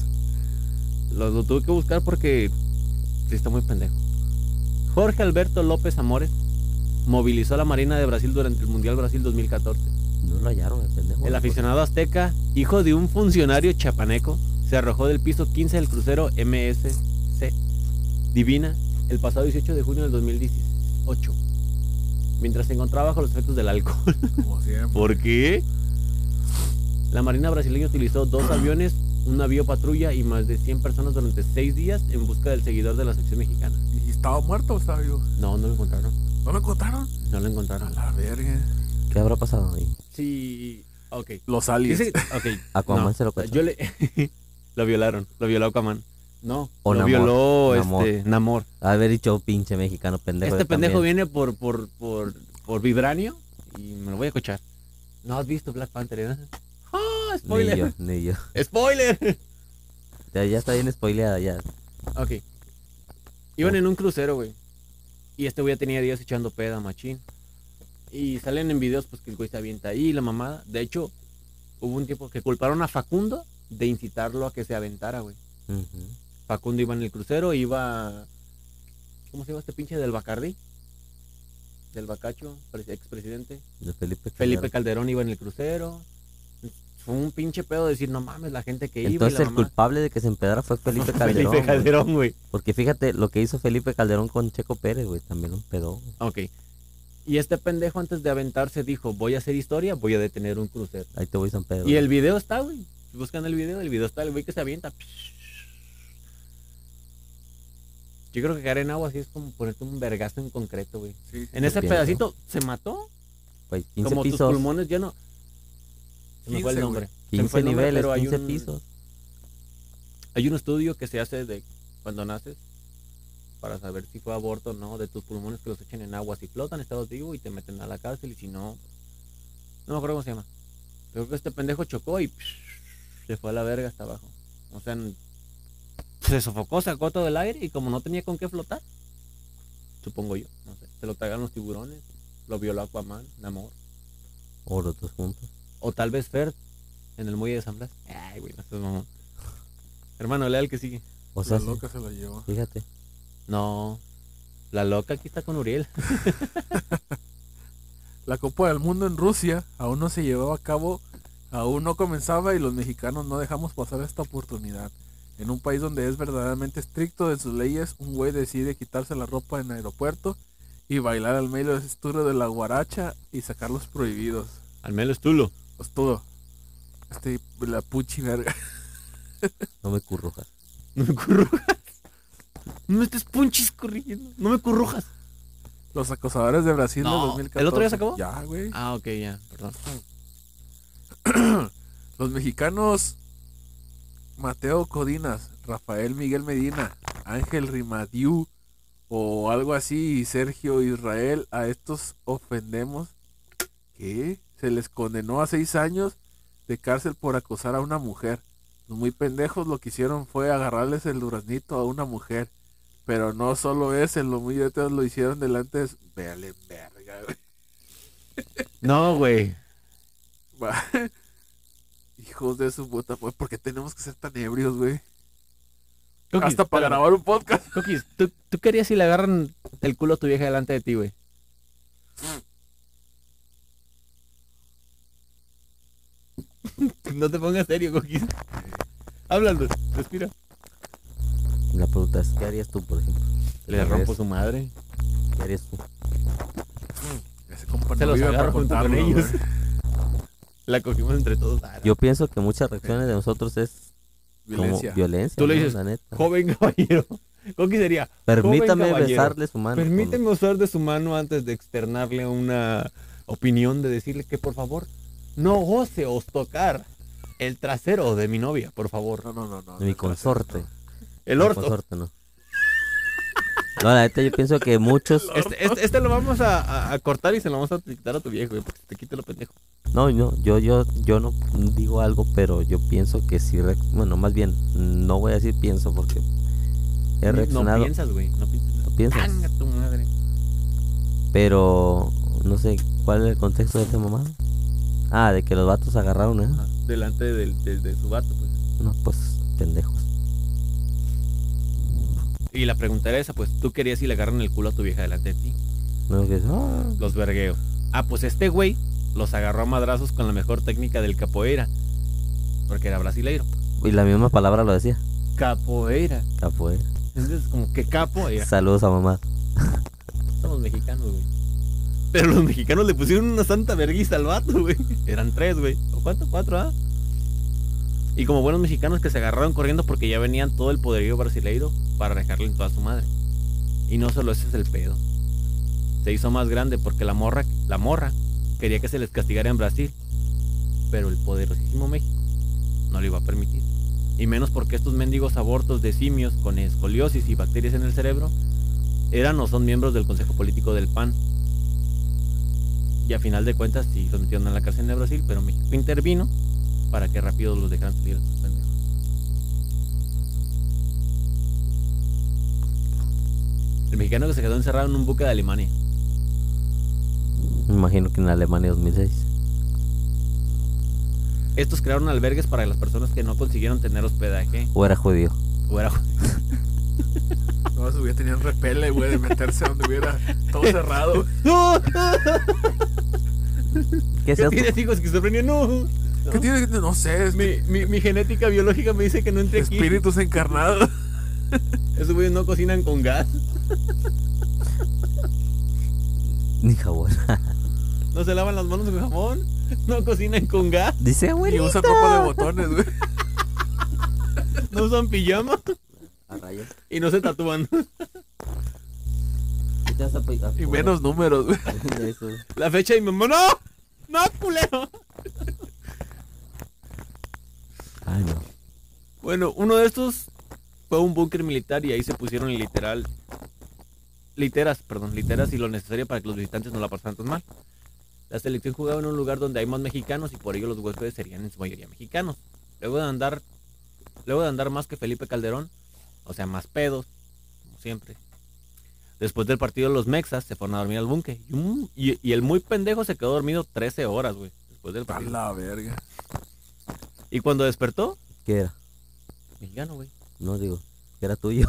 Lo, lo tuve que buscar porque sí está muy pendejo. Jorge Alberto López Amores movilizó a la Marina de Brasil durante el Mundial Brasil dos mil catorce. No lo hallaron, el pendejo. El aficionado azteca, hijo de un funcionario chapaneco, se arrojó del piso quince del crucero M S C Divina el pasado dieciocho de junio del dos mil dieciocho, mientras se encontraba bajo los efectos del alcohol. Como siempre. ¿Por qué? La Marina brasileña utilizó dos aviones, un navío patrulla y más de cien personas durante seis días en busca del seguidor de la sección mexicana. ¿Y estaba muerto o estaba vivo? No, no lo encontraron. ¿No lo encontraron? No lo A encontraron. la verga. ¿Qué habrá pasado ahí? Sí, ok. Los aliens. Dice, ok. Aquaman no, se lo cochó. Yo le... lo violaron, lo violó Aquaman. No, O lo Namor, violó Namor. este Namor. Haber dicho pinche mexicano pendejo. Este yo pendejo también. viene por, por, por, por vibranio y me lo voy a escuchar. ¿No has visto Black Panther, eh? ¡Ah! Ni ¡Spoiler! yo, ni yo. ¡Spoiler! Ya, ya está bien spoileada ya. Ok. Iban en un crucero, güey. Y este güey ya tenía días echando peda, machín. Y salen en videos, pues, que el güey se avienta ahí, la mamada. De hecho, hubo un tiempo que culparon a Facundo de incitarlo a que se aventara, güey. Ujú. Facundo iba en el crucero, iba... ¿Cómo se llama este pinche del Bacardí? Del Bacacho, pre- expresidente. De Felipe Felipe Calderón. Calderón iba en el crucero. Fue un pinche pedo decir, no mames, la gente que iba y Entonces la el mamá. culpable de que se empedara fue Felipe Calderón. Felipe güey. Calderón, güey. Porque fíjate lo que hizo Felipe Calderón con Checo Pérez, güey. También lo empedó. Ok. Y este pendejo antes de aventarse dijo, voy a hacer historia, voy a detener un crucero. Ahí te voy San Pedro. Y el video está, güey. Si buscan el video, el video está, el güey que se avienta. Yo creo que caer en agua así es como ponerte un vergazo en concreto, güey. Sí, sí. En ese pienso. pedacito se mató. Pues quince Como tus pisos, pulmones ya no. Se me fue el quince, nombre. güey. Se me fue quince el nombre, niveles, pero hay quince un, pisos. hay un estudio que se hace de cuando naces para saber si fue aborto o no de tus pulmones, que los echen en agua. Si flotan, estás vivo y te meten a la cárcel. Y si no, no me acuerdo cómo se llama. Creo que este pendejo chocó y psh, se fue a la verga hasta abajo. O sea, n- se sofocó, sacó todo el aire y como no tenía con qué flotar, supongo yo, no sé, se lo tragaron los tiburones, lo violó Aquaman, Namor. O los dos juntos. O tal vez Fer en el muelle de San Blas. Ay, güey, no seas mamón. Hermano, lea el que sigue. O sea, La sí, loca se la llevó. fíjate. No, la loca aquí está con Uriel. La Copa del Mundo en Rusia aún no se llevaba a cabo, aún no comenzaba y los mexicanos no dejamos pasar esta oportunidad. En un país donde es verdaderamente estricto de sus leyes, un güey decide quitarse la ropa en el aeropuerto y bailar al medio del esturo de la guaracha y sacar los prohibidos. Al menos tú lo. Pues todo. Este, la puchi verga. No me currujas. No me currujas. No me estés punchis corrigiendo. No me currujas. Los acosadores de Brasil No, de ¿el dos mil catorce. otro ya se acabó? Ya, güey. Ah, ok, ya, perdón. Los mexicanos Mateo Codinas, Rafael Miguel Medina, Ángel Rimadiu o algo así y Sergio Israel, a estos ofendemos que se les condenó a seis años de cárcel por acosar a una mujer. Los muy pendejos lo que hicieron fue agarrarles el duraznito a una mujer. Pero no solo ese, los muy idiotas lo hicieron delante de... su- Véale, verga, güey. No, güey. Va. Hijos de su puta, pues, ¿por qué tenemos que ser tan ebrios, güey? Coquis, Hasta para espérame. grabar un podcast. Coquis, ¿tú, ¿tú querías si le agarran el culo a tu vieja delante de ti, güey? No te pongas serio, Coquis. Háblalo, respira. La pregunta es, ¿qué harías tú, por ejemplo? Le ¿Qué rompo harías? su madre. ¿Qué harías tú? Ese compa Se no los vive para agarro junto con contarlo, ellos. güey. La cogimos entre todos. Ah, no. Yo pienso que muchas reacciones de nosotros es Violencia. como violencia. Tú le ¿no? dices, La neta. Joven caballero. Coquis sería, Permítame joven caballero, besarle su mano. permíteme usar de su mano antes de externarle una opinión, de decirle que por favor no goce o tocar el trasero de mi novia, por favor. No, no, no, no. De mi no, consorte. El Mi orto. consorte, no. No, la neta yo pienso que muchos... Este, este, este lo vamos a, a- a cortar y se lo vamos a quitar a tu viejo, güey, porque te quite lo pendejo. No, no, yo, yo, yo no digo algo, pero yo pienso que sí... rec- Bueno, más bien, no voy a decir pienso porque he No reaccionado... piensas, güey, no piensas. No piensas. Tanga tu madre. Pero no sé cuál es el contexto de esta mamá. Ah, de que los vatos agarraron, ¿eh? Ajá, delante del- de, de su vato, pues. No, pues pendejos. Y la pregunta era esa, pues, ¿tú querías si le agarran el culo a tu vieja delante de ti? No, que ah, Los vergueos. Ah, pues este güey los agarró a madrazos con la mejor técnica del capoeira. Porque era brasileiro. y la misma palabra lo decía. Capoeira. Capoeira. Entonces, como que capoeira. Saludos a mamá. Somos mexicanos, güey. Pero los mexicanos le pusieron una santa verguiza al vato, güey. Eran tres, güey. ¿O cuánto? ¿Cuatro, ah? Y como buenos mexicanos que se agarraron corriendo porque ya venían todo el poderío brasileiro para dejarle en toda su madre. Y no solo ese es el pedo. Se hizo más grande porque la morra, la morra quería que se les castigara en Brasil. Pero el poderosísimo México no lo iba a permitir. Y menos porque estos mendigos abortos de simios con escoliosis y bacterias en el cerebro eran o son miembros del Consejo Político del P A N. Y a final de cuentas sí los metieron en la cárcel de Brasil, pero México intervino para que rápido los dejaran salir a estos pendejos. El mexicano que se quedó encerrado en un buque de Alemania. Me imagino que en Alemania dos mil seis. Estos crearon albergues para las personas que no consiguieron tener hospedaje. O era judío. O era... No, esos güey tenían repele, güey, de meterse donde hubiera todo cerrado. ¡No! ¿Qué es ¿Qué esto? tienes hijos esquizofrenia? No. ¿Qué tiene? No sé, es Mi, mi, mi genética biológica me dice que no entre aquí. espíritus encarnados. Esos güeyes no cocinan con gas. Ni jabón. No se lavan las manos con jabón. No cocinan con gas. Dice, Y abuelita. usa ropa de botones, güey. No usan pijama. A rayos. Y no se tatúan. te vas a pe- a Y poner- menos números, güey. Eso. La fecha y mi mamá, ¡no! ¡No, culero! Ay, no. Bueno, uno de estos fue un búnker militar y ahí se pusieron literal... Literas, perdón, literas y lo necesario para que los visitantes no la pasaran tan mal. La selección jugaba en un lugar donde hay más mexicanos y por ello los huéspedes serían en su mayoría mexicanos. Luego de andar, luego de andar más que Felipe Calderón, o sea, más pedos, como siempre. Después del partido los mexas se fueron a dormir al búnker. Y, un- y- y el muy pendejo se quedó dormido trece horas, güey, después del A partido. la verga. Y cuando despertó, ¿Qué era? mexicano, güey. No digo, que era tuyo.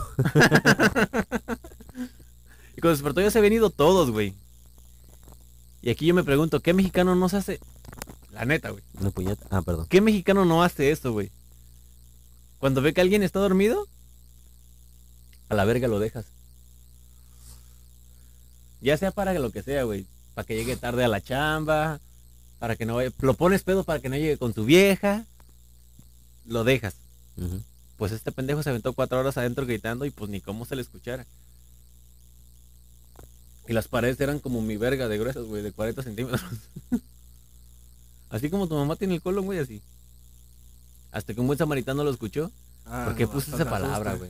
Y cuando despertó ya se habían ido todos, güey. Y aquí yo me pregunto, ¿qué mexicano no se hace? La neta, güey. Una puñeta. Ah, perdón. ¿Qué mexicano no hace eso, güey? Cuando ve que alguien está dormido, a la verga lo dejas. Ya sea para lo que sea, güey. Para que llegue tarde a la chamba, para que no vaya... Lo pones pedo para que no llegue con su vieja. Lo dejas. Ujú. Pues este pendejo se aventó cuatro horas adentro gritando y pues ni cómo se le escuchara. Y las paredes eran como mi verga de gruesas, güey, de cuarenta centímetros. Así como tu mamá tiene el colon, güey, así. Hasta que un buen samaritano lo escuchó. Ah, ¿Por qué no, puse hasta esa me palabra, asusta. güey?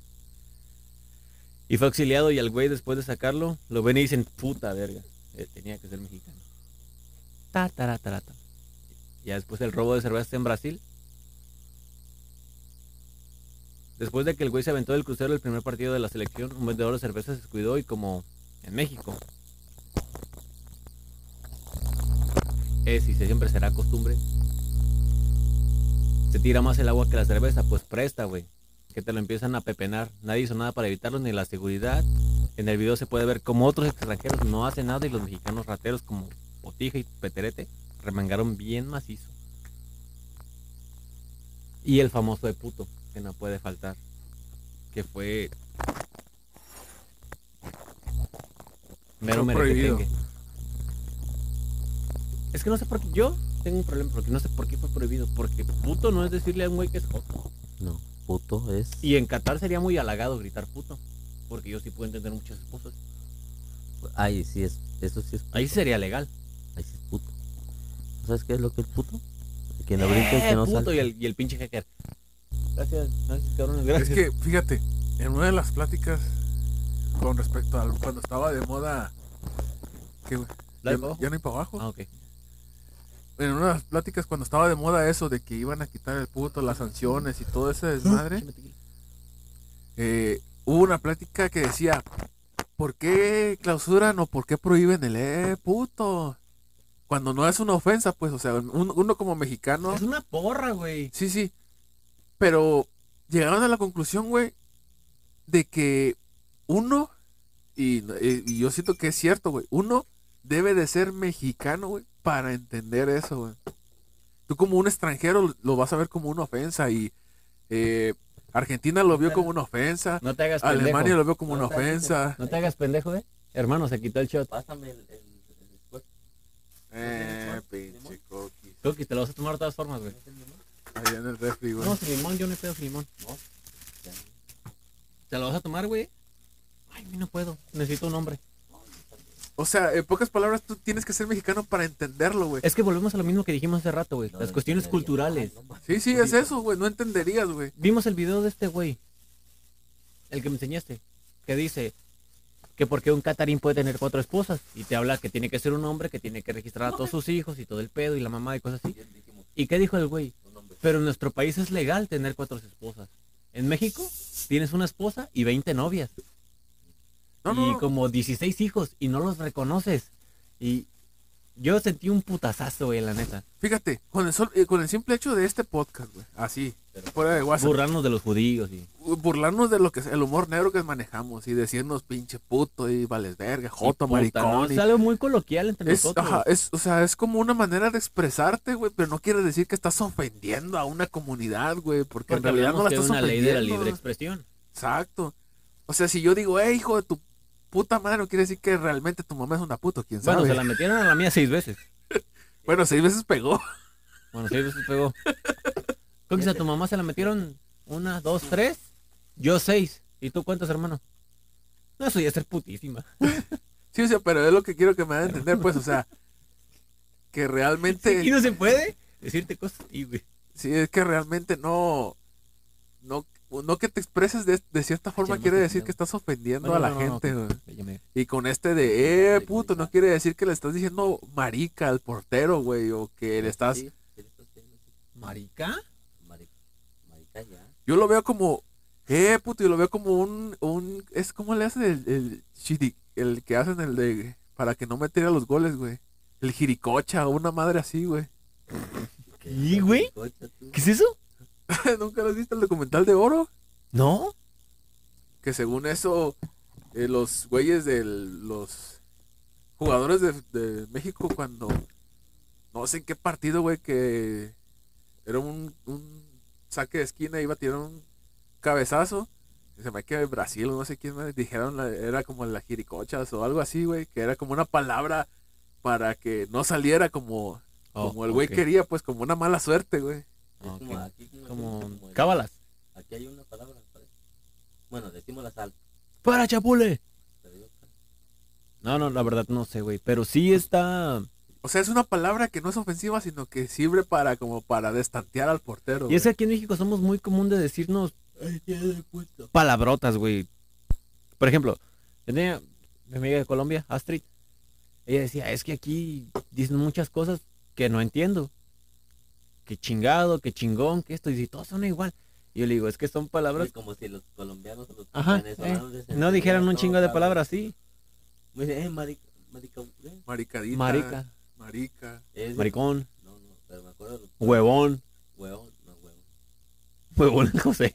Y fue auxiliado y al güey después de sacarlo, lo ven y dicen, puta verga. eh, tenía que ser mexicano. Ta, tara, tara, ta. Ya después el robo de cervezas en Brasil. Después de que el güey se aventó del crucero el primer partido de la selección, un vendedor de cervezas se descuidó y como en México es y siempre será costumbre, se tira más el agua que la cerveza, pues presta, güey. Que te lo empiezan a pepenar. Nadie hizo nada para evitarlo, ni la seguridad. En el video se puede ver como otros extranjeros no hacen nada y los mexicanos rateros como Botija y Peterete remangaron bien macizo. Y el famoso de puto, que no puede faltar, que fue mero Fue prohibido. merequetengue. Es que no sé por qué, yo tengo un problema porque no sé por qué fue prohibido, porque puto no es decirle a un güey que es joto. No, puto es. Y en Qatar sería muy halagado gritar puto, porque yo sí puedo entender muchas esposas. Ay, sí es. Eso sí es. Ahí sí sería legal. Ahí sí es puto. ¿Sabes qué es lo que es puto? Que no brinca y que Eh, no puto salta. y el, y el pinche hacker. Gracias, gracias cabrones, Es gracias. que, fíjate, en una de las pláticas con respecto a cuando estaba de moda. ¿Qué, güey? ¿La ¿Ya, de para no- abajo? ya no hay para abajo? Ah, ok. En una de las pláticas cuando estaba de moda eso de que iban a quitar el puto, las sanciones y todo ese desmadre, eh, hubo una plática que decía, ¿por qué clausuran o por qué prohíben el eh, puto? Cuando no es una ofensa, pues, o sea, un- uno como mexicano, Es una porra, güey. sí, sí, pero llegaron a la conclusión, güey, de que uno, y, y- y yo siento que es cierto, güey, uno debe de ser mexicano, güey, para entender eso, güey. Tú como un extranjero lo vas a ver como una ofensa y eh, Argentina lo vio como una ofensa, No te hagas pendejo. Alemania lo vio como una No te hagas ofensa. No te hagas pendejo, eh. Hermano, se quitó el shot. Pásame el, el, el esfuerzo. Eh, pinche coquis. Cookie, te lo vas a tomar de todas formas, güey. Allá en el refri, güey. No, sin limón, yo no pedo sin limón. ¿Te lo vas a tomar, güey? Ay, a mí no puedo. Necesito un hombre. O sea, en pocas palabras, tú tienes que ser mexicano para entenderlo, güey. Es que volvemos a lo mismo que dijimos hace rato, güey. Las cuestiones culturales. Sí, sí, es eso, güey. No entenderías, güey. Vimos el video de este güey. El que me enseñaste. Que dice que porque un catarín puede tener cuatro esposas. Y te habla que tiene que ser un hombre, que tiene que registrar a todos sus hijos y todo el pedo y la mamá y cosas así. ¿Y qué dijo el güey? Pero en nuestro país es legal tener cuatro esposas. En México tienes una esposa y veinte novias. No, y no, no. como dieciséis hijos y no los reconoces. Y yo sentí un putazazo, güey, la neta. Fíjate, con el, sol- eh, con el simple hecho de este podcast, güey. Así, fuera de WhatsApp. Burlarnos de los judíos y... Burlarnos de lo que es el humor negro que manejamos y decirnos pinche puto y vales verga, joto, y puta, ¿no? maricón. y- Es algo muy coloquial entre Es, nosotros. ajá, es, o sea, es como una manera de expresarte, güey, pero no quiere decir que estás ofendiendo a una comunidad, güey, porque, Porque en realidad no hablamos la que hay estás una ley de la ofendiendo. libre expresión. Exacto. O sea, si yo digo, eh, hijo de tu puta madre, no quiere decir que realmente tu mamá es una puta, quién sabe. Bueno, se la metieron a la mía seis veces. Bueno, seis veces pegó. Bueno, seis veces pegó. Creo que a tu mamá se la metieron una, dos, tres. Yo seis. ¿Y tú cuántas, hermano? No, eso ya es ser putísima. Sí, o sea, pero es lo que quiero que me hagan entender, pues, o sea, que realmente... ¿Y no se puede decirte cosas? Y, güey. Sí, es que realmente no... No, no que te expreses de, de cierta forma Sí, quiere no, decir no. que estás ofendiendo Bueno, a la no, no, no, gente, ok. güey. Ya me- Y con este de, eh, puto, no quiere decir que le estás diciendo marica al portero, güey, o que le estás... Sí, sí, le estás diciendo así. ¿Marica? Mari- Marica ya. Yo lo veo como, eh, puto, yo lo veo como un, un, es como le hacen el, el, shiri- el que hacen el de, para que no me tire los goles, güey. El jiricocha o una madre así, güey. ¿Y, güey? Cocha, tú. ¿Qué es eso? ¿Nunca lo has visto el documental de Oro? ¿No? Que según eso, eh, los güeyes de los jugadores de, de México cuando, no sé en qué partido, güey, que era un, un saque de esquina, iba a tirar un cabezazo, se me que Brasil o no sé quién me dijeron, la- era como la jiricochas o algo así, güey, que era como una palabra para que no saliera como, Oh, como el güey ok. quería, pues como una mala suerte, güey. Es Ok. como aquí, como, Como como el- cábalas. Aquí hay una palabra, parece. Bueno, decimos la sal. ¡Para, Chapule! Pero yo, No, no, la verdad no sé, güey. Pero sí está... O sea, es una palabra que no es ofensiva, sino que sirve para como para destantear al portero. Y es que güey. aquí en México somos muy común de decirnos palabrotas, güey. Por ejemplo, yo tenía mi amiga de Colombia, Astrid. Ella decía, es que aquí dicen muchas cosas que no entiendo. Que chingado, que chingón, que esto. Y dice, todos son igual. Y yo le digo, es que son palabras... es como si los colombianos o los Ajá, venezolanos eh, les no dijeran un enseñaran chingo todo, de cabrón. palabras así. Me dice, eh, marica, marica, eh, Maricadita. Marica, Marica. es- maricón, No, no, pero me acuerdo. de los- huevón. Huevón, no, huevón. Huevón el José.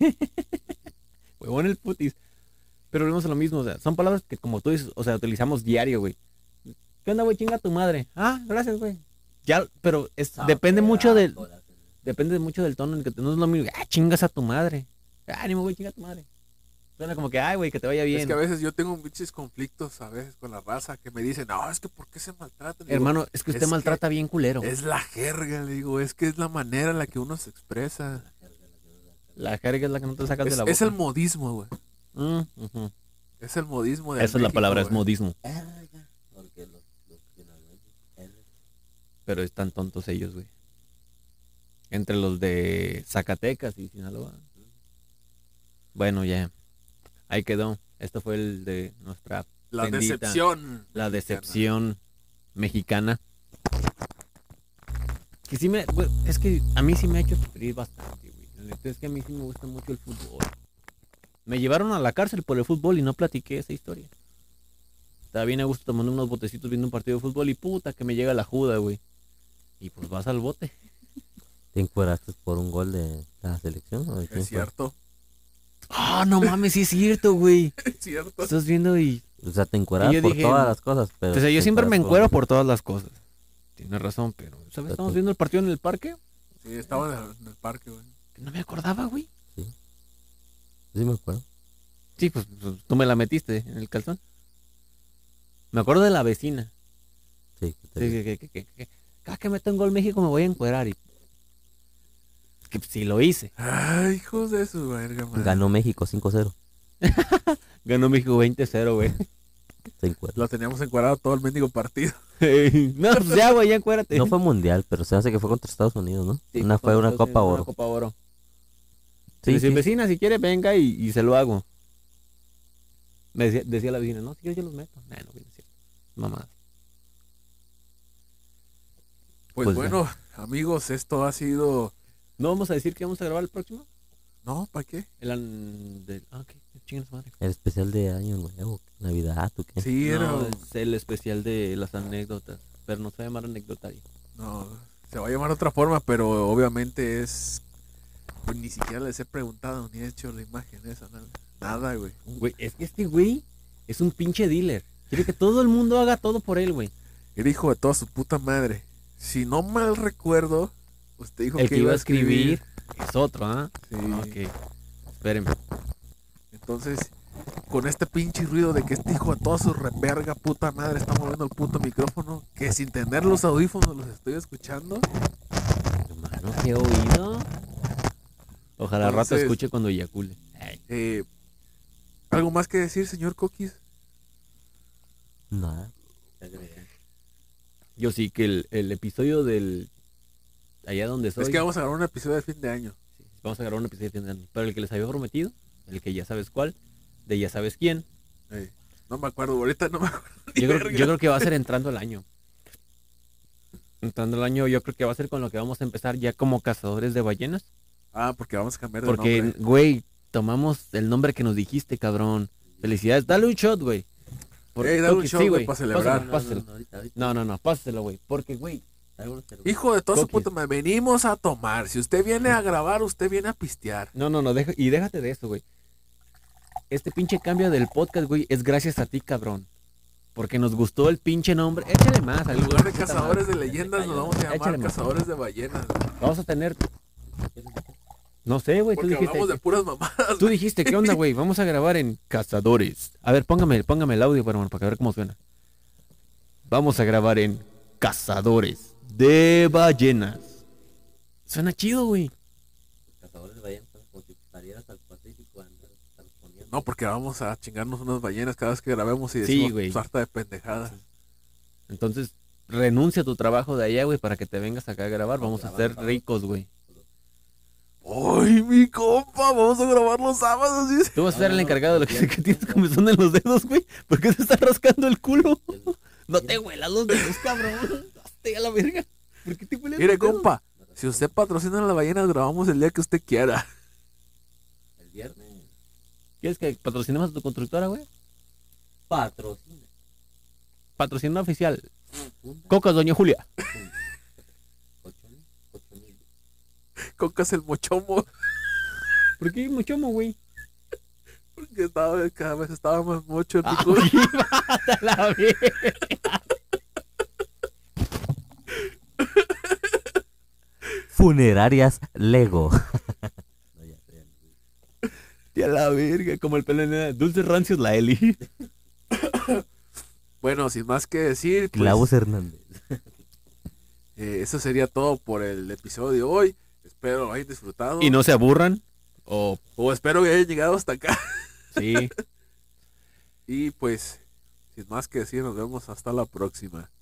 Huevón el putis. Pero volvemos a lo mismo, o sea, son palabras que como tú dices, o sea, utilizamos diario, güey. ¿Qué onda, güey? Chinga tu madre. Ah, gracias, güey. Ya, pero es, depende mucho del, Corazón. depende mucho del tono en el que te, no es lo mismo. Ah, chingas a tu madre. Ánimo, güey, chinga a tu madre. Suena como que, ay, güey, que te vaya bien. Es que a veces yo tengo muchos conflictos a veces con la raza que me dicen, no, es que ¿por qué se maltratan? Le digo, Hermano, es que usted es que maltrata bien culero. es la jerga, le digo, es que es la manera en la que uno se expresa. La jerga es la que no te sacas Es, de la boca. es el modismo, güey. Mm, ujú. Es el modismo de Esa es la palabra, es modismo. Erga, porque los, los sinaloenses, erga. Pero están tontos ellos, güey. Entre los de Zacatecas y Sinaloa. Bueno, ya. Ahí quedó. Esto fue el de nuestra La bendita- decepción. La decepción mexicana. Que sí me... güey, es que a mí sí me ha hecho sufrir bastante, güey. La neta es que a mí sí me gusta mucho el fútbol. Me llevaron a la cárcel por el fútbol y no platiqué esa historia. Estaba bien a gusto tomando unos botecitos viendo un partido de fútbol y puta que me llega la juda, güey. Y pues vas al bote. ¿Te encueraste por un gol de la selección? ¿O de quién Es fue? cierto. Ah, no mames, sí es cierto, güey. Es cierto. Estás viendo y... O sea, te encueras Y yo por dije, todas las cosas, pero... O sea, yo te siempre me encueras encuero por todas las cosas. Tienes razón, pero... ¿Sabes? Pero Estamos tú- viendo el partido en el parque. Sí, estaba en el, en el parque, güey. Que no me acordaba, güey. Sí, me acuerdo. Sí, pues, pues, tú me la metiste en el calzón. Me acuerdo de la vecina. Sí, que te- Sí, que, que, que, que, que cada que meto un gol México me voy a encuerar. Y... Que sí lo hice. Ay, hijos de su verga, madre. Ganó México cinco cero. Ganó México veinte cero, güey. Se encuera. Lo teníamos encuadrado todo el mendigo partido. No, pues ya, güey, ya encuérate. No fue mundial, pero se hace que fue contra Estados Unidos, ¿no? Sí, una fue una entonces, Copa una Oro. Copa Oro. Sí, Le decía, sí. vecina, si quiere, venga y, y se lo hago. Me decía, decía la vecina, no, si quieres yo los meto. Nah, no, güey, no es cierto. Mamá. Pues, Pues bueno, amigos, esto ha sido... ¿No vamos a decir que vamos a grabar el próximo? No, ¿para qué? El an... de... Ah, ok, chingas madre. El especial de Año Nuevo, Navidad, ¿tú qué? Sí, era... No, es el especial de las anécdotas. Pero no se va a llamar anecdotario. No, se va a llamar de otra forma, pero obviamente es... Pues ni siquiera les he preguntado ni he hecho la imagen esa, nada, nada, güey. Güey, es que este güey es un pinche dealer. Quiere que todo el mundo haga todo por él, güey. El hijo de toda su puta madre. Si no mal recuerdo, usted dijo El que que iba a escribir es otro, ¿ah? Sí. Ok. Espérenme. Entonces, con este pinche ruido de que este hijo de toda su reverga puta madre está moviendo el puto micrófono, que sin tener los audífonos los estoy escuchando. Hermano, ¿qué oído? Ojalá al rato Entonces- escuche cuando eyacule. Ay, Eh, ¿Algo más que decir, señor Coquis? Nada. Yo sí que el, el episodio del... Allá donde soy... Es que vamos a grabar un episodio de fin de año. sí, vamos a grabar un episodio de fin de año. Pero el que les había prometido, el que ya sabes cuál, de ya sabes quién. Ey, no me acuerdo, ahorita no me acuerdo. ni Yo creo, verga. yo creo que va a ser entrando el año. Entrando el año yo creo que va a ser con lo que vamos a empezar ya como cazadores de ballenas. Ah, porque vamos a cambiar de Porque, nombre. güey, tomamos el nombre que nos dijiste, cabrón. Felicidades. Dale un shot, güey. Por- Ey, dale un porque- shot, güey, para celebrar. Pásalo, pásalo. no, ahorita, ahorita. No, no, no, pásalo, güey. Porque, güey, Traigo unos cervezas. Hijo de toda su Coquis. puta madre, venimos a tomar. Si usted viene a grabar, usted viene a pistear. no, no, no, deja, y déjate de eso, güey. Este pinche cambio del podcast, güey, es gracias a ti, cabrón. Porque nos gustó el pinche nombre. Échale más. En algo, lugar de puta cazadores madre. de leyendas, nos vamos a llamar Échale más. cazadores de ballenas. Vamos a tener... No sé, güey, tú Porque dijiste... hablamos de puras mamadas. Tú dijiste, ¿qué onda, güey? Vamos a grabar en Cazadores. A ver, póngame, póngame el audio, hermano, para ver cómo suena. Vamos a grabar en Cazadores de Ballenas. Suena chido, güey. Cazadores de ballenas, como si salieras al Pacífico a andar respondiendo. No, porque vamos a chingarnos unas ballenas cada vez que grabemos y Sí, decimos güey. sarta de pendejadas. Entonces, renuncia a tu trabajo de allá, güey, para que te vengas acá a grabar. Vamos Vamos a a grabar, ser vamos. ricos, güey. ¡Ay, mi compa! Vamos a grabar los sábados. dice. Tú vas a ser No, el no, encargado de lo no, que, ya, que tienes ya. comezón en los dedos, güey. ¿Por qué te estás rascando el culo? El- No te huelas los dedos, cabrón. Hazte a la verga. ¿Por qué te hueles Mire, los dedos? compa, si usted patrocina las ballenas, grabamos el día que usted quiera. El viernes ¿Quieres que patrocinemos a tu constructora, güey? patrocina. Patrocinador oficial. Punta, Cocas, doña Julia. ocho mil, ocho mil. Cocas el mochomo. ¿Por qué mochomo, güey? Porque estaba, cada vez estaba más mocho el Ah, pico. oye, bájate a la verga. Funerarias Lego. No, ya, ya, ya. Y a la verga, como el pelo de nena. Dulces rancios, la Eli. Bueno, sin más que decir, pues, Clavos Hernández. eh, eso sería todo por el episodio de hoy. Espero lo hayan disfrutado. Y no se aburran. O, O espero que hayan llegado hasta acá. sí. Y pues, sin más que decir, nos vemos hasta la próxima.